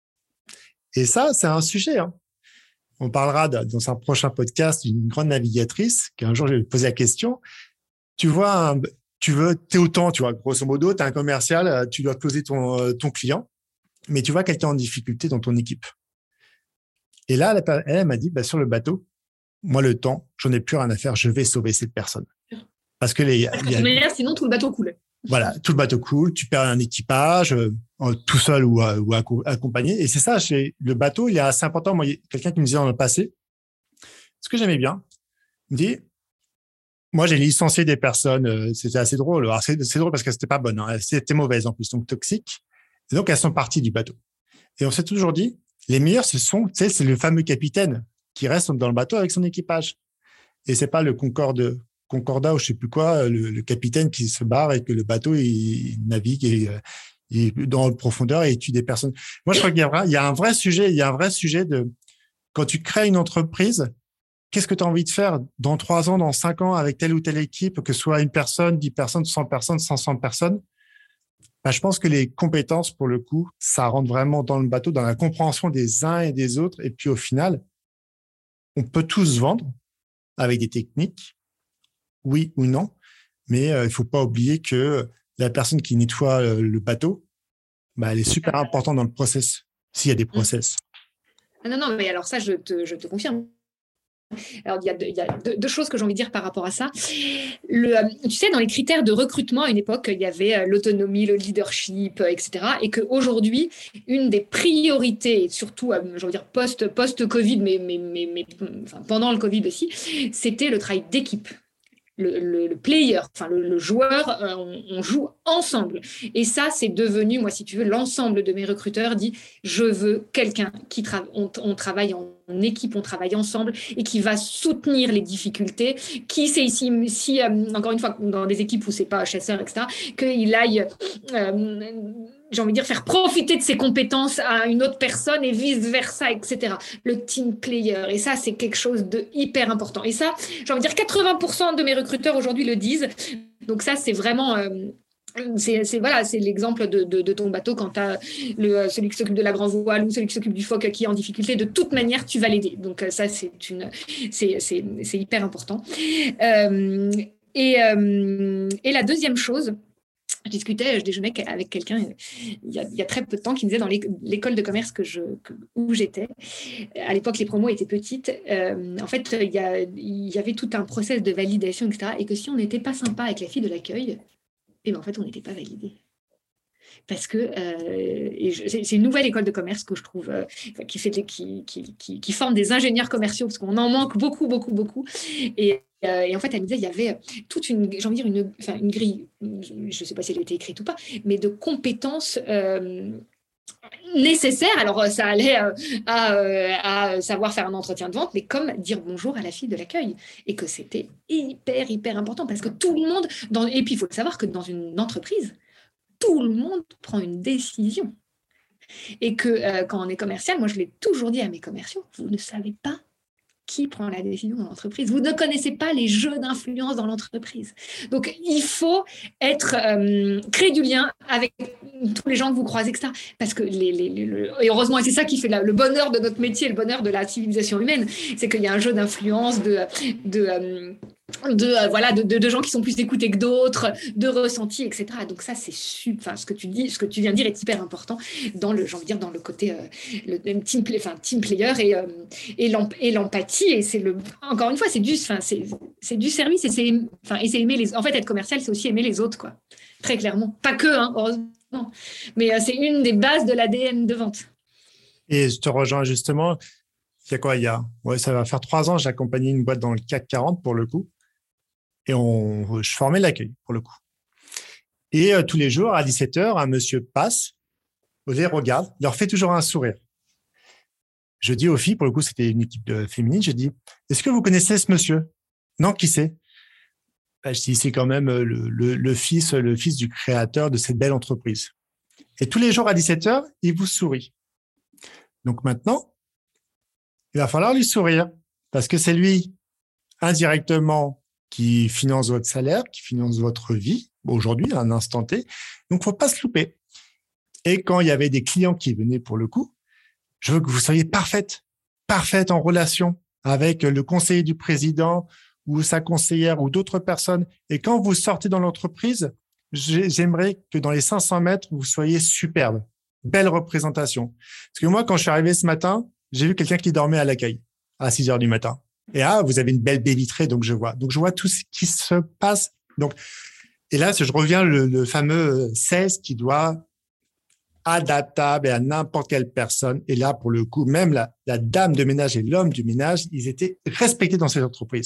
Et ça, c'est un sujet. Hein. On parlera de, dans un prochain podcast d'une grande navigatrice, qu'un jour, je vais lui poser la question. Tu vois un… Tu veux, t'es autant, tu vois, grosso modo, t'es un commercial, tu dois closer ton, ton client, mais tu vois quelqu'un en difficulté dans ton équipe. Et là, elle, elle m'a dit, bah, sur le bateau, moi, le temps, j'en ai plus rien à faire, je vais sauver cette personne. Parce que les, Parce que il y a, sinon, tout le bateau coule. Voilà, tout le bateau coule, tu perds un équipage, euh, tout seul ou, euh, ou accompagné. Et c'est ça, chez le bateau, il est assez important. Moi, il y a quelqu'un qui me disait dans le passé, ce que j'aimais bien, il me dit, Moi, j'ai licencié des personnes. euh, C'était assez drôle. Alors, c'est, c'est drôle parce qu'elles n'étaient pas bonnes. Hein. C'était mauvaise en plus, donc toxiques. Et donc, elles sont parties du bateau. Et on s'est toujours dit, les meilleurs, ce sont, tu sais, c'est le fameux capitaine qui reste dans le bateau avec son équipage. Et c'est pas le Concorde, Concordat ou je sais plus quoi, le, le capitaine qui se barre et que le bateau, il, il navigue et, euh, il est dans la profondeur et il tue des personnes. Moi, je crois qu'il y a, vrai- il y a un vrai sujet, il y a un vrai sujet de, quand tu crées une entreprise, qu'est-ce que tu as envie de faire dans trois ans, dans cinq ans, avec telle ou telle équipe, que ce soit une personne, dix personnes, cent personnes, cinq cents personnes? Ben, je pense que les compétences, pour le coup, ça rentre vraiment dans le bateau, dans la compréhension des uns et des autres. Et puis, au final, on peut tous vendre avec des techniques, oui ou non, mais euh, il faut pas oublier que la personne qui nettoie euh, le bateau, ben, elle est super importante dans le process, s'il y a des process. Ah non, non, mais alors ça, je te, je te confirme. Alors, il y a, deux, il y a deux, deux choses que j'ai envie de dire par rapport à ça. Le, tu sais, dans les critères de recrutement, à une époque, il y avait l'autonomie, le leadership, et cetera. Et qu'aujourd'hui, une des priorités, surtout je veux dire, post, post-Covid, mais, mais, mais, mais enfin, pendant le Covid aussi, c'était le travail d'équipe. Le, le, le player, enfin le, le joueur, euh, on, on joue ensemble. Et ça, c'est devenu, moi, si tu veux, l'ensemble de mes recruteurs dit, je veux quelqu'un qui travaille, on, on travaille en équipe, on travaille ensemble et qui va soutenir les difficultés, qui c'est ici, si, euh, encore une fois, dans des équipes où c'est pas chasseur, et cetera, qu'il aille, euh, j'ai envie de dire, faire profiter de ses compétences à une autre personne et vice-versa, et cetera. Le team player. Et ça, c'est quelque chose de hyper important. Et ça, j'ai envie de dire, quatre-vingts pour cent de mes recruteurs aujourd'hui le disent. Donc ça, c'est vraiment... Euh, c'est, c'est, voilà, c'est l'exemple de, de, de ton bateau quand tu as le, celui qui s'occupe de la grand voile ou celui qui s'occupe du phoque qui est en difficulté. De toute manière, tu vas l'aider. Donc ça, c'est, une, c'est, c'est, c'est hyper important. Euh, et, euh, et la deuxième chose... Je discutais, je déjeunais avec quelqu'un il y a, il y a très peu de temps qui me disait dans l'école de commerce que je, que, où j'étais, à l'époque les promos étaient petites, euh, en fait il y, a, il y avait tout un process de validation, et cetera. Et que si on n'était pas sympa avec la fille de l'accueil, eh ben en fait on n'était pas validé. Parce que euh, et je, c'est, c'est une nouvelle école de commerce que je trouve euh, qui, fait, qui, qui, qui, qui forme des ingénieurs commerciaux, parce qu'on en manque beaucoup, beaucoup, beaucoup. Et, euh, et en fait, elle me disait, il y avait toute une, j'ai envie de dire, une, enfin, une grille, je ne sais pas si elle a été écrite ou pas, mais de compétences euh, nécessaires. Alors, ça allait euh, à, euh, à savoir faire un entretien de vente, mais comme dire bonjour à la fille de l'accueil. Et que c'était hyper, hyper important, parce que tout le monde, dans, et puis il faut savoir que dans une entreprise, tout le monde prend une décision. Et que euh, quand on est commercial, moi je l'ai toujours dit à mes commerciaux, vous ne savez pas qui prend la décision dans l'entreprise. Vous ne connaissez pas les jeux d'influence dans l'entreprise. Donc, il faut être euh, créer du lien avec tous les gens que vous croisez, et cetera. Parce que les, les, les, le, et heureusement, et c'est ça qui fait la, le bonheur de notre métier, le bonheur de la civilisation humaine, c'est qu'il y a un jeu d'influence, de, de, euh, de euh, voilà, de, de, de gens qui sont plus écoutés que d'autres, de ressentis, et cetera. Donc ça, c'est super. Enfin, ce que tu dis, ce que tu viens de dire est hyper important dans le, j'ai envie de dire, dans le côté euh, le team, play, enfin, team player et euh, et, l'emp- et l'empathie. Et c'est le, encore une fois, c'est du, enfin, c'est, c'est du service et c'est, enfin, et c'est aimer les. En fait, être commercial, c'est aussi aimer les autres, quoi. Très clairement. Pas que, hein, heureusement, mais euh, c'est une des bases de l'A D N de vente. Et je te rejoins justement. Il y a quoi Il y a, ouais, ça va faire trois ans. J'ai accompagné une boîte dans le C A C quarante pour le coup, et on, je formais l'accueil pour le coup. Et euh, tous les jours à dix-sept heures, un monsieur passe, les regarde, leur fait toujours un sourire. Je dis aux filles, pour le coup, c'était une équipe de féminine, je dis, est-ce que vous connaissez ce monsieur? Non, qui c'est? Ben, je dis, c'est quand même le, le, le fils, le fils du créateur de cette belle entreprise. Et tous les jours à dix-sept heures, il vous sourit. Donc maintenant, il va falloir lui sourire parce que c'est lui, indirectement, qui finance votre salaire, qui finance votre vie, aujourd'hui, à un instant T. Donc, faut pas se louper. Et quand il y avait des clients qui venaient pour le coup, je veux que vous soyez parfaite, parfaite en relation avec le conseiller du président ou sa conseillère ou d'autres personnes. Et quand vous sortez dans l'entreprise, j'aimerais que dans les cinq cents mètres, vous soyez superbe. Belle représentation. Parce que moi, quand je suis arrivé ce matin, j'ai vu quelqu'un qui dormait à l'accueil à six heures du matin. Et ah, vous avez une belle baie vitrée, donc je vois. Donc, je vois tout ce qui se passe. Donc, et là, je reviens le, le fameux seize qui doit adaptable et à n'importe quelle personne. Et là, pour le coup, même la, la dame de ménage et l'homme du ménage, ils étaient respectés dans ces entreprises.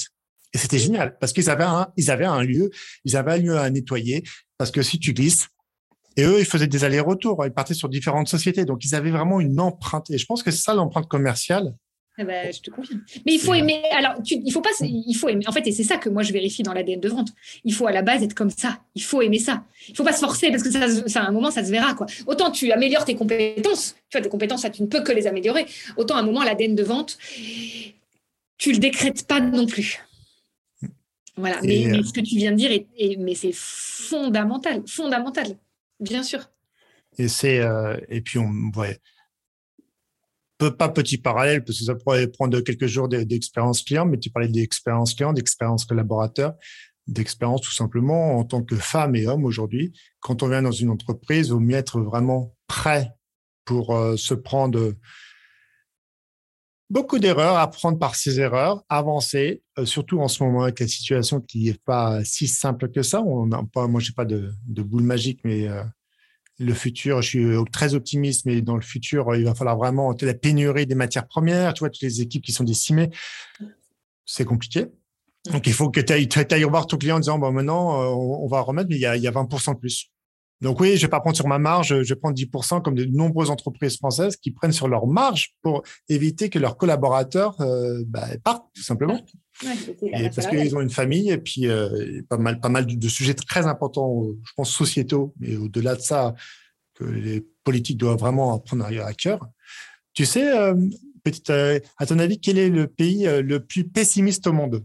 Et c'était génial parce qu'ils avaient un, ils avaient un lieu, ils avaient un lieu à nettoyer parce que si tu glisses, et eux, ils faisaient des allers-retours, ils partaient sur différentes sociétés. Donc, ils avaient vraiment une empreinte. Et je pense que c'est ça l'empreinte commerciale. Ah bah, je te confirme. Mais il faut aimer. Alors, tu, il faut pas. Il faut aimer. En fait, et c'est ça que moi je vérifie dans l'A D N de vente. Il faut à la base être comme ça. Il faut aimer ça. Il faut pas se forcer parce que ça, ça à un moment, ça se verra quoi. Autant tu améliores tes compétences. Tu vois, tes compétences, ça, tu ne peux que les améliorer. Autant à un moment, l'A D N de vente, tu le décrètes pas non plus. Voilà. Mais, mais ce que tu viens de dire, est, est, mais c'est fondamental, fondamental, bien sûr. Et c'est euh, et puis on ouais. Pas petit parallèle, parce que ça pourrait prendre quelques jours d'expérience client, mais tu parlais d'expérience client, d'expérience collaborateur, d'expérience tout simplement en tant que femme et homme aujourd'hui. Quand on vient dans une entreprise, il vaut mieux être vraiment prêt pour euh, se prendre beaucoup d'erreurs, apprendre par ses erreurs, avancer, euh, surtout en ce moment avec la situation qui n'est pas si simple que ça. On n'a pas, moi, je n'ai pas de, de boule magique, mais... Euh, le futur, je suis très optimiste, mais dans le futur, il va falloir vraiment la pénurie des matières premières, tu vois, toutes les équipes qui sont décimées, c'est compliqué. Donc, il faut que tu ailles, ailles revoir ton client en disant, bon, maintenant, on va remettre, mais il y a, il y a vingt pour cent de plus. Donc, oui, je vais pas prendre sur ma marge, je vais prendre dix pour cent comme de nombreuses entreprises françaises qui prennent sur leur marge pour éviter que leurs collaborateurs euh, bah, partent, tout simplement. Ouais, et parce qu'ils ont une famille et puis euh, pas mal, pas mal de, de sujets très importants, je pense sociétaux, mais au-delà de ça, que les politiques doivent vraiment prendre à cœur. Tu sais, euh, petite, euh, à ton avis, quel est le pays euh, le plus pessimiste au monde?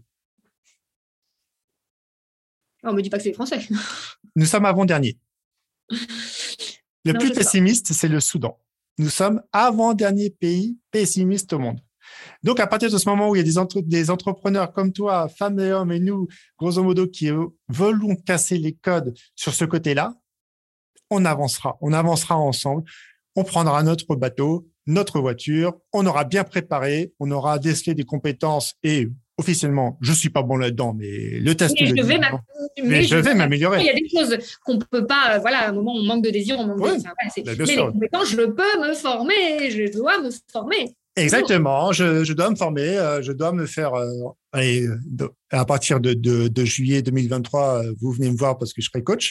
On me dit pas que c'est les Français. Nous sommes avant-dernier. Le non, plus pessimiste, c'est le Soudan. Nous sommes avant-dernier pays pessimiste au monde. Donc, à partir de ce moment où il y a des, entre- des entrepreneurs comme toi, femmes et hommes, et nous, grosso modo, qui veulent casser les codes sur ce côté-là, on avancera. On avancera ensemble. On prendra notre bateau, notre voiture. On aura bien préparé. On aura décelé des compétences et officiellement, je suis pas bon là-dedans, mais le test mais le je dit. vais Mais, mais je vais m'améliorer. Il y a des choses qu'on peut pas. Euh, voilà, à un moment, on manque de désir, on manque oui, de. Enfin, voilà, bah, mais sûr. les compétences, je peux me former. Je dois me former. Exactement, je, je dois me former, euh, je dois me faire. Euh, allez, de, à partir de, de, de juillet deux mille vingt-trois, euh, vous venez me voir parce que je serai coach.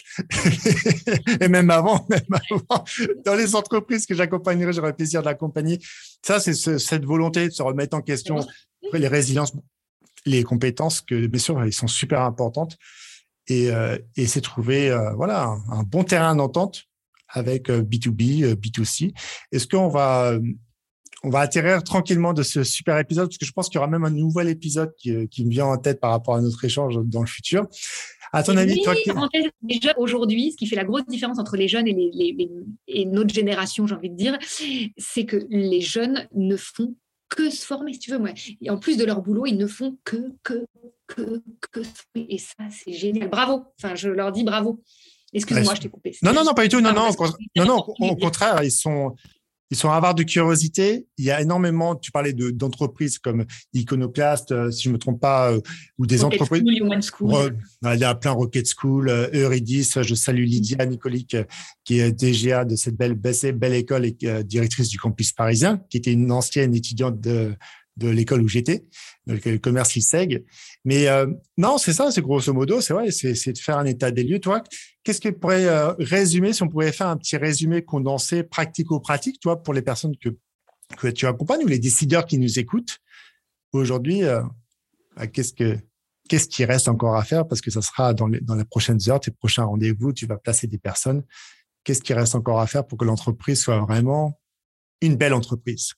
Et même avant, même avant, dans les entreprises que j'accompagnerai, j'aurai le plaisir d'accompagner. Ça, c'est ce, cette volonté de se remettre en question. Après, les résiliences, les compétences, que bien sûr, elles sont super importantes. Et, euh, et c'est trouver euh, voilà, un, un bon terrain d'entente avec euh, B deux B, euh, B deux C. Est-ce qu'on va. Euh, On va atterrir tranquillement de ce super épisode parce que je pense qu'il y aura même un nouvel épisode qui, qui me vient en tête par rapport à notre échange dans le futur. À ton et avis, oui, toi, qui... déjà aujourd'hui, ce qui fait la grosse différence entre les jeunes et, les, les, les, et notre génération, j'ai envie de dire, c'est que les jeunes ne font que se former, si tu veux. Moi. Et en plus de leur boulot, ils ne font que, que, que, que se former. Et ça, c'est génial. Bravo. Enfin, je leur dis bravo. Excuse-moi, ouais, je t'ai coupé. Non, non, non, pas du tout. Non, non, non, non, au contraire, ils sont... Ils sont avares de curiosité. Il y a énormément, tu parlais de, d'entreprises comme Iconoclast, euh, si je me trompe pas, euh, ou des Rocket entreprises. School, Human School. Re, il y a plein Rocket School, euh, Eurydice. Je salue Lydia Nicolic, euh, qui est D G A de cette belle, belle, belle école et euh, directrice du campus parisien, qui était une ancienne étudiante de, de l'école où j'étais, de l'école de commerce I S E G. Mais euh, non, c'est ça, c'est grosso modo, c'est vrai, c'est, c'est de faire un état des lieux. Toi, qu'est-ce que pourrait euh, résumer, si on pouvait faire un petit résumé condensé, pratico-pratique, toi, pour les personnes que, que tu accompagnes ou les décideurs qui nous écoutent aujourd'hui, euh, qu'est-ce que qu'est-ce qui reste encore à faire parce que ça sera dans les, dans les prochaines heures, tes prochains rendez-vous, tu vas placer des personnes. Qu'est-ce qui reste encore à faire pour que l'entreprise soit vraiment une belle entreprise?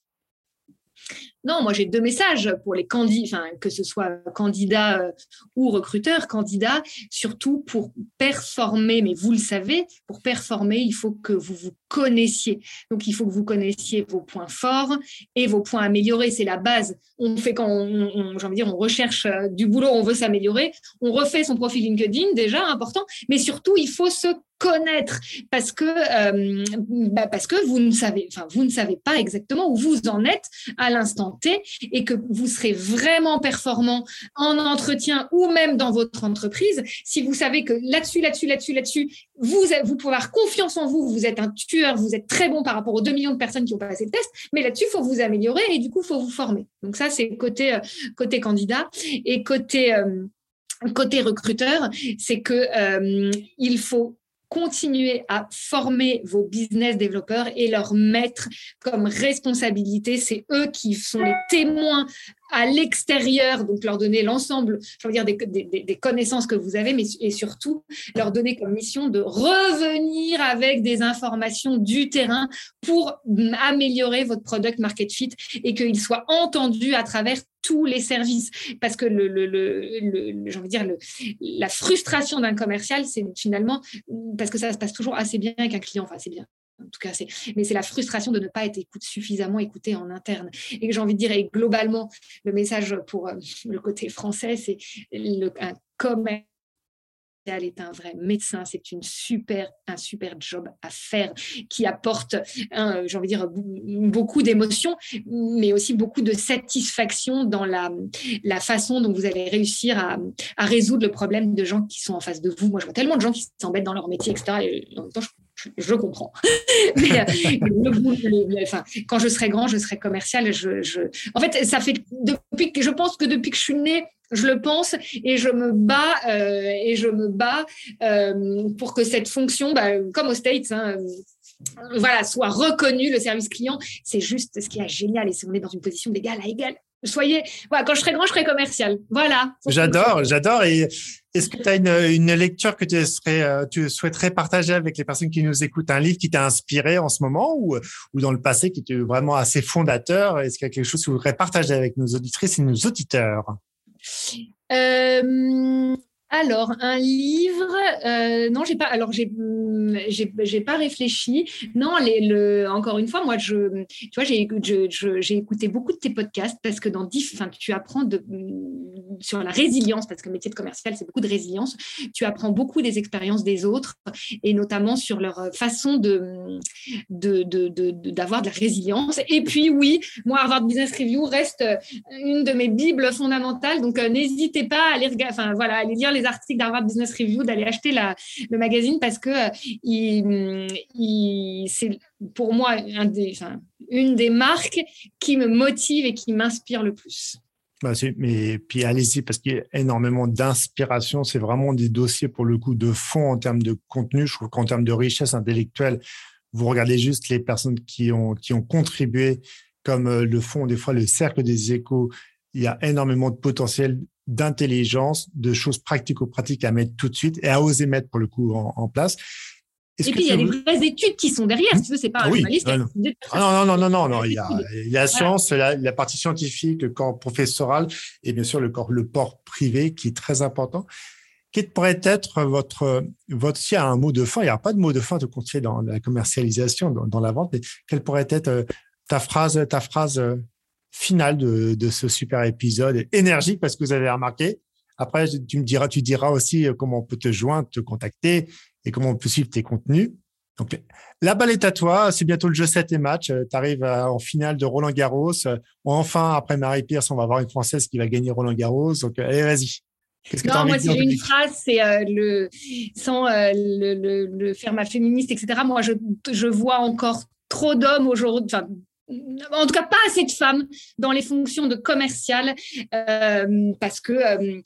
Non, moi j'ai deux messages pour les candidats, enfin que ce soit candidats euh, ou recruteurs, candidats, surtout pour performer, mais vous le savez, pour performer, il faut que vous vous connaissiez. Donc il faut que vous connaissiez vos points forts et vos points améliorés, c'est la base. On fait quand on, on j'ai envie de dire, on recherche euh, du boulot, on veut s'améliorer, on refait son profil LinkedIn, déjà important, mais surtout il faut se connaître parce que euh, bah parce que vous ne savez, enfin vous ne savez pas exactement où vous en êtes à l'instant T et que vous serez vraiment performant en entretien ou même dans votre entreprise si vous savez que là-dessus, là-dessus, là-dessus, là-dessus, vous vous pouvez avoir confiance en vous, vous êtes un tueur, vous êtes très bon par rapport aux deux millions de personnes qui ont passé le test, mais là-dessus, il faut vous améliorer et du coup, il faut vous former. Donc ça, c'est côté euh, côté candidat et côté euh, côté recruteur, c'est que euh, il faut continuer à former vos business développeurs et leur mettre comme responsabilité. C'est eux qui sont les témoins à l'extérieur, donc leur donner l'ensemble, je veux dire, des, des, des connaissances que vous avez, mais et surtout leur donner comme mission de revenir avec des informations du terrain pour améliorer votre product market fit et qu'il soit entendu à travers tous les services. Parce que le, le, le, le, j'ai envie de dire, le, la frustration d'un commercial, c'est finalement, parce que ça se passe toujours assez bien avec un client, enfin assez bien. En tout cas, c'est, mais c'est la frustration de ne pas être écoute, suffisamment écouté en interne. Et que j'ai envie de dire, et globalement, le message pour euh, le côté français, c'est le, un commercial est un vrai médecin, c'est une super, un super job à faire qui apporte, hein, j'ai envie de dire, beaucoup d'émotions, mais aussi beaucoup de satisfaction dans la, la façon dont vous allez réussir à, à résoudre le problème de gens qui sont en face de vous. Moi, je vois tellement de gens qui s'embêtent dans leur métier, et cetera. Et en même temps, je Je, je comprends. Mais, euh, le, le, le, enfin, quand je serai grand, je serai commercial. Je, je... En fait, ça fait depuis que je pense que depuis que je suis née, je le pense et je me bats euh, et je me bats euh, pour que cette fonction, bah, comme aux States, hein, euh, voilà, soit reconnue. Le service client, c'est juste ce qui est génial et c'est on est dans une position d'égal à égal. Soyez, voilà, quand je serai grand, je serai commercial. Voilà. J'adore, j'adore. Et est-ce que tu as une, une lecture que tu, serais, tu souhaiterais partager avec les personnes qui nous écoutent, un livre qui t'a inspiré en ce moment ou, ou dans le passé qui était vraiment assez fondateur? Est-ce qu'il y a quelque chose que tu voudrais partager avec nos auditrices et nos auditeurs? Euh, alors, un livre, euh, non, j'ai pas. Alors, j'ai, j'ai, j'ai pas réfléchi. Non, les, le, encore une fois, moi, je, tu vois, j'ai, je, je, j'ai écouté beaucoup de tes podcasts parce que dans dix, enfin, tu apprends de, sur la résilience, parce que le métier de commercial, c'est beaucoup de résilience. Tu apprends beaucoup des expériences des autres et notamment sur leur façon de, de, de, de, de d'avoir de la résilience. Et puis, oui, moi, Harvard Business Review reste une de mes bibles fondamentales. Donc, euh, n'hésitez pas à aller, enfin, voilà, à aller lire les articles d'Harvard Business Review, d'aller acheter la, le magazine parce que euh, il, il, c'est pour moi un des, enfin, une des marques qui me motive et qui m'inspire le plus. Bah c'est, mais puis allez-y parce qu'il y a énormément d'inspiration. C'est vraiment des dossiers pour le coup de fond en termes de contenu. Je trouve qu'en termes de richesse intellectuelle, vous regardez juste les personnes qui ont qui ont contribué, comme le font des fois le cercle des échos. Il y a énormément de potentiel, d'intelligence, de choses pratico-pratiques à mettre tout de suite et à oser mettre pour le coup en, en place. Est-ce et puis, il y a des vraies études qui sont derrière. Si tu veux, c'est pas un oui, journaliste. Non, non, non, non, non, non. Il y a, il y a la science, voilà. la, la partie scientifique, le corps professoral et bien sûr le corps, le port privé qui est très important. Quel pourrait être votre, votre, s'il y a un mot de fin, il n'y a pas de mot de fin de continuer dans la commercialisation, dans, dans la vente, mais quelle pourrait être ta phrase, ta phrase finale de, de ce super épisode énergique parce que vous avez remarqué. Après, tu me diras, tu diras aussi comment on peut te joindre, te contacter et comment on peut suivre tes contenus. Donc, la balle est à toi. C'est bientôt le jeu sept et match. Tu arrives en finale de Roland Garros. Enfin, après Marie Pierce, on va avoir une Française qui va gagner Roland Garros. Donc, allez, vas-y. Qu'est-ce que non, moi, si j'ai une phrase, c'est euh, le, sans euh, le, le, le faire ma féministe, et cetera. Moi, je, je vois encore trop d'hommes aujourd'hui, enfin, en tout cas pas assez de femmes dans les fonctions de commerciales euh, parce que euh,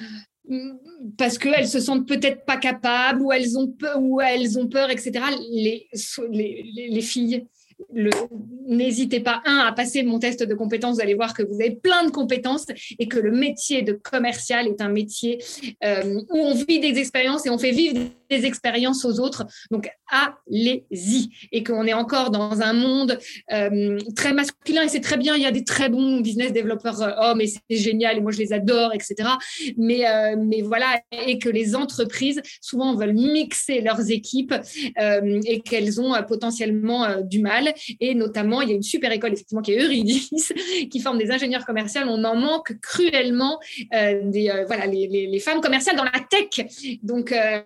parce qu'elles se sentent peut-être pas capables ou elles ont peur, ou elles ont peur, et cetera. Les, les, les filles, le, n'hésitez pas, un, à passer mon test de compétences. Vous allez voir que vous avez plein de compétences et que le métier de commercial est un métier euh, où on vit des expériences et on fait vivre des expériences aux autres. Donc, allez-y. Et qu'on est encore dans un monde euh, très masculin et c'est très bien. Il y a des très bons business développeurs euh, hommes et c'est génial et moi, je les adore, et cetera. Mais, euh, mais voilà, et que les entreprises, souvent, veulent mixer leurs équipes euh, et qu'elles ont euh, potentiellement euh, du mal. Et notamment, il y a une super école, effectivement, qui est Eurydice, qui forme des ingénieurs commerciaux. On en manque cruellement euh, des, euh, voilà, les, les, les femmes commerciales dans la tech. Donc, euh, allez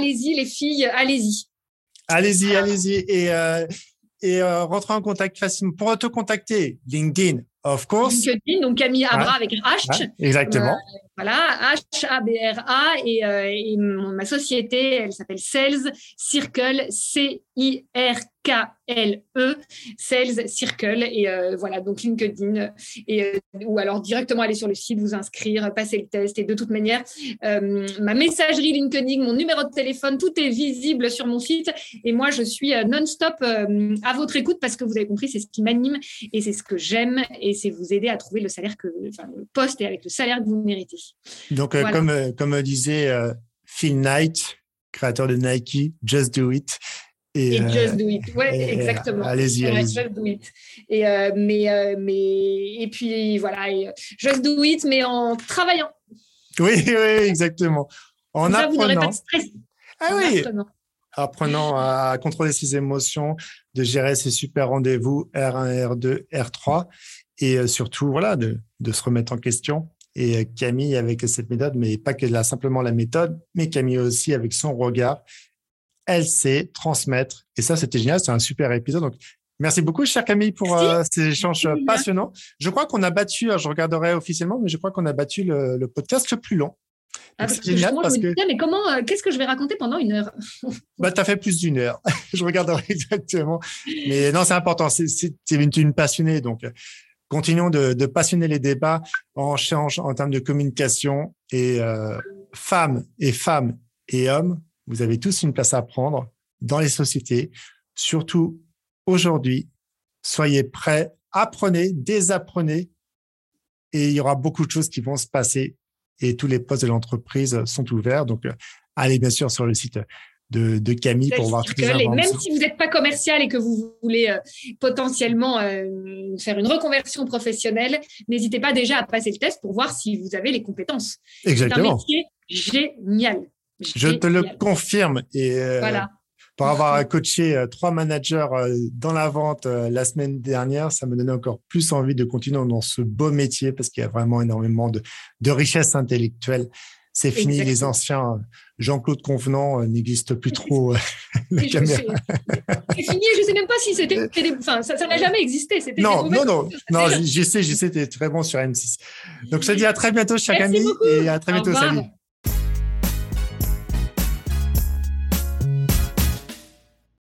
allez-y les filles, allez-y. Allez-y, allez-y. Et, euh, et euh, rentrez en contact facilement. Pour te contacter, LinkedIn, of course. LinkedIn, donc Camille Abra ouais. avec un H. Ouais, exactement. Euh, voilà, H A B R A. Et, euh, et mon, ma société, elle s'appelle Sales Circle, C I R K L E, Sales Circle. Et euh, voilà, donc LinkedIn. Et, euh, ou alors directement aller sur le site, vous inscrire, passer le test. Et de toute manière, euh, ma messagerie LinkedIn, mon numéro de téléphone, tout est visible sur mon site. Et moi, je suis non-stop euh, à votre écoute parce que vous avez compris, c'est ce qui m'anime et c'est ce que j'aime. Et c'est vous aider à trouver le salaire que, enfin, le poste et avec le salaire que vous méritez. Donc, euh, voilà. comme, euh, comme disait euh, Phil Knight, créateur de Nike, just do it. Et, et euh, just do it, ouais, et, exactement. Allez-y, ouais, allez-y. Just do it. Et, euh, mais, euh, mais, et puis, voilà, et, just do it, mais en travaillant. Oui, oui, exactement. En ça, apprenant. vous n'aurez pas de stress. Ah en oui. Apprenant. Apprenant à contrôler ses émotions, de gérer ses super rendez-vous R un, R deux, R trois, et surtout, voilà, de, de se remettre en question. Et Camille avec cette méthode, mais pas que là, simplement la méthode, mais Camille aussi avec son regard, elle sait transmettre. Et ça, c'était génial. C'est un super épisode. Donc, merci beaucoup, chère Camille, pour euh, ces échanges passionnants. Je crois qu'on a battu, je regarderai officiellement, mais je crois qu'on a battu le, le podcast le plus long. Ah, c'est génial parce je me disais, que... mais comment, euh, qu'est-ce que je vais raconter pendant une heure? Bah, tu as fait plus d'une heure. Je regarderai exactement. Mais non, c'est important. C'est, c'est, c'est une, une passionnée. Donc, continuons de, de passionner les débats en change en termes de communication. Et euh, femmes et femmes et hommes, vous avez tous une place à prendre dans les sociétés. Surtout aujourd'hui, soyez prêts, apprenez, désapprenez. Et il y aura beaucoup de choses qui vont se passer. Et tous les postes de l'entreprise sont ouverts. Donc, euh, allez bien sûr sur le site de, de Camille pour voir toutes les informations. Et même si vous n'êtes pas commercial et que vous voulez euh, potentiellement euh, faire une reconversion professionnelle, n'hésitez pas déjà à passer le test pour voir si vous avez les compétences. Exactement. C'est un métier génial. Je génial. te le confirme. Et euh, voilà. Pour avoir coaché euh, trois managers euh, dans la vente euh, la semaine dernière, ça me donnait encore plus envie de continuer dans ce beau métier parce qu'il y a vraiment énormément de, de richesse intellectuelle. C'est fini, exactement. Les anciens Jean-Claude Convenant euh, n'existent plus trop. Euh, la caméra. C'est fini, je ne sais même pas si c'était… Enfin, ça n'a jamais existé. C'était non, non, non, non, j'essaie, j'essaie d'être très bon sur M six. Donc, je te dis à très bientôt, chère Camille, et à très bientôt, salut.